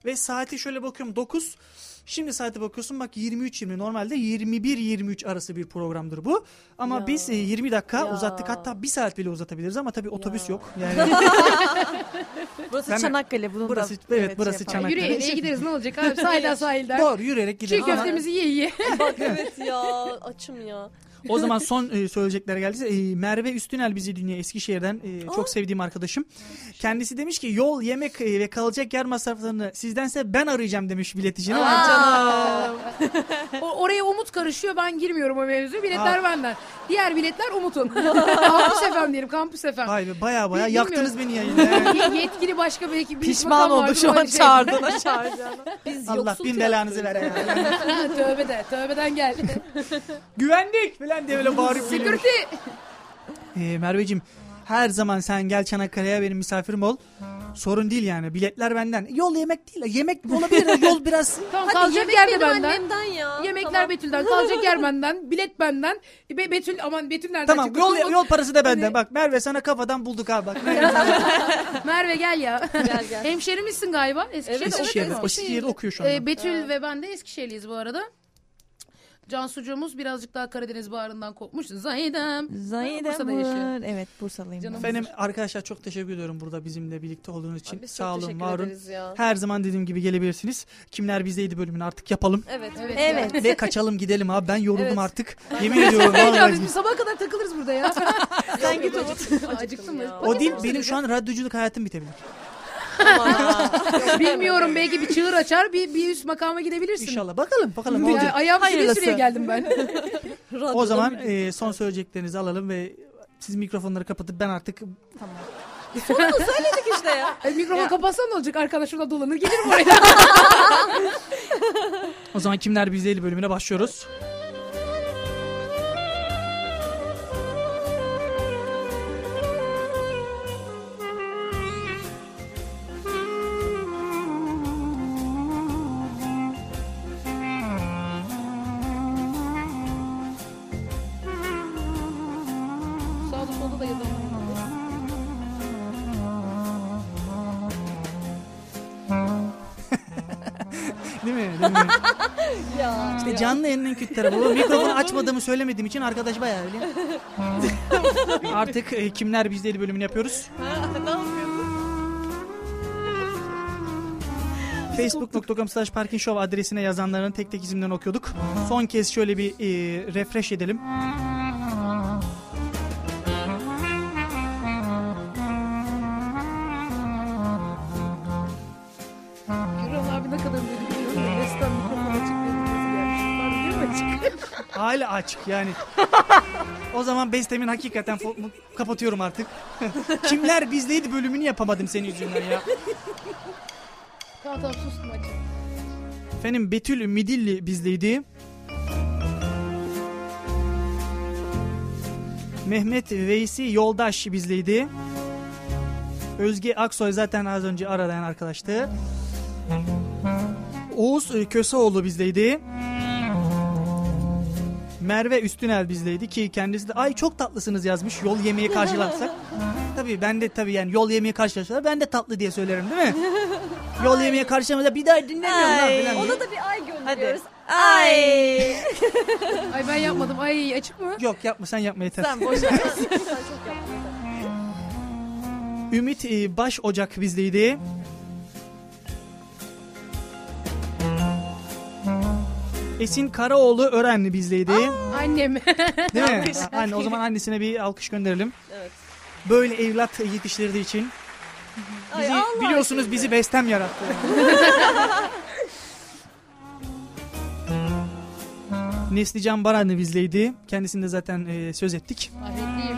Ve saati şöyle bakıyorum dokuz. Şimdi saate bakıyorsun bak yirmi üç yirmi, normalde yirmi bir yirmi üç arası bir programdır bu. Ama Ya. biz e, yirmi dakika Ya. uzattık, hatta bir saat bile uzatabiliriz ama tabii otobüs yok. Yani Burası Ben- Çanakkale. Bunun Burası- da, evet, burası yapalım. Çanakkale. Yürüyerek gideriz ne olacak abi sahilden sahilden. doğru yürüyerek Çiğ gidelim. Ama köftemizi ye ye. Bak evet ya açım ya. o zaman son e, söyleyecekler geldi. E, Merve Üstünel bizi dinliyor Eskişehir'den. E, çok sevdiğim arkadaşım. Kendisi demiş ki yol, yemek e, ve kalacak yer masraflarını sizdense ben arayacağım demiş bilet için. Ama Canım. O, oraya Umut karışıyor, ben girmiyorum o mevzuya. Biletler benden. Diğer biletler Umut'un. Kampüs F M diyelim, Kampüs F M. Vay be, baya baya Bilmiyorum. yaktınız beni yayında. Yani. Ye- Yetkili başka belki bir Pişman makam oldu vardır, şu an öyle şey. çağırdığına çağıracağına. Biz Allah yoksul bin tiyatro. belanızı vere ya. Tövbe de, tövbeden gel. Güvenlik falan diye böyle bağırıp geliyor. Security. Ee, Merveciğim, her zaman sen gel Çanakkale'ye, benim misafirim ol. Sorun değil yani, biletler benden. Yol yemek değil, yemek olabilir de yol biraz. Tamam, Hadi kalacak yemek yer de benim benden. annemden ya. Yemekler Tamam. Betül'den, kalacak yer benden, bilet benden. Be- Betül, aman Betül nereden Tamam, çıktı? yol Umut- yol parası da benden. Hani- Bak Merve, sana kafadan bulduk abi bak. Merve gel ya. Gel gel. Hemşerimizsin galiba. Eskişehir'de Evet, Eskişehir'de, okuyor mu? Eskişehir'de okuyor şu anda. Ee, Betül ve ben de Eskişehirliyiz bu arada. Cansucuğumuz birazcık daha Karadeniz bağrından kopmuş. Zahidem. Zahide Bursa'da yaşıyor. Mur. Evet, Bursalıyım. Canım. ben. Benim arkadaşlar çok teşekkür ediyorum burada bizimle birlikte olduğunuz için. Biz çok Sağ olun, teşekkür var olun. ederiz ya. Her zaman dediğim gibi gelebilirsiniz. Kimler bizdeydi bölümünü artık yapalım. Evet. Evet. Evet. Ve kaçalım gidelim abi. Ben yoruldum Evet. artık. Yemin ediyorum Ya vallahi. biz sabaha kadar takılırız burada ya. Sen git Umut. Acıktım mı? ya. O değil, benim şu an radyoculuk hayatım bitebilir. Bilmiyorum, belki bir çığır açar, bir, bir üst makama gidebilirsin. İnşallah. Bakalım bakalım. Ya, olacak. ayağım sürüye Hayırlısı. sürüye geldim ben. O zaman e, son söyleyeceklerinizi alalım ve siz mikrofonları kapatıp ben artık Söyledik işte ya. Ay, mikrofonu kapatsan ne olacak? Arkadaş şurada dolanır gelirim oraya. o zaman Kimler Bizdeydi bölümüne başlıyoruz. Sağda solda da yazalım. Değil mi? Değil mi? Ya. İşte canlı yayının en kötü tarafı. O mikrofonu açmadığımı söylemediğim için arkadaş bayağı öyle. Artık e, Kimler Bizdeydi bölümünü yapıyoruz. Ne yapıyorsun? facebook nokta com slash parkinshow adresine yazanların tek tek isimlerini okuyorduk. Son kez şöyle bir e, refresh edelim. Güran abi ne kadar dedi bilmiyorum. Resmen mikrofon açık dedi. Nasıl gelmiş? Pardon, değil mi açık? Hala açık yani. O zaman bestemin hakikaten fo- mu- kapatıyorum artık. Kimler Bizdeydi bölümünü yapamadım senin yüzünden ya. Tamam tamam sustum hadi. Efendim Betül Midilli bizdeydi. Mehmet Veysi Yoldaş bizdeydi. Özge Aksoy zaten az önce arayan arkadaştı. Oğuz Köseoğlu bizdeydi. Merve Üstünel bizdeydi ki kendisi de ay çok tatlısınız yazmış yol yemeği karşılarsak. Tabii ben de tabii yani yol yemeği karşılarsak ben de tatlı diye söylerim değil mi? Yol yemeği karşılamada bir daha dinlemiyorum lan Ay. falan diye. Ona da bir ay gönderiyoruz. Ay. Ay ben yapmadım. Ay açık mı? Yok yapma sen yapma yeter. Sen boş ver. Sen çok yaptın. Ümit e, Baş Ocak bizdeydi. Esin Karaoğlu Ören bizdeydi. Annem. Değil mi? A- Anne, o zaman annesine bir alkış gönderelim. Evet. Böyle evlat yetiştirdiği için. Ay, Bizi, Allah biliyorsunuz bizi bestem yarattı. Neslican Baran bizdeydi. Kendisini de zaten e, söz ettik. Rahmetliyim.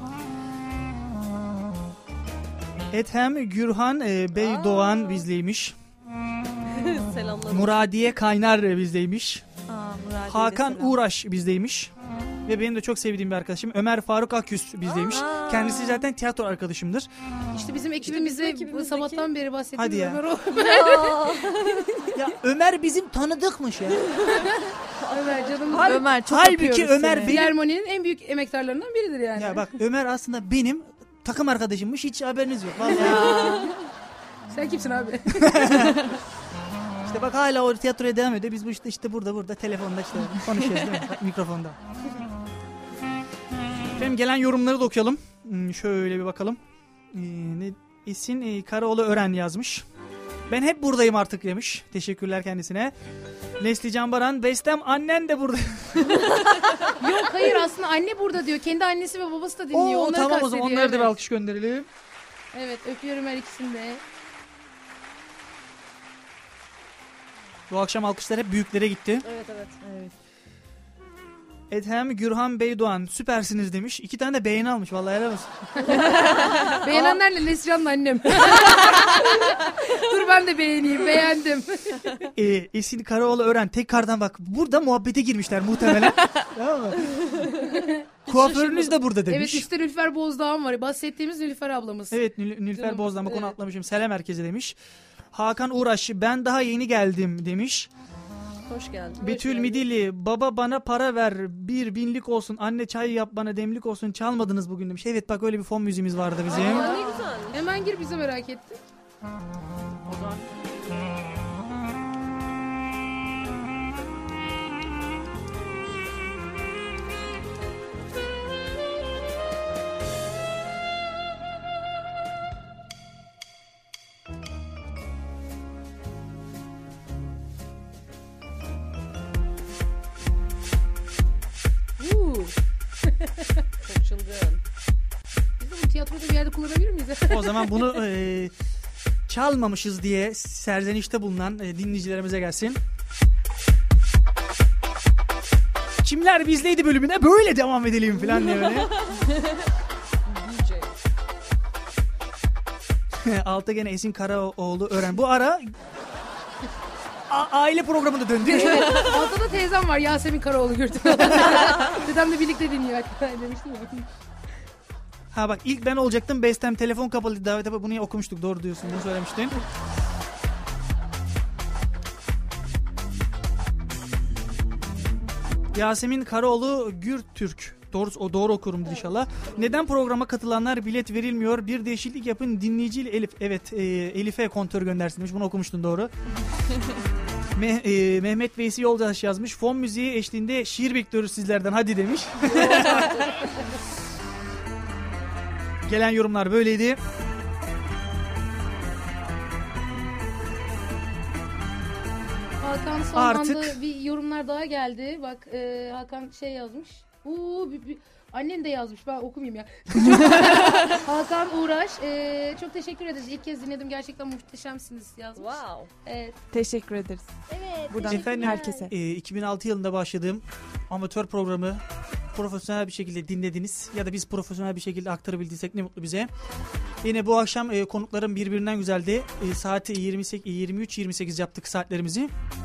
Ethem Gürhan e, Beydoğan bizdeymiş. Selamlar. Muradiye Kaynar e, bizdeymiş. Aa, Muradiye de Hakan selam. Uğraş bizdeymiş. Ve benim de çok sevdiğim bir arkadaşım Ömer Faruk Akyüz bizdeymiş. Aa. Kendisi zaten tiyatro arkadaşımdır. İşte bizim ekibimizde ekibimizdeki- sabahtan beri bahsettiğim Hadi ya. Ömer o. Ya Ömer bizim tanıdıkmış ya. Ömer canım. Ömer çok Halbuki öpüyoruz Ömer seni. benim- Filarmoni'nin en büyük emektarlarından biridir yani. Ya bak Ömer aslında benim takım arkadaşımmış, hiç haberiniz yok. Vallahi. Sen kimsin abi? İşte bak hala o tiyatroya devam ediyor. Biz bu işte işte burada burada telefonda işte konuşuyoruz değil mi? Bak, mikrofonda. Efendim gelen yorumları da okuyalım. Hmm, şöyle bir bakalım. Ee, ne, Esin e, Karaoğlu Ören yazmış. Ben hep buradayım artık demiş. Teşekkürler kendisine. Nesli Canbaran, Bestem annen de burada. Yok hayır aslında anne burada diyor. Kendi annesi ve babası da dinliyor. Oo, Onları tamam o zaman kastediyor, onlara da bir evet. alkış gönderelim. Evet öpüyorum her ikisini de. Bu akşam alkışlar hep büyüklere gitti. Evet evet. Evet. Ethem Gürhan Beydoğan süpersiniz demiş. İki tane de beğeni almış vallahi helal olsun. Beğenenlerle Neslihan'la annem. Dur ben de beğeneyim. Beğendim. Ee, Esin Karaoğlu Ören tekrardan bak burada muhabbete girmişler muhtemelen. Tamam mı? Kuaförünüz de burada demiş. Evet üstte Nülfer Bozdağ'ın var. Bahsettiğimiz Nülfer ablamız. Evet Nil- Nilüfer Canım, Bozdağ bu konu evet. atlamışım. Selam herkese demiş. Hakan Uğraş ben daha yeni geldim demiş. Hoş geldin. Betül Midilli baba bana para ver bir binlik olsun anne çay yap bana demlik olsun çalmadınız bugün demiş. Evet bak öyle bir fon müziğimiz vardı bizim. Aa, ne güzel. Hemen gir bize merak ettim. Uuu. Çok çılgın. Biz de bu tiyatroda bir yerde kullanabilir miyiz? O zaman bunu e, çalmamışız diye serzenişte bulunan e, dinleyicilerimize gelsin. Kimler bizdeydi bölümüne böyle devam edelim falan diye böyle. D J. Altta gene Esin Karaoğlu Ören. Bu ara a- aile programında döndük. Altta da teyzem var Yasemin Karaoğlu gördüm. Dedemle birlikte dinliyor demiştim ya. Ha bak ilk ben olacaktım. Bestem telefon kapalı davet yapıp bunu okumuştuk. Doğru diyorsun. Bunu söylemiştin. Yasemin Karaoğlu Gürtürk. Doğru, o doğru okurum inşallah. Neden programa katılanlar bilet verilmiyor? Bir değişiklik yapın. Dinleyiciyle Elif. Evet, e, Elif'e kontör göndersin demiş. Bunu okumuştun doğru. Me- e, Mehmet Veysi Yoldaş yazmış. Fon müziği eşliğinde şiir bekliyoruz sizlerden. Hadi demiş. Gelen yorumlar böyleydi. Hakan son Artık- anda bir yorumlar daha geldi. Bak e, Hakan şey yazmış. Uuu bir, bir, annen de yazmış ben okumayayım ya. Hakan Uğraş e, çok teşekkür ederiz. İlk kez dinledim gerçekten muhteşemsiniz yazmış. Wow. Evet. Teşekkür ederiz. Evet. Buradan Efendim, herkese. e, iki bin altı yılında başladığım amatör programı profesyonel bir şekilde dinlediniz ya da biz profesyonel bir şekilde aktarabildiysek ne mutlu bize. Yine bu akşam e, konuklarım birbirinden güzeldi. E, saati yirmi sekiz, yirmi üç yirmi sekiz yaptık saatlerimizi.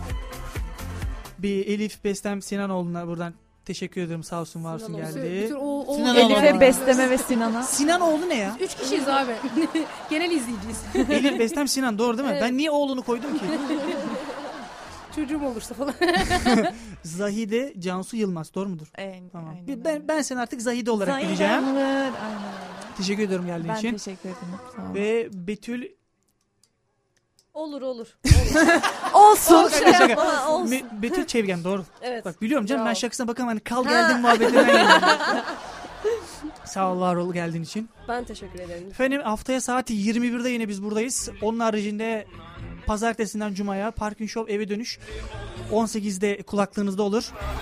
Bir Elif Bestem Sinanoğlu'na buradan teşekkür ederim. Sağ olsun var olsun Sinanoğlu. geldi. Bütün o, o Sinan Elif'e Elif'e Elif'e, Bestem'e ve Sinan'a. Sinanoğlu ne ya? Üç kişiyiz abi. Genel izleyiciyiz. Elif Bestem Sinan doğru değil mi? Evet. Ben niye oğlunu koydum ki? Çocuğum olursa falan. Zahide Cansu Yılmaz doğru mudur? En, Tamam. aynen Bir- öyle. Ben ben seni artık Zahide olarak Zahide bileceğim. Hanım'ın- Aynen öyle. Teşekkür ediyorum geldiğin Ben için. teşekkür ederim. Sağ olun. Ve Betül Olur olur. Olsun. Şaka, şaka. Ama olsun. Me- Betül Çevgen doğru. Evet. Bak biliyorum canım ben Bravo. şakasına bakamam. Hani kal geldim muhabbetinden geliyorum. Sağ ol var ol geldiğin için. Ben teşekkür ederim. Efendim haftaya saat yirmi birde yine biz buradayız. Onun haricinde pazartesinden cumaya Parking Show eve dönüş on sekizde kulaklığınızda olur.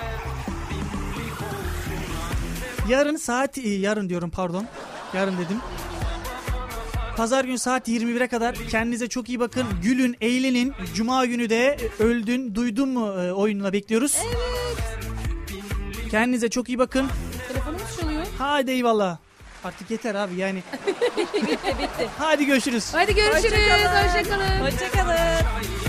Yarın saat yarın diyorum pardon. Yarın dedim. Pazar günü saat yirmi bire kadar kendinize çok iyi bakın. Gülün, eğlenin. Cuma günü de öldün, duydun mu e, oyununa bekliyoruz. Evet. Kendinize çok iyi bakın. Telefonumuz çalıyor. Hadi eyvallah. Artık yeter abi yani. Bitti bitti bitti. Hadi görüşürüz. Hadi görüşürüz. Hoşça Hoşçakalın. Hoşçakalın.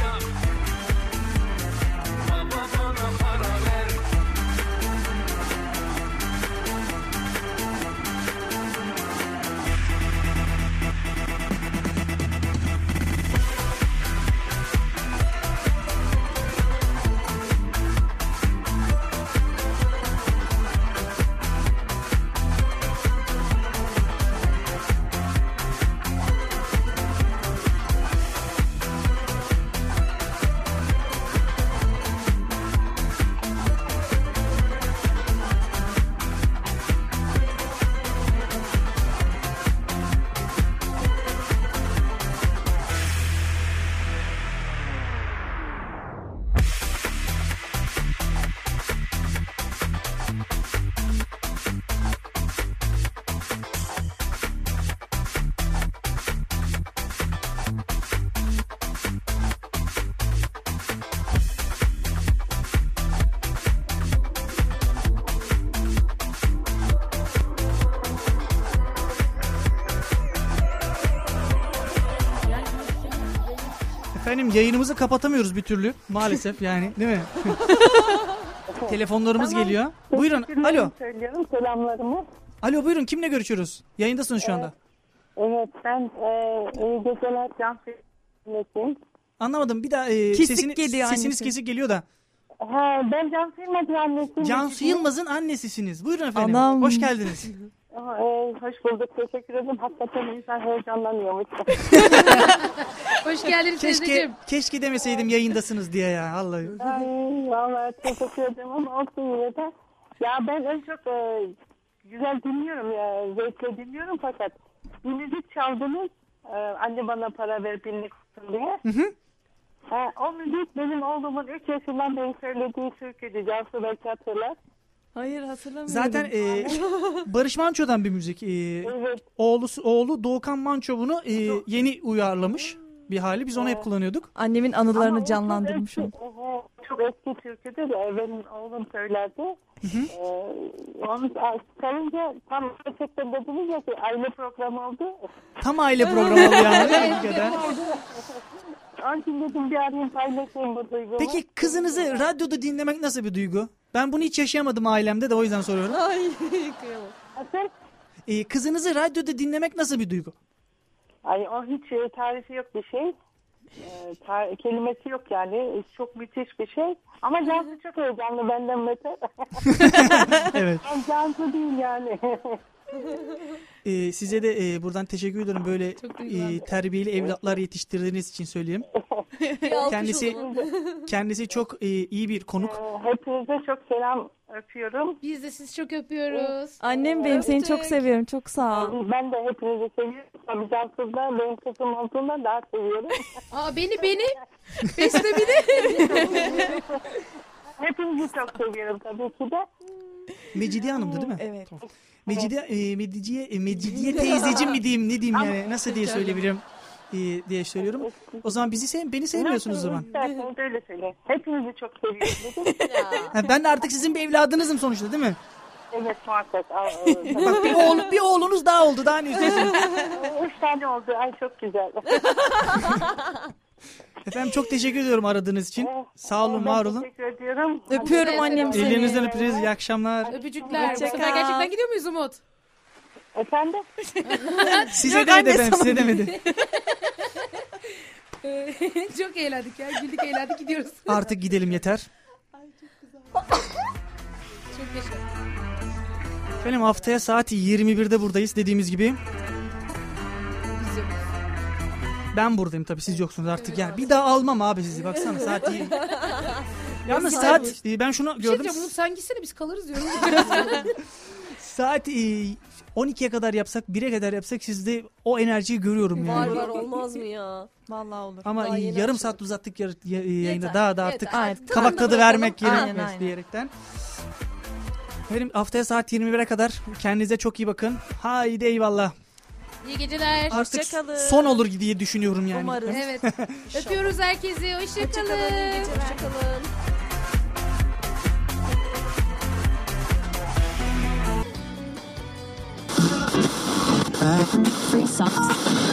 Efendim yayınımızı kapatamıyoruz bir türlü maalesef yani değil mi? Telefonlarımız Tamam. geliyor. Buyurun. Teşekkürlerimi Alo. Söylüyorum selamlarımı. Alo buyurun kimle görüşüyoruz? Yayındasınız şu anda. Evet ben e, iyi geceler Cansu. Anlamadım bir daha e, Kesik sesini, geliyor sesiniz annesi. kesik geliyor da. Ha, ben Cansu Yılmaz'ın annesiyim. Cansu Yılmaz'ın annesisiniz. Buyurun efendim. Anam. Hoş geldiniz. Aa, e, hoş bulduk teşekkür ederim. Hakikaten insan heyecanlanıyormuş. Hoş geldiniz Keşke teyzeciğim. keşke demeseydim yayındasınız diye ya vallahi. Ay, vallahi teşekkür ederim ama olsun yine de. Ya ben en çok e, güzel dinliyorum ya. Zevkle dinliyorum fakat bir müzik çaldınız. E, anne bana para ver binlik olsun diye. Hı hı. Ha, o müzik benim oğlumun üç yaşından beri söylediği türküydü. Cansu belki hatırlar. Hayır hatırlamıyorum. Zaten e, Barış Manço'dan bir müzik. E, Evet. oğlu, oğlu Doğukan Manço bunu e, yeni uyarlamış bir hali. Biz onu hep kullanıyorduk. Annemin Ama anılarını o canlandırmış çok onu. eski, oho, çok eski türküdür. E, benim oğlum söylerdi. Ee, onu çalınca tam gerçekten dediniz ya ki aile programı oldu. Tam aile programı oldu yani. Hakikaten. Onun için dedim bir arayayım paylaşayım bu duygumu. Peki kızınızı radyoda dinlemek nasıl bir duygu? Ben bunu hiç yaşayamadım ailemde de o yüzden soruyorum. Ay kıyamam. Nasıl? E, kızınızı radyoda dinlemek nasıl bir duygu? Ay o hiç e, tarifi yok bir şey. E, tar- kelimesi yok yani. E, çok müthiş bir şey. Ama Cansu çok heyecanlı benden Mete. Evet. Ben Cansu değil yani. E, size de e, buradan teşekkür ediyorum böyle Çok duygulandım. e, terbiyeli evlatlar yetiştirdiğiniz için söyleyeyim. Bir alkış Kendisi o zaman. kendisi çok e, iyi bir konuk. E, hepinize çok selam öpüyorum. Biz de sizi çok öpüyoruz. Annem benim seni çok seviyorum. Çok sağ ol. Ben de hepinizi seviyorum. Tabii Cansu'da benim kızım olduğundan daha seviyorum. Aa beni beni. Besle beni. Hepinizi çok seviyorum tabii ki de. Mecidiye Hanım'dı değil mi? Evet. Mecidiye, e, Mediciye, e, Mecidiye teyzeciğim mi diyeyim ne diyeyim yani nasıl diye söyleyebilirim e, diye söylüyorum. O zaman bizi sev beni sevmiyorsunuz o zaman. İsterseniz öyle söyleyin. Hepinizi çok seviyorum dedim. Ha, ben de artık sizin bir evladınızım sonuçta değil mi? Evet muhakkak. Aa, e, tabii. Bak bir, oğul, bir oğlunuz daha oldu daha ne istiyorsunuz? Üç tane oldu. Ay çok güzel. Efendim çok teşekkür ediyorum aradığınız için. Sağ olun Ben var olun. Teşekkür ediyorum. Öpüyorum Evet, annem evet. seni. Ellerinizden öperiz. İyi akşamlar. Öpücükler. Bu Hoşça sefer kal. gerçekten gidiyor muyuz Umut? Efendim? Size Yok, demedi anne efendim sana size demedi. Ee, çok eğlendik ya. Güldük eğlendik gidiyoruz. Artık gidelim yeter. Çok yaşa. Efendim haftaya saat yirmi birde buradayız dediğimiz gibi. Biz yokuz. Ben buradayım tabii siz yoksunuz artık ya. Bir daha almam abi sizi baksana saat yirmi. Yalnız saat e, ben şunu Bir şey gördüm. diyeceğim Umut sen gitsene biz kalırız diyorum. Saat e, on ikiye kadar yapsak bire kadar yapsak sizde o enerjiyi görüyorum Var yani. var olmaz mı ya? Vallahi olur. Ama Daha e, yeni yarım açıldı. saat uzattık yar, ya- e, yayında Yeter, daha da yeter. artık Aynen. kabak tadı vermek Aynen, gerekmez aynen. diyerekten. Efendim haftaya saat yirmi bire kadar kendinize çok iyi bakın. Haydi eyvallah. İyi geceler. Artık Hoşça kalın. son olur diye düşünüyorum yani. Umarız. Evet. Öpüyoruz herkesi. Hoşçakalın. Hoşçakalın. İyi geceler. Hoşçakalın. Free socks.